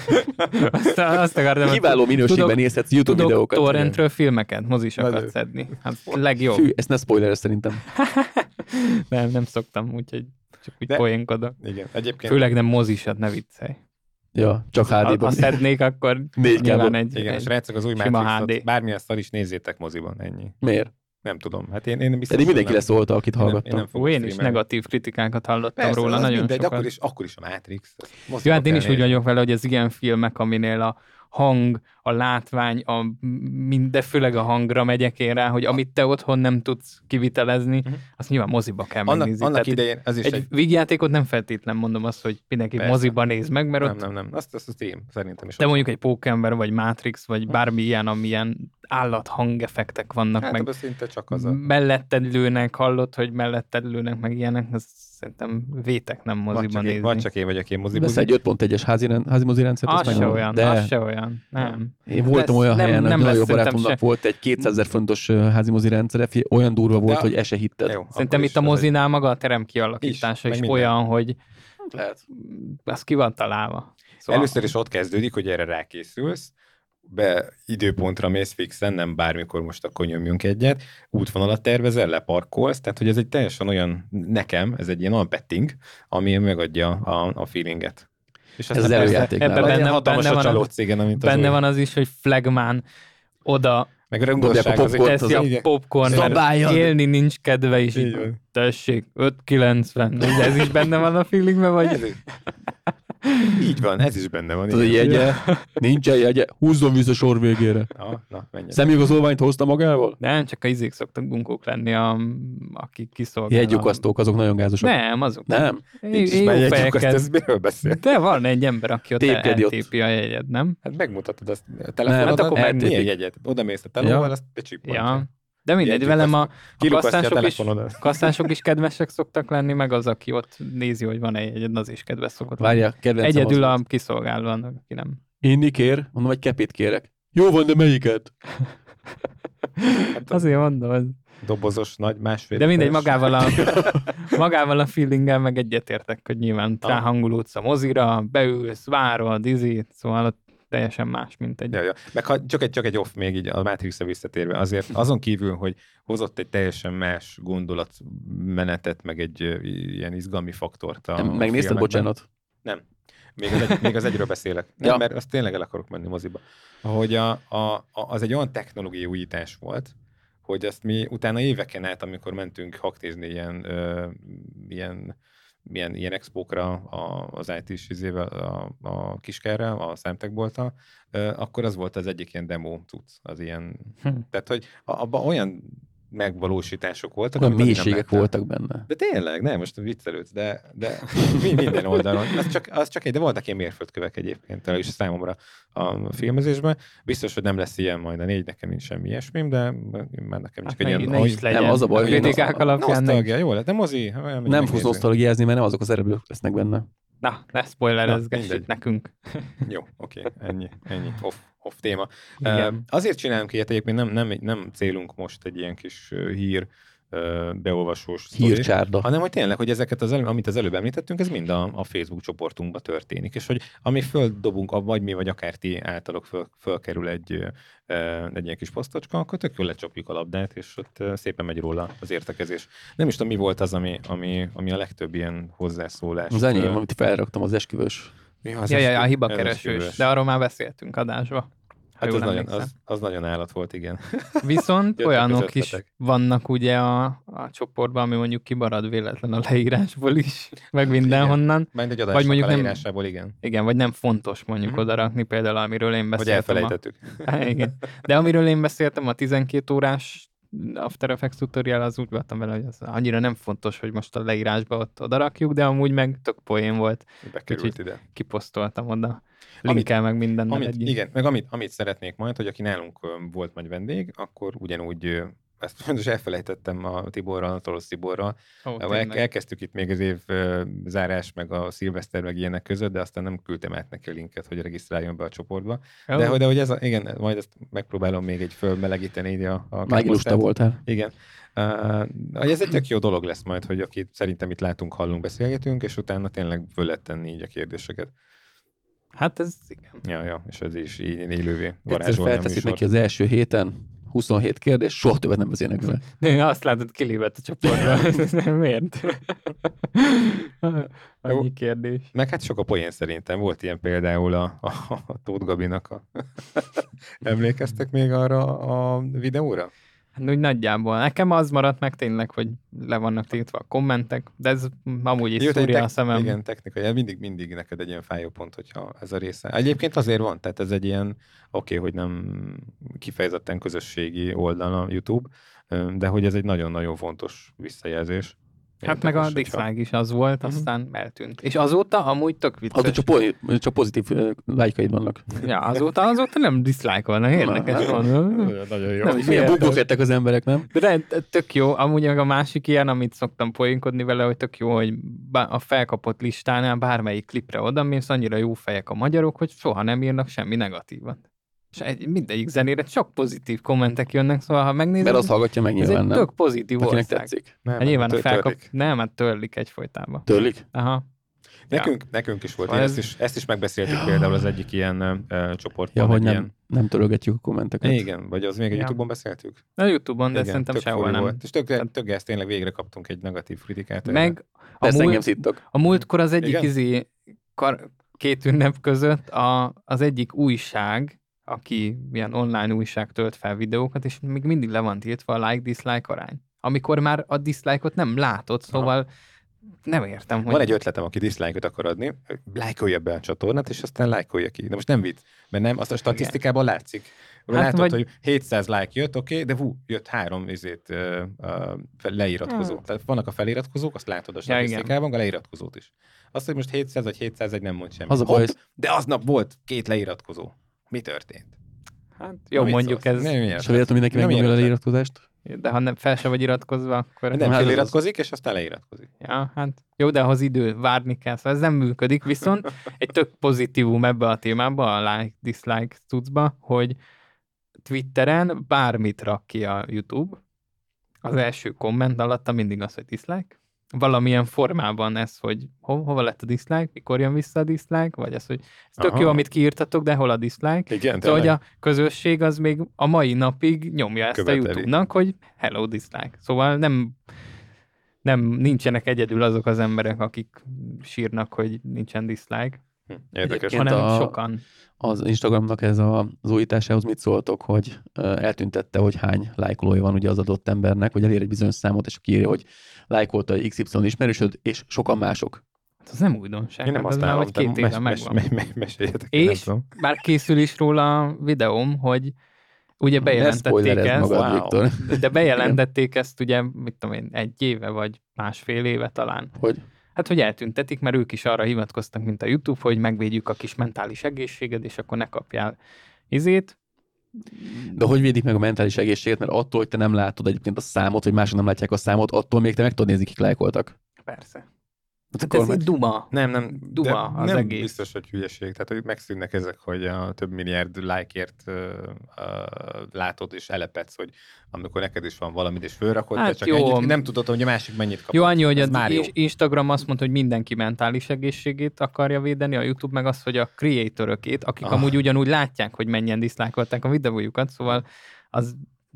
Speaker 3: azt, azt akartam,
Speaker 2: kiváló minőségben tudok, nézhetsz YouTube
Speaker 3: tudok
Speaker 2: videókat.
Speaker 3: Tudok torrentről filmeket, mozisokat szedni. Hát legjobb.
Speaker 2: Fű, ezt ne spoiler szerintem.
Speaker 3: nem, nem szoktam, úgyhogy csak úgy
Speaker 1: De...
Speaker 3: poénkodok.
Speaker 1: Igen, egyébként.
Speaker 3: Főleg nem mozisat, ne viccelj.
Speaker 2: Ja, csak há dé-ban.
Speaker 3: Ha szednék, akkor nyilván egy,
Speaker 1: igen,
Speaker 3: egy
Speaker 1: srácok, az új Matrixot, bármilyen szar is nézzétek moziban, ennyi.
Speaker 2: Miért?
Speaker 1: Nem tudom, hát én, én biztos,
Speaker 2: Eddig mindenki
Speaker 1: nem,
Speaker 2: leszólta, akit hallgattam.
Speaker 3: Én, nem, én, nem én is negatív kritikákat hallottam
Speaker 1: Persze,
Speaker 3: róla, nagyon
Speaker 1: mindegy,
Speaker 3: sokat.
Speaker 1: Akkor is, akkor is a Matrix.
Speaker 3: Jó, hát én is úgy vagyok vele, hogy az ilyen filmek, aminél a hang, a látvány, a, de főleg a hangra megyek én rá, hogy amit te otthon nem tudsz kivitelezni, uh-huh. azt nyilván moziba kell
Speaker 1: annak,
Speaker 3: megnézni.
Speaker 1: Annak idején ez is
Speaker 3: egy, egy vígjátékot nem feltétlen mondom azt, hogy mindenki persze. moziba néz meg, mert
Speaker 1: nem,
Speaker 3: ott...
Speaker 1: Nem, nem, nem, azt, azt, azt én szerintem is.
Speaker 3: De mondjuk egy Pókember, vagy Matrix, vagy bármi ilyen, amilyen állat hangeffektek vannak,
Speaker 1: hát,
Speaker 3: meg
Speaker 1: szinte csak az a...
Speaker 3: melletted lőnek, hallott, hogy melletted lőnek, meg ilyenek, az szerintem vétek nem moziban nézni.
Speaker 1: Vagy csak én vagyok én moziban.
Speaker 2: Vesz egy öt pont egyes házi, házi mozi rendszert,
Speaker 3: az se olyan, de... az se olyan, nem.
Speaker 2: Én voltam olyan nem, helyen, nem nagyon barátomnak se. Volt egy kétszázezer fontos házi mozi rendszere, olyan durva volt, de, hogy e se hitted.
Speaker 3: Jó, szerintem itt a mozinál maga a terem kialakítása is, is olyan, hogy
Speaker 2: lehet.
Speaker 3: Az ki van találva.
Speaker 1: Szóval... Először is ott kezdődik, hogy erre rákészülsz, be időpontra mész fixen, nem bármikor most akkor nyomjunk egyet, útvonalat tervezel, leparkolsz, tehát hogy ez egy teljesen olyan, nekem, ez egy ilyen olyan betting, ami megadja a, a feelinget.
Speaker 2: És ez az előjáték.
Speaker 3: Ebben benne,
Speaker 1: hatalmas
Speaker 3: benne,
Speaker 1: a
Speaker 3: van,
Speaker 1: cégen, amint
Speaker 3: benne az van az is, hogy flagmán oda
Speaker 1: meg rögdosság,
Speaker 3: az teszi a popcorn, mert élni nincs kedve is. Így tessék, öt kilencven. Ez is benne van a feelingben, vagy?
Speaker 1: Így van, ez is benne van.
Speaker 2: Tudod, jegye, nincsen jegye, húzzon vissza sor végére.
Speaker 1: Na, na,
Speaker 2: személyigazolványt hozta magával?
Speaker 3: Nem, csak a izék szoktak bunkók lenni, a, akik kiszolgálnak.
Speaker 2: Jegyukasztók, azok nagyon gázosak.
Speaker 3: Nem, azok.
Speaker 2: Nem?
Speaker 1: Nincs is már jegyukaszt, ez miről beszél?
Speaker 3: De van egy ember, aki ott eltépi a jegyed, nem?
Speaker 1: Hát megmutatod azt a telefonodon, hát milyen jegyet? Oda mész a telóval, azt becsipoltál.
Speaker 3: De mindegy, velem a, a kasszások, is, kasszások is kedvesek szoktak lenni, meg az, aki ott nézi, hogy van egy, az is kedves szokott.
Speaker 2: Várja, kedvencem
Speaker 3: egyedül a kiszolgálóan, aki nem.
Speaker 2: Inni kér, mondom, egy kepét kérek. Jó van, de melyiket?
Speaker 3: Hát azért mondom, ez...
Speaker 1: Dobozos, nagy, másfél.
Speaker 3: De mindegy, magával a, magával a feelinggel meg egyetértek, hogy nyilván ah. ráhangolódsz a mozira, beülsz, várod, izé, szóval ott teljesen más, mint egy...
Speaker 1: Ja, ja. Meg ha csak egy, csak egy off még így a Matrixra visszatérve, azért azon kívül, hogy hozott egy teljesen más gondolatmenetet, meg egy uh, ilyen izgalmi faktort a,
Speaker 2: a megnézted, bocsánat?
Speaker 1: Nem. Még az, egy, még az egyről beszélek. Nem, ja. Mert azt tényleg el akarok menni moziba. Ahogy a, a, a, az egy olyan technológiai újítás volt, hogy azt mi utána éveken át, amikor mentünk haktézni ilyen, ö, ilyen milyen ilyen expókra a, az í té-s izével, a, a Kiskerrel, a Szemtekbolttal, akkor az volt az egyik ilyen demo cucc, az ilyen, hm. tehát hogy abban olyan megvalósítások voltak.
Speaker 2: Olyan mélységek voltak benne.
Speaker 1: De tényleg, nem, most viccelődsz, de, de minden oldalon. Az csak, az csak egy, de voltak ilyen mérföldkövek egyébként, és számomra a filmezésben. Biztos, hogy nem lesz ilyen majd a négy, nekem nincs semmi ilyesmim, de már nekem csak hát egy ilyen...
Speaker 3: Ne is legyen.
Speaker 2: Nem, az a baj,
Speaker 3: a kritikák alapján.
Speaker 1: Nosztalgia, jó lett, de mozi.
Speaker 2: Nem fogsz nosztalgiázni, mert nem azok az erők lesznek benne.
Speaker 3: Na, ne spoilerezgessük nekünk.
Speaker 1: Jó, oké, okay, ennyi, ennyi, off, off téma. Uh, azért csinálunk ilyet, egyébként nem, nem, nem célunk most egy ilyen kis uh, hír uh, beolvasós
Speaker 2: hírcsárda,
Speaker 1: hanem hogy tényleg, hogy ezeket, az elő, amit az előbb említettünk, ez mind a, a Facebook csoportunkban történik, és hogy ami földobunk, vagy mi, vagy akár ti általok föl, fölkerül egy, uh, egy ilyen kis posztocska, akkor tök jól lecsapjuk a labdát, és ott uh, szépen megy róla az értekezés. Nem is tudom, mi volt az, ami, ami, ami a legtöbb ilyen hozzászólás.
Speaker 2: Az enyém, amit felraktam, az esküvős.
Speaker 3: Mi az ja, eskü... ja, a hibakeresős, de arról már beszéltünk adásba.
Speaker 1: Hát az nagyon, az, az nagyon állat volt, igen.
Speaker 3: Viszont olyanok is vannak ugye a, a csoportban, ami mondjuk kimarad véletlen a leírásból is, meg mindenhonnan.
Speaker 1: Majd egy adásnak a leírásából, igen.
Speaker 3: Igen, vagy nem fontos mondjuk mm-hmm. odarakni, például amiről én beszéltem.
Speaker 1: Vagy elfelejtettük.
Speaker 3: A... igen. De amiről én beszéltem, a tizenkét órás After Effects tutorial, az úgy voltam vele, hogy az annyira nem fontos, hogy most a leírásba ott odarakjuk, de amúgy meg tök poén volt.
Speaker 1: Bekerült ide.
Speaker 3: Kiposztoltam oda. Linkel meg mindennel
Speaker 1: amit,
Speaker 3: együtt.
Speaker 1: Igen, meg amit, amit szeretnék majd, hogy aki nálunk volt majd vendég, akkor ugyanúgy, ezt fontos elfelejtettem a Tiborral, a Torosz Tiborral. Oh, El, elkezdtük itt még az év uh, zárás, meg a szilveszter, meg ilyenek között, de aztán nem küldtem át neki a linket, hogy regisztráljon be a csoportba. Oh. De, de hogy ez, a, igen, majd ezt megpróbálom még egy fölmelegíteni így a, a
Speaker 2: Már lusta voltál.
Speaker 1: Igen. Uh, ez egy tök jó dolog lesz majd, hogy akit szerintem itt látunk, hallunk, beszélgetünk, és utána tényleg föl lehet tenni így a kérdéseket.
Speaker 3: Hát ez igen.
Speaker 1: Ja, ja, és ez is így élővé
Speaker 2: varázsolni. Egyszer felteszik neki az első héten huszonhét kérdés, soha többet nem beszélnek vele.
Speaker 3: De azt látod, kilépett a csoportba. Miért? Annyi kérdés.
Speaker 1: Meg hát sok a poén szerintem. Volt ilyen például a, a, a Tóth Gabinak a... Emlékeztek még arra a videóra?
Speaker 3: Hát úgy nagyjából. Nekem az maradt meg tényleg, hogy le vannak tiltva a kommentek, de ez amúgy is szúrja tek- a szemem.
Speaker 1: Igen, technikai. Mindig, mindig neked egy ilyen fájó pont, hogyha ez a része. Egyébként azért van, tehát ez egy ilyen, oké, okay, hogy nem kifejezetten közösségi oldal a YouTube, de hogy ez egy nagyon-nagyon fontos visszajelzés.
Speaker 3: Hát meg a dislike is az volt, aztán uh-huh. eltűnt. És azóta amúgy tök vicces.
Speaker 2: Azóta csak, po- csak pozitív lájkaid vannak.
Speaker 3: Ja, azóta, azóta nem dislike-olnak, érdekes van.
Speaker 1: Nagyon jó.
Speaker 2: Nem, milyen bugok lettek az emberek, nem?
Speaker 3: De tök jó, amúgy meg a másik ilyen, amit szoktam poénkodni vele, hogy tök jó, hogy a felkapott listánál bármelyik klipre odamész, annyira jó fejek a magyarok, hogy soha nem írnak semmi negatívat. És egy, mindegyik zenére csak pozitív kommentek jönnek, szóval ha megnézed...
Speaker 2: Mert azt hallgatja meg nyilván, nem?
Speaker 3: Ez egy tök pozitív ország.
Speaker 2: Tetszik.
Speaker 3: Nem, hát nyilván a felkap... Nem, hát törlik egyfolytában.
Speaker 2: Törlik?
Speaker 3: Aha.
Speaker 1: Nekünk, ja. nekünk is volt. Ez... Ezt, is, ezt is megbeszéltük ja. például az egyik ilyen uh, csoportban.
Speaker 2: Ja, hogy nem,
Speaker 1: ilyen...
Speaker 2: nem törölgetjük a kommenteket.
Speaker 1: Igen, vagy az még a ja. YouTube-on beszéltük?
Speaker 3: A YouTube-on, de igen, szerintem sehol nem.
Speaker 1: Volt. És tök, tök ezt tényleg végre kaptunk egy negatív kritikát.
Speaker 3: Meg
Speaker 2: a, múlt,
Speaker 3: a múltkor az egyik izé, kar, két ünnep között a, az egyik újság, aki ilyen online újság tölt fel videókat, és még mindig le van tiltva a like-dislike arány. Amikor már a dislike-ot nem látod, szóval aha. nem értem, hogy...
Speaker 1: Van egy ötletem, aki dislike-ot akar adni, lájkolja be a csatornát, és aztán lájkolja ki. De most nem vicc, mert nem, azt a statisztikában látszik. Hát látod, vagy... hogy hétszáz like jött, oké, okay, de hú, jött három izét, uh, uh, leiratkozó. Hmm. Tehát vannak a feliratkozók, azt látod a statisztikában, ja, a leiratkozót is. Azt, hogy most hétszáz vagy hétszázegy nem mond semmi.
Speaker 2: Az a baj,
Speaker 1: Hopp, de aznap volt két leiratkozó. Mi történt?
Speaker 3: Hát jó,
Speaker 1: na,
Speaker 3: mondjuk ez...
Speaker 2: És ha véletlenül mindenki megnyomja a leiratkozást?
Speaker 3: De ha nem, fel se vagy iratkozva, akkor...
Speaker 1: Nem feliratkozik, és aztán leiratkozik.
Speaker 3: Ja, hát jó, de ahhoz idő, várni kell, szóval ez nem működik, viszont egy tök pozitívum ebbe a témába, a like-dislike cuccba, hogy Twitteren bármit rak ki a YouTube, az első komment alatta mindig az, hogy dislike, valamilyen formában ez, hogy ho, hova lett a dislike, mikor jön vissza a dislike, vagy az, hogy ez tök aha. jó, amit kiírtatok, de hol a dislike.
Speaker 1: Igen,
Speaker 3: szóval, hogy a közösség az még a mai napig nyomja ezt követeli. A YouTube-nak, hogy hello dislike. Szóval nem, nem nincsenek egyedül azok az emberek, akik sírnak, hogy nincsen dislike.
Speaker 1: Érdekes.
Speaker 2: Egyébként
Speaker 3: hanem
Speaker 2: a-
Speaker 3: sokan.
Speaker 2: Az Instagramnak ez a, az újításához mit szóltok, hogy ö, eltüntette, hogy hány lájkolója van ugye az adott embernek, hogy elér egy bizonyos számot, és kiírja, hogy lájkolta iksz ipszilon ismerősöd, és sokan mások.
Speaker 3: Hát az nem újdonság.
Speaker 1: Én nem
Speaker 3: hát az már
Speaker 1: használom,
Speaker 3: vagy két
Speaker 1: de
Speaker 3: éve
Speaker 1: mes, mes,
Speaker 3: megvan.
Speaker 1: mes, mes, meséljetek, én nem
Speaker 3: És
Speaker 1: tudom.
Speaker 3: bár készül is róla a videóm, hogy ugye
Speaker 2: Ne
Speaker 3: bejelentették
Speaker 2: spoilerezd
Speaker 3: ezt,
Speaker 2: magad,
Speaker 1: Wow.
Speaker 2: Viktor.
Speaker 3: de bejelentették ezt ugye, mit tudom én, egy éve vagy másfél éve talán.
Speaker 2: Hogy
Speaker 3: Hát, hogy eltüntetik, mert ők is arra hivatkoztak, mint a YouTube, hogy megvédjük a kis mentális egészséged, és akkor ne kapjál izét.
Speaker 2: De hogy védik meg a mentális egészséget, mert attól, hogy te nem látod egyébként a számot, vagy mások nem látják a számot, attól még te meg tudod nézni, kik lájkoltak.
Speaker 3: Persze.
Speaker 2: Hát
Speaker 3: Hát
Speaker 2: akkor
Speaker 3: ez
Speaker 2: meg...
Speaker 3: egy duma.
Speaker 1: Nem, nem,
Speaker 3: Duma
Speaker 1: de
Speaker 3: az
Speaker 1: nem
Speaker 3: egész.
Speaker 1: biztos, hogy hülyeség. Tehát, hogy megszűnnek ezek, hogy a több milliárd lájkért uh, uh, látod és elepedsz, hogy amikor neked is van valamit, és fölrakod,
Speaker 3: Hát
Speaker 1: te csak
Speaker 3: jó.
Speaker 1: ennyit, nem tudod, hogy a másik mennyit kapott.
Speaker 3: Jó, annyi, hogy
Speaker 1: Ez
Speaker 3: az
Speaker 1: már jó.
Speaker 3: Instagram azt mondta, hogy mindenki mentális egészségét akarja védeni, a YouTube meg azt, hogy a creatorökét, akik
Speaker 1: Ah.
Speaker 3: ah. amúgy ugyanúgy látják, hogy mennyien diszlájkolták a videójukat, szóval az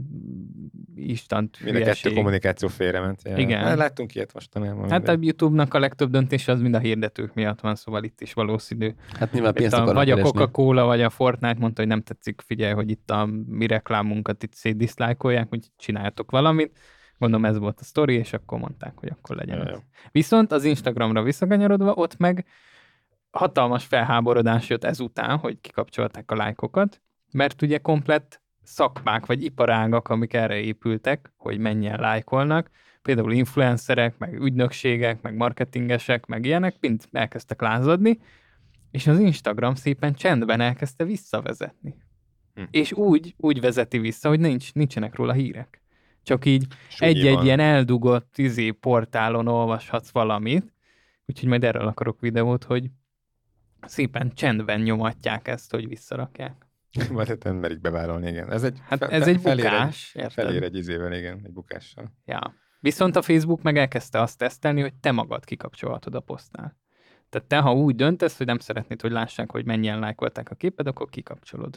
Speaker 3: instant
Speaker 1: Mind a kettő
Speaker 3: hülyeség.
Speaker 1: kommunikáció félrement. Ja.
Speaker 3: Igen.
Speaker 1: Hát láttunk ilyet mostanában.
Speaker 3: Hát a YouTube-nak a legtöbb döntése az mind a hirdetők miatt van, szóval itt is valószínű.
Speaker 2: Hát nyilván
Speaker 3: Itt
Speaker 2: pénzt
Speaker 3: a,
Speaker 2: akarnak
Speaker 3: vagy a
Speaker 2: keresni.
Speaker 3: Coca-Cola, vagy a Fortnite mondta, hogy nem tetszik, figyelj, hogy itt a mi reklámunkat itt szétdiszlájkolják, hogy csináljatok valamit. Gondolom ez volt a sztori, és akkor mondták, hogy akkor legyen
Speaker 1: Ja,
Speaker 3: ez.
Speaker 1: jó.
Speaker 3: Viszont az Instagramra visszakanyarodva, ott meg hatalmas felháborodás jött ezután, hogy kikapcsolták a lájkokat, mert ugye komplett szakmák vagy iparágak, amik erre épültek, hogy mennyien lájkolnak, például influencerek, meg ügynökségek, meg marketingesek, meg ilyenek, mind elkezdtek lázadni, és az Instagram szépen csendben elkezdte visszavezetni.
Speaker 1: Hm.
Speaker 3: És úgy, úgy vezeti vissza, hogy nincs, nincsenek róla hírek. Csak így
Speaker 1: Súnyi
Speaker 3: egy-egy
Speaker 1: van.
Speaker 3: ilyen eldugott izé, portálon olvashatsz valamit, úgyhogy majd erről akarok videót, hogy szépen csendben nyomatják ezt, hogy visszarakják.
Speaker 1: Vagy hát nem merik bevállalni, igen. Ez egy,
Speaker 3: Hát
Speaker 1: fe-
Speaker 3: ez
Speaker 1: fe-
Speaker 3: egy
Speaker 1: felér
Speaker 3: bukás,
Speaker 1: Egy,
Speaker 3: érted?
Speaker 1: felér egy izével, igen, egy bukással.
Speaker 3: Ja. Viszont a Facebook meg elkezdte azt tesztelni, hogy te magad kikapcsolhatod a posztnál. Tehát te, ha úgy döntesz, hogy nem szeretnéd, hogy lássák, hogy mennyien lájkolták a képed, akkor kikapcsolod.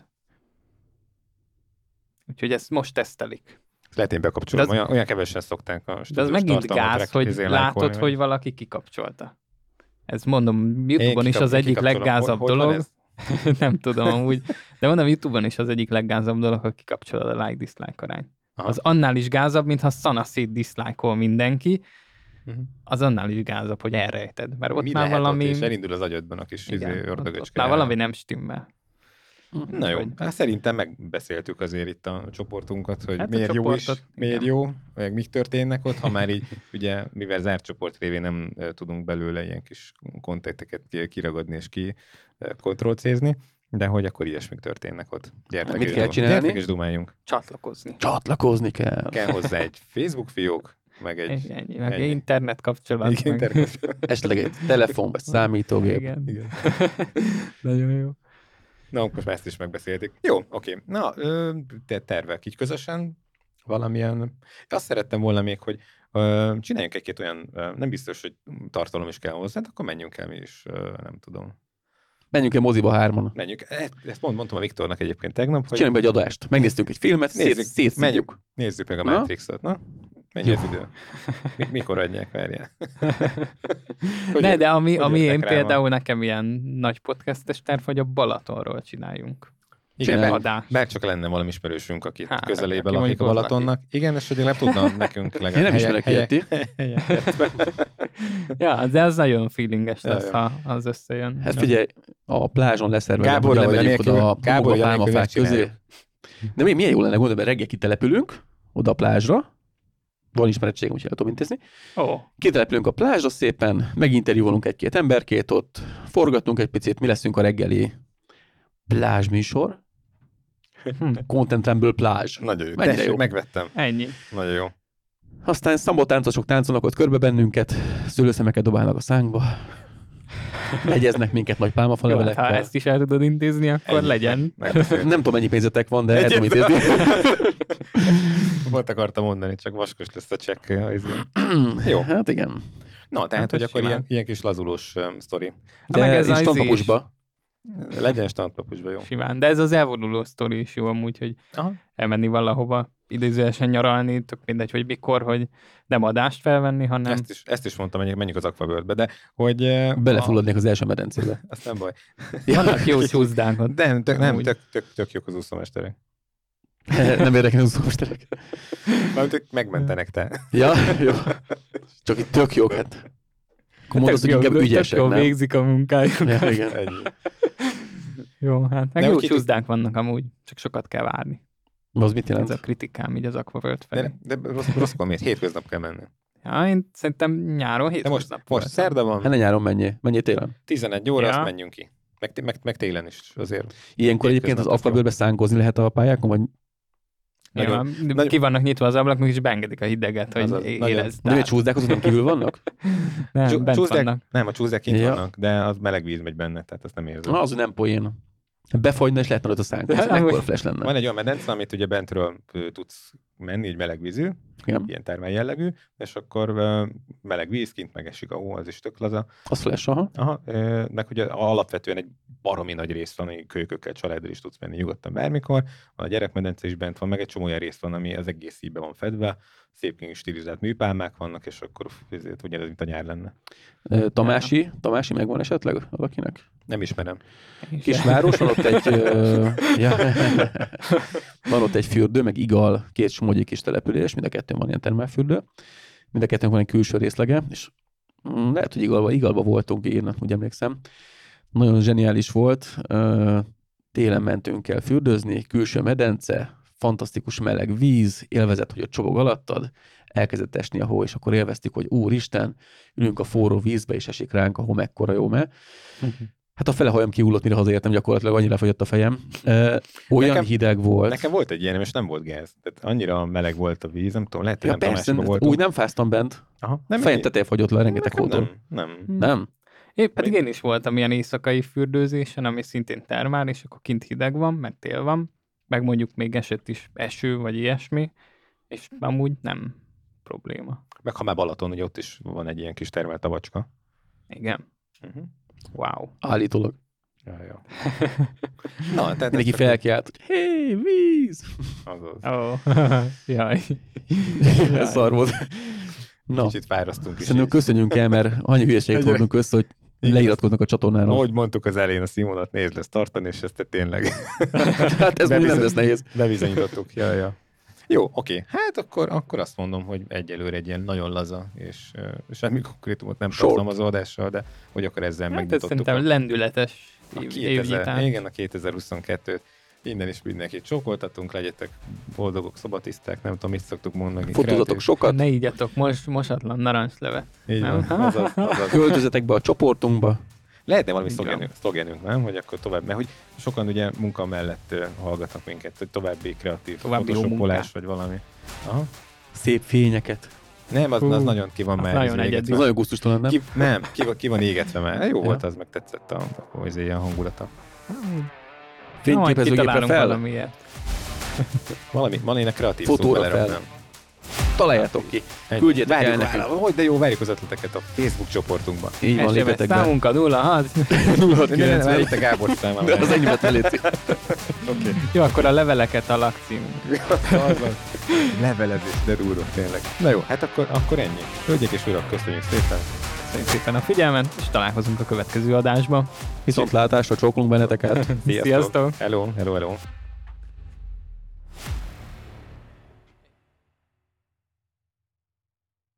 Speaker 3: Úgyhogy ezt most tesztelik.
Speaker 1: Lehet én bekapcsolom,
Speaker 3: De az-
Speaker 1: olyan, olyan kevesen szokták a
Speaker 3: De az
Speaker 1: stúdiós
Speaker 3: megint
Speaker 1: tartalmat
Speaker 3: gáz,
Speaker 1: rek-
Speaker 3: hogy
Speaker 1: izén
Speaker 3: látod,
Speaker 1: lájkolni,
Speaker 3: hogy
Speaker 1: vagy-
Speaker 3: valaki kikapcsolta. Ez mondom,
Speaker 1: Én
Speaker 3: YouTube-on is
Speaker 1: kikap-
Speaker 3: az
Speaker 1: én
Speaker 3: egyik
Speaker 1: kikapcsolom.
Speaker 3: leggázabb
Speaker 1: Hol- hol van
Speaker 3: dolog.
Speaker 1: ez?
Speaker 3: Nem tudom amúgy. De mondom, YouTube-on is az egyik leggázabb dolog, hogy kikapcsolod a like-dislike arányt.
Speaker 1: Aha.
Speaker 3: Az annál is gázabb, mintha szanaszét dislike-ol mindenki,
Speaker 1: Mhm.
Speaker 3: az annál is gázabb, hogy elrejted. Mert ott
Speaker 1: Mi
Speaker 3: már
Speaker 1: lehet
Speaker 3: valami...
Speaker 1: Ott, és elindul az agyadban a kis izé,
Speaker 3: igen, ott, ott
Speaker 1: ördögöcske.
Speaker 3: már valami nem stimmel.
Speaker 1: Na jó,
Speaker 3: Hogy-
Speaker 1: hát szerintem megbeszéltük azért itt a csoportunkat, hogy
Speaker 3: Hát a
Speaker 1: miért jó is,
Speaker 3: csoportot,
Speaker 1: miért
Speaker 3: igen.
Speaker 1: jó, meg mik történnek ott, ha már így, ugye, mivel zárt csoport révén nem eh, tudunk belőle ilyen kis kontakteket ki- kiragadni és ki eh, kontrollcézni, de hogy akkor ilyesmik történnek ott. Gyertek
Speaker 2: Mit
Speaker 1: és
Speaker 2: kell
Speaker 1: dum-
Speaker 2: csinálni?
Speaker 1: Gyertek és dumáljunk.
Speaker 3: Csatlakozni.
Speaker 2: Csatlakozni kell.
Speaker 1: Kell hozzá egy Facebook fiók, meg egy...
Speaker 3: Egy, ennyi, meg
Speaker 1: ennyi.
Speaker 3: internet kapcsolat.
Speaker 1: egy
Speaker 3: meg...
Speaker 1: internet.
Speaker 2: Esetleg egy telefon, vagy számítógép.
Speaker 3: Igen.
Speaker 1: Igen.
Speaker 3: Nagyon jó.
Speaker 1: Na, most már ezt is megbeszéltük. Jó, oké. Na, ö, te tervek így közösen valamilyen... Azt szerettem volna még, hogy ö, csináljunk egy-két olyan, ö, nem biztos, hogy tartalom is kell hozzá, de akkor menjünk el mi is, ö, nem tudom.
Speaker 2: Menjünk el moziba hárman.
Speaker 1: Menjünk. E- Ezt mond, mondtam a Viktornak egyébként tegnap, hogy
Speaker 2: Csináljunk be egy adást. Megnéztünk egy filmet, szét,
Speaker 1: Nézzük,
Speaker 2: szétszívjuk.
Speaker 1: menjünk. nézzük meg a
Speaker 2: Na?
Speaker 1: Matrixot. Na? Mennyi az idő? Mi- Mikor adják, várjál? Hogy
Speaker 3: Ne,
Speaker 1: ér-
Speaker 3: de ami,
Speaker 1: hogy
Speaker 3: ami
Speaker 1: értek
Speaker 3: én
Speaker 1: rá
Speaker 3: például nekem ilyen nagy podcastes terv, hogy a Balatonról csináljunk.
Speaker 1: Igen,
Speaker 2: Csináljunk.
Speaker 1: bár,
Speaker 3: Adást.
Speaker 1: bár csak lenne valami ismerősünk, aki
Speaker 3: Hát,
Speaker 1: közelében
Speaker 3: aki
Speaker 1: lakik a
Speaker 3: mondjuk ott
Speaker 1: Balatonnak. Igen, és hogy legalább tudna nekünk
Speaker 2: Én
Speaker 1: legalább
Speaker 2: nem ismerek ilyet, ti?
Speaker 3: Ja, de az nagyon feelinges
Speaker 1: Ja,
Speaker 3: lesz,
Speaker 1: jó.
Speaker 3: ha az összejön.
Speaker 2: Hát figyelj, a plázson leszervezem,
Speaker 1: Gábor,
Speaker 2: hogy
Speaker 1: vagy
Speaker 2: lemegyünk
Speaker 1: anélkül-
Speaker 2: oda a
Speaker 1: Gábor, vagy
Speaker 2: Gábor
Speaker 1: anélkül
Speaker 2: pálmafák közé.
Speaker 1: megcsináljuk.
Speaker 2: De még milyen jó lenne, gondolom, mert reggel kitelepülünk oda a plázsra, van ismeretségem, úgyhogy el tudom intézni.
Speaker 3: Ó,
Speaker 2: Kitelepülünk a plázsra szépen, meginterjúvolunk egy-két emberkét ott, forgatunk egy picit, mi leszünk a reggeli plázsműsor.
Speaker 3: hm,
Speaker 2: Content plázs.
Speaker 1: Nagyon jó.
Speaker 2: Mennyire
Speaker 1: Tessék,
Speaker 2: jó.
Speaker 1: megvettem.
Speaker 3: ennyi.
Speaker 1: Nagyon jó.
Speaker 2: Aztán szambotáncosok táncolnak ott körbe bennünket, szőlőszemeket dobálnak a szánkba, legyeznek minket nagy
Speaker 3: Jó, hát, ha
Speaker 2: pálmafalevelekkel.
Speaker 3: ezt is el tudod intézni, akkor
Speaker 1: Ennyi.
Speaker 3: legyen.
Speaker 1: Megbeszéltük.
Speaker 2: Nem tudom, mennyi pénzetek van, de el tudom
Speaker 1: Egyet-
Speaker 2: intézni.
Speaker 1: Volt akartam mondani, csak vaskos lesz a csekk. izé. Jó.
Speaker 2: Hát igen.
Speaker 1: Na, tehát,
Speaker 3: Hát,
Speaker 1: hogy
Speaker 3: ez
Speaker 1: akkor
Speaker 3: simán.
Speaker 1: ilyen, ilyen kis lazulós um, sztori.
Speaker 2: De
Speaker 3: meg ez
Speaker 2: ez
Speaker 3: az
Speaker 2: standpapusba.
Speaker 1: Legyen standpapusba, jó.
Speaker 3: Simán. De ez az elvonuló sztori is jó amúgy, hogy
Speaker 1: Aha.
Speaker 3: elmenni valahova idézőesen nyaralni, tök mindegy, hogy mikor, hogy nem adást felvenni, hanem...
Speaker 1: Ezt is, ezt is mondtam, hogy menjünk az Aquaworld-be, de hogy...
Speaker 2: Belefulladnék az első medencébe.
Speaker 1: Azt nem baj.
Speaker 3: Vannak jó csúszdák ott.
Speaker 1: De nem, tök, nem tök, tök, tök jók az úszómesterek.
Speaker 2: Nem érdekel az úszómesterek.
Speaker 1: Mert ők megmentenek te.
Speaker 2: Ja, jó. Csak itt tök jók, hát. Akkor mondod, hogy inkább ügyesek,
Speaker 3: nem?
Speaker 2: nem?
Speaker 3: Végzik a munkájuk.
Speaker 2: Ja, igen.
Speaker 1: Ennyi.
Speaker 3: Jó, hát meg
Speaker 1: De
Speaker 3: jó
Speaker 1: úgy
Speaker 3: csúszdák vannak amúgy, csak sokat kell várni.
Speaker 2: Az mit jelent?
Speaker 3: Ez a kritikám így az Aquaworld felé.
Speaker 1: De, de rossz, rosszkor miért? Hétköznap kell menni.
Speaker 3: Ja, én szerintem nyáron
Speaker 1: De most,
Speaker 3: hétköznap.
Speaker 1: most szerda van,
Speaker 2: Hát ne nyáron menjél, menjél télen.
Speaker 1: tizenegy óra,
Speaker 3: Ja.
Speaker 1: azt menjünk ki. Meg, meg, meg télen is azért.
Speaker 2: Ilyenkor egyébként az
Speaker 1: Hétköznap
Speaker 2: Aquaworldbe szánkozni lehet a pályákon, vagy
Speaker 3: Ja,
Speaker 1: Nagyon-
Speaker 3: nagyon, ki vannak nyitva az ablakok, és beengedik a hideget, hogy
Speaker 1: Azaz, nagyon-
Speaker 3: érezd.
Speaker 2: nem egy csúszdák, azok nem kívül vannak?
Speaker 3: Nem,
Speaker 1: Csú-
Speaker 3: bent
Speaker 1: csúszdák-
Speaker 3: vannak.
Speaker 1: Nem, a csúszdák kint
Speaker 2: Ja.
Speaker 1: vannak, de az meleg víz megy benne, tehát azt nem érzem.
Speaker 2: Na, az nem poén. Befagyna, és lehetne ott a szánkozni,
Speaker 3: De
Speaker 2: ekkor
Speaker 3: amúgy-
Speaker 2: flash lenne.
Speaker 1: Van egy olyan medence, amit ugye bentről ö, tudsz menni, így meleg vízű,
Speaker 2: Igen.
Speaker 1: ilyen termel jellegű, és akkor ö, meleg víz, kint megesik a hó, az is tök laza.
Speaker 2: Az flash, aha.
Speaker 1: Aha, ö, meg ugye alapvetően egy baromi nagy rész van, hogy kölykökkel, családdal is tudsz menni nyugodtan bármikor. A gyerekmedence is bent van, meg egy csomó olyan rész van, ami az egész így be van fedve, szép stilizált műpálmák vannak, és akkor ezért ugyanez, mint a nyár lenne.
Speaker 2: Ö, Tamási, Tamási megvan esetleg valakinek?
Speaker 1: Nem ismerem.
Speaker 2: Kisváros, van ott egy, ö, ja, van ott egy fürdő, meg Igal, két smogyi kis település, mind a kettőn van ilyen termálfürdő, mind a kettőn van egy külső részlege, és mm, lehet, hogy Igalba, Igalba voltunk, én úgy emlékszem. Nagyon zseniális volt, ö, télen mentünk el fürdőzni, külső medence, fantasztikus meleg víz, élvezett, hogy ott csobog alattad, elkezdett esni a hó, és akkor élveztük, hogy úristen, ülünk a forró vízbe, és esik ránk a hó, mekkora jó, mert hát a fele hajam kihullott, mire hazaértem, gyakorlatilag annyira fogyott a fejem. Ö, olyan
Speaker 1: Nekem-
Speaker 2: hideg volt.
Speaker 1: Nekem volt egy ilyen, és nem volt gáz. Tehát annyira meleg volt a víz, nem tudom, lehet, hogy
Speaker 2: Ja,
Speaker 1: nem
Speaker 2: persze,
Speaker 1: Tamásiba voltunk.
Speaker 2: úgy nem fáztam bent.
Speaker 1: Aha,
Speaker 2: Nem fejem teteje fagyott le rengeteg
Speaker 1: nekem
Speaker 2: hótól.
Speaker 1: nem, nem.
Speaker 2: Nem?
Speaker 3: Én pedig én is voltam ilyen éjszakai fürdőzésen, ami szintén termál, és akkor kint hideg van, meg tél van, meg mondjuk még esett is eső, vagy ilyesmi, és amúgy nem probléma.
Speaker 1: Meg ha már Balaton, ugye ott is van egy ilyen kis termelt tavacska.
Speaker 3: Igen.
Speaker 1: Uh-huh.
Speaker 3: Wow.
Speaker 2: Állítólag.
Speaker 1: Ja, ja. Na, tehát
Speaker 2: Mindenki
Speaker 1: ezt-
Speaker 2: felkiált, hogy hé, víz!
Speaker 1: Azaz.
Speaker 3: Ó, oh. Jaj.
Speaker 2: Ez szar volt. Na,
Speaker 1: Kicsit fárasztunk is.
Speaker 2: szerintem
Speaker 1: így.
Speaker 2: köszönjünk el, mert annyi hülyeséget
Speaker 1: Egy-
Speaker 2: hordunk össze, hogy leiratkoznak a csatornára.
Speaker 1: Ahogy mondtuk az elején, a színvonalat nézd lesz tartani, és ezt te tényleg
Speaker 2: Hát ez még nem lesz nehéz.
Speaker 1: bebizonyítottuk. Ja, ja. Jó, oké. Hát akkor, akkor azt mondom, hogy egyelőre egy ilyen nagyon laza, és uh, semmi konkrétumot nem
Speaker 2: Short.
Speaker 1: tartalmazó adással, de hogy akkor ezzel
Speaker 3: Hát ez
Speaker 1: megnyitottuk
Speaker 3: szerintem
Speaker 1: a,
Speaker 3: lendületes
Speaker 1: a
Speaker 3: év-
Speaker 1: kétezer,
Speaker 3: évnyitás.
Speaker 1: igen, a kétezer-huszonkettőt. Innen is mindenkit csókoltatunk, legyetek boldogok, szabatiszták, nem tudom, mit szoktuk mondani.
Speaker 2: Fotózatok
Speaker 1: kreatív.
Speaker 2: sokat,
Speaker 3: Ne igyatok most mosatlan narancslevet.
Speaker 1: Így
Speaker 3: Nem?
Speaker 1: van, azaz, azaz.
Speaker 2: költözetek be a csoportunkba.
Speaker 1: Lehetne valami
Speaker 3: Így van.
Speaker 1: szlogenünk, szlogenünk, nem? Hogy akkor tovább, mert hogy sokan ugye munka mellett uh, hallgatnak minket, hogy további kreatív
Speaker 3: További jó
Speaker 1: photoshopolás,
Speaker 3: munkát.
Speaker 1: vagy valami. Aha.
Speaker 2: Szép fényeket.
Speaker 1: Nem, az,
Speaker 3: Hú,
Speaker 1: az nagyon ki van
Speaker 3: az
Speaker 1: már.
Speaker 3: nagyon
Speaker 1: égetve.
Speaker 3: egyedi.
Speaker 2: Ez nagyon gusztustalan, nem?
Speaker 1: Ki, nem, ki, van- ki van égetve már. Jó
Speaker 2: Ja.
Speaker 1: volt az, meg tetszett a, a, a, a hangulata.
Speaker 2: Fényképezőgépre
Speaker 3: kitalálunk
Speaker 2: fel,
Speaker 3: valamiért.
Speaker 1: Valami, valami kreatív
Speaker 2: Fotóra
Speaker 1: szó
Speaker 2: fel.
Speaker 1: beleraknám.
Speaker 2: találjátok ki.
Speaker 1: Ennyi.
Speaker 2: Küldjétek
Speaker 1: Várjuk,
Speaker 2: el nekünk.
Speaker 1: várjuk, hogy de jó, várjuk az ötleteket a Facebook csoportunkban.
Speaker 2: Így van,
Speaker 3: es em es
Speaker 2: lépjetek be.
Speaker 3: számunkat nulla hat.
Speaker 2: nulla hat
Speaker 1: Ne, ne, ne,
Speaker 2: kilencven.
Speaker 1: várjuk a Gábor számával.
Speaker 2: De az enyémet elétszik.
Speaker 1: Oké.
Speaker 3: Jó, akkor a leveleket a lakcímünk.
Speaker 1: Levelezés, de durva, tényleg. Na jó, hát akkor, akkor ennyi. Hölgyek és urak, köszönjük szépen.
Speaker 3: Köszönjük szépen a figyelmet, és találkozunk a következő adásban.
Speaker 2: Viszontlátásra csókolunk benneteket.
Speaker 3: Sziasztok!
Speaker 1: Hello, hello, hello.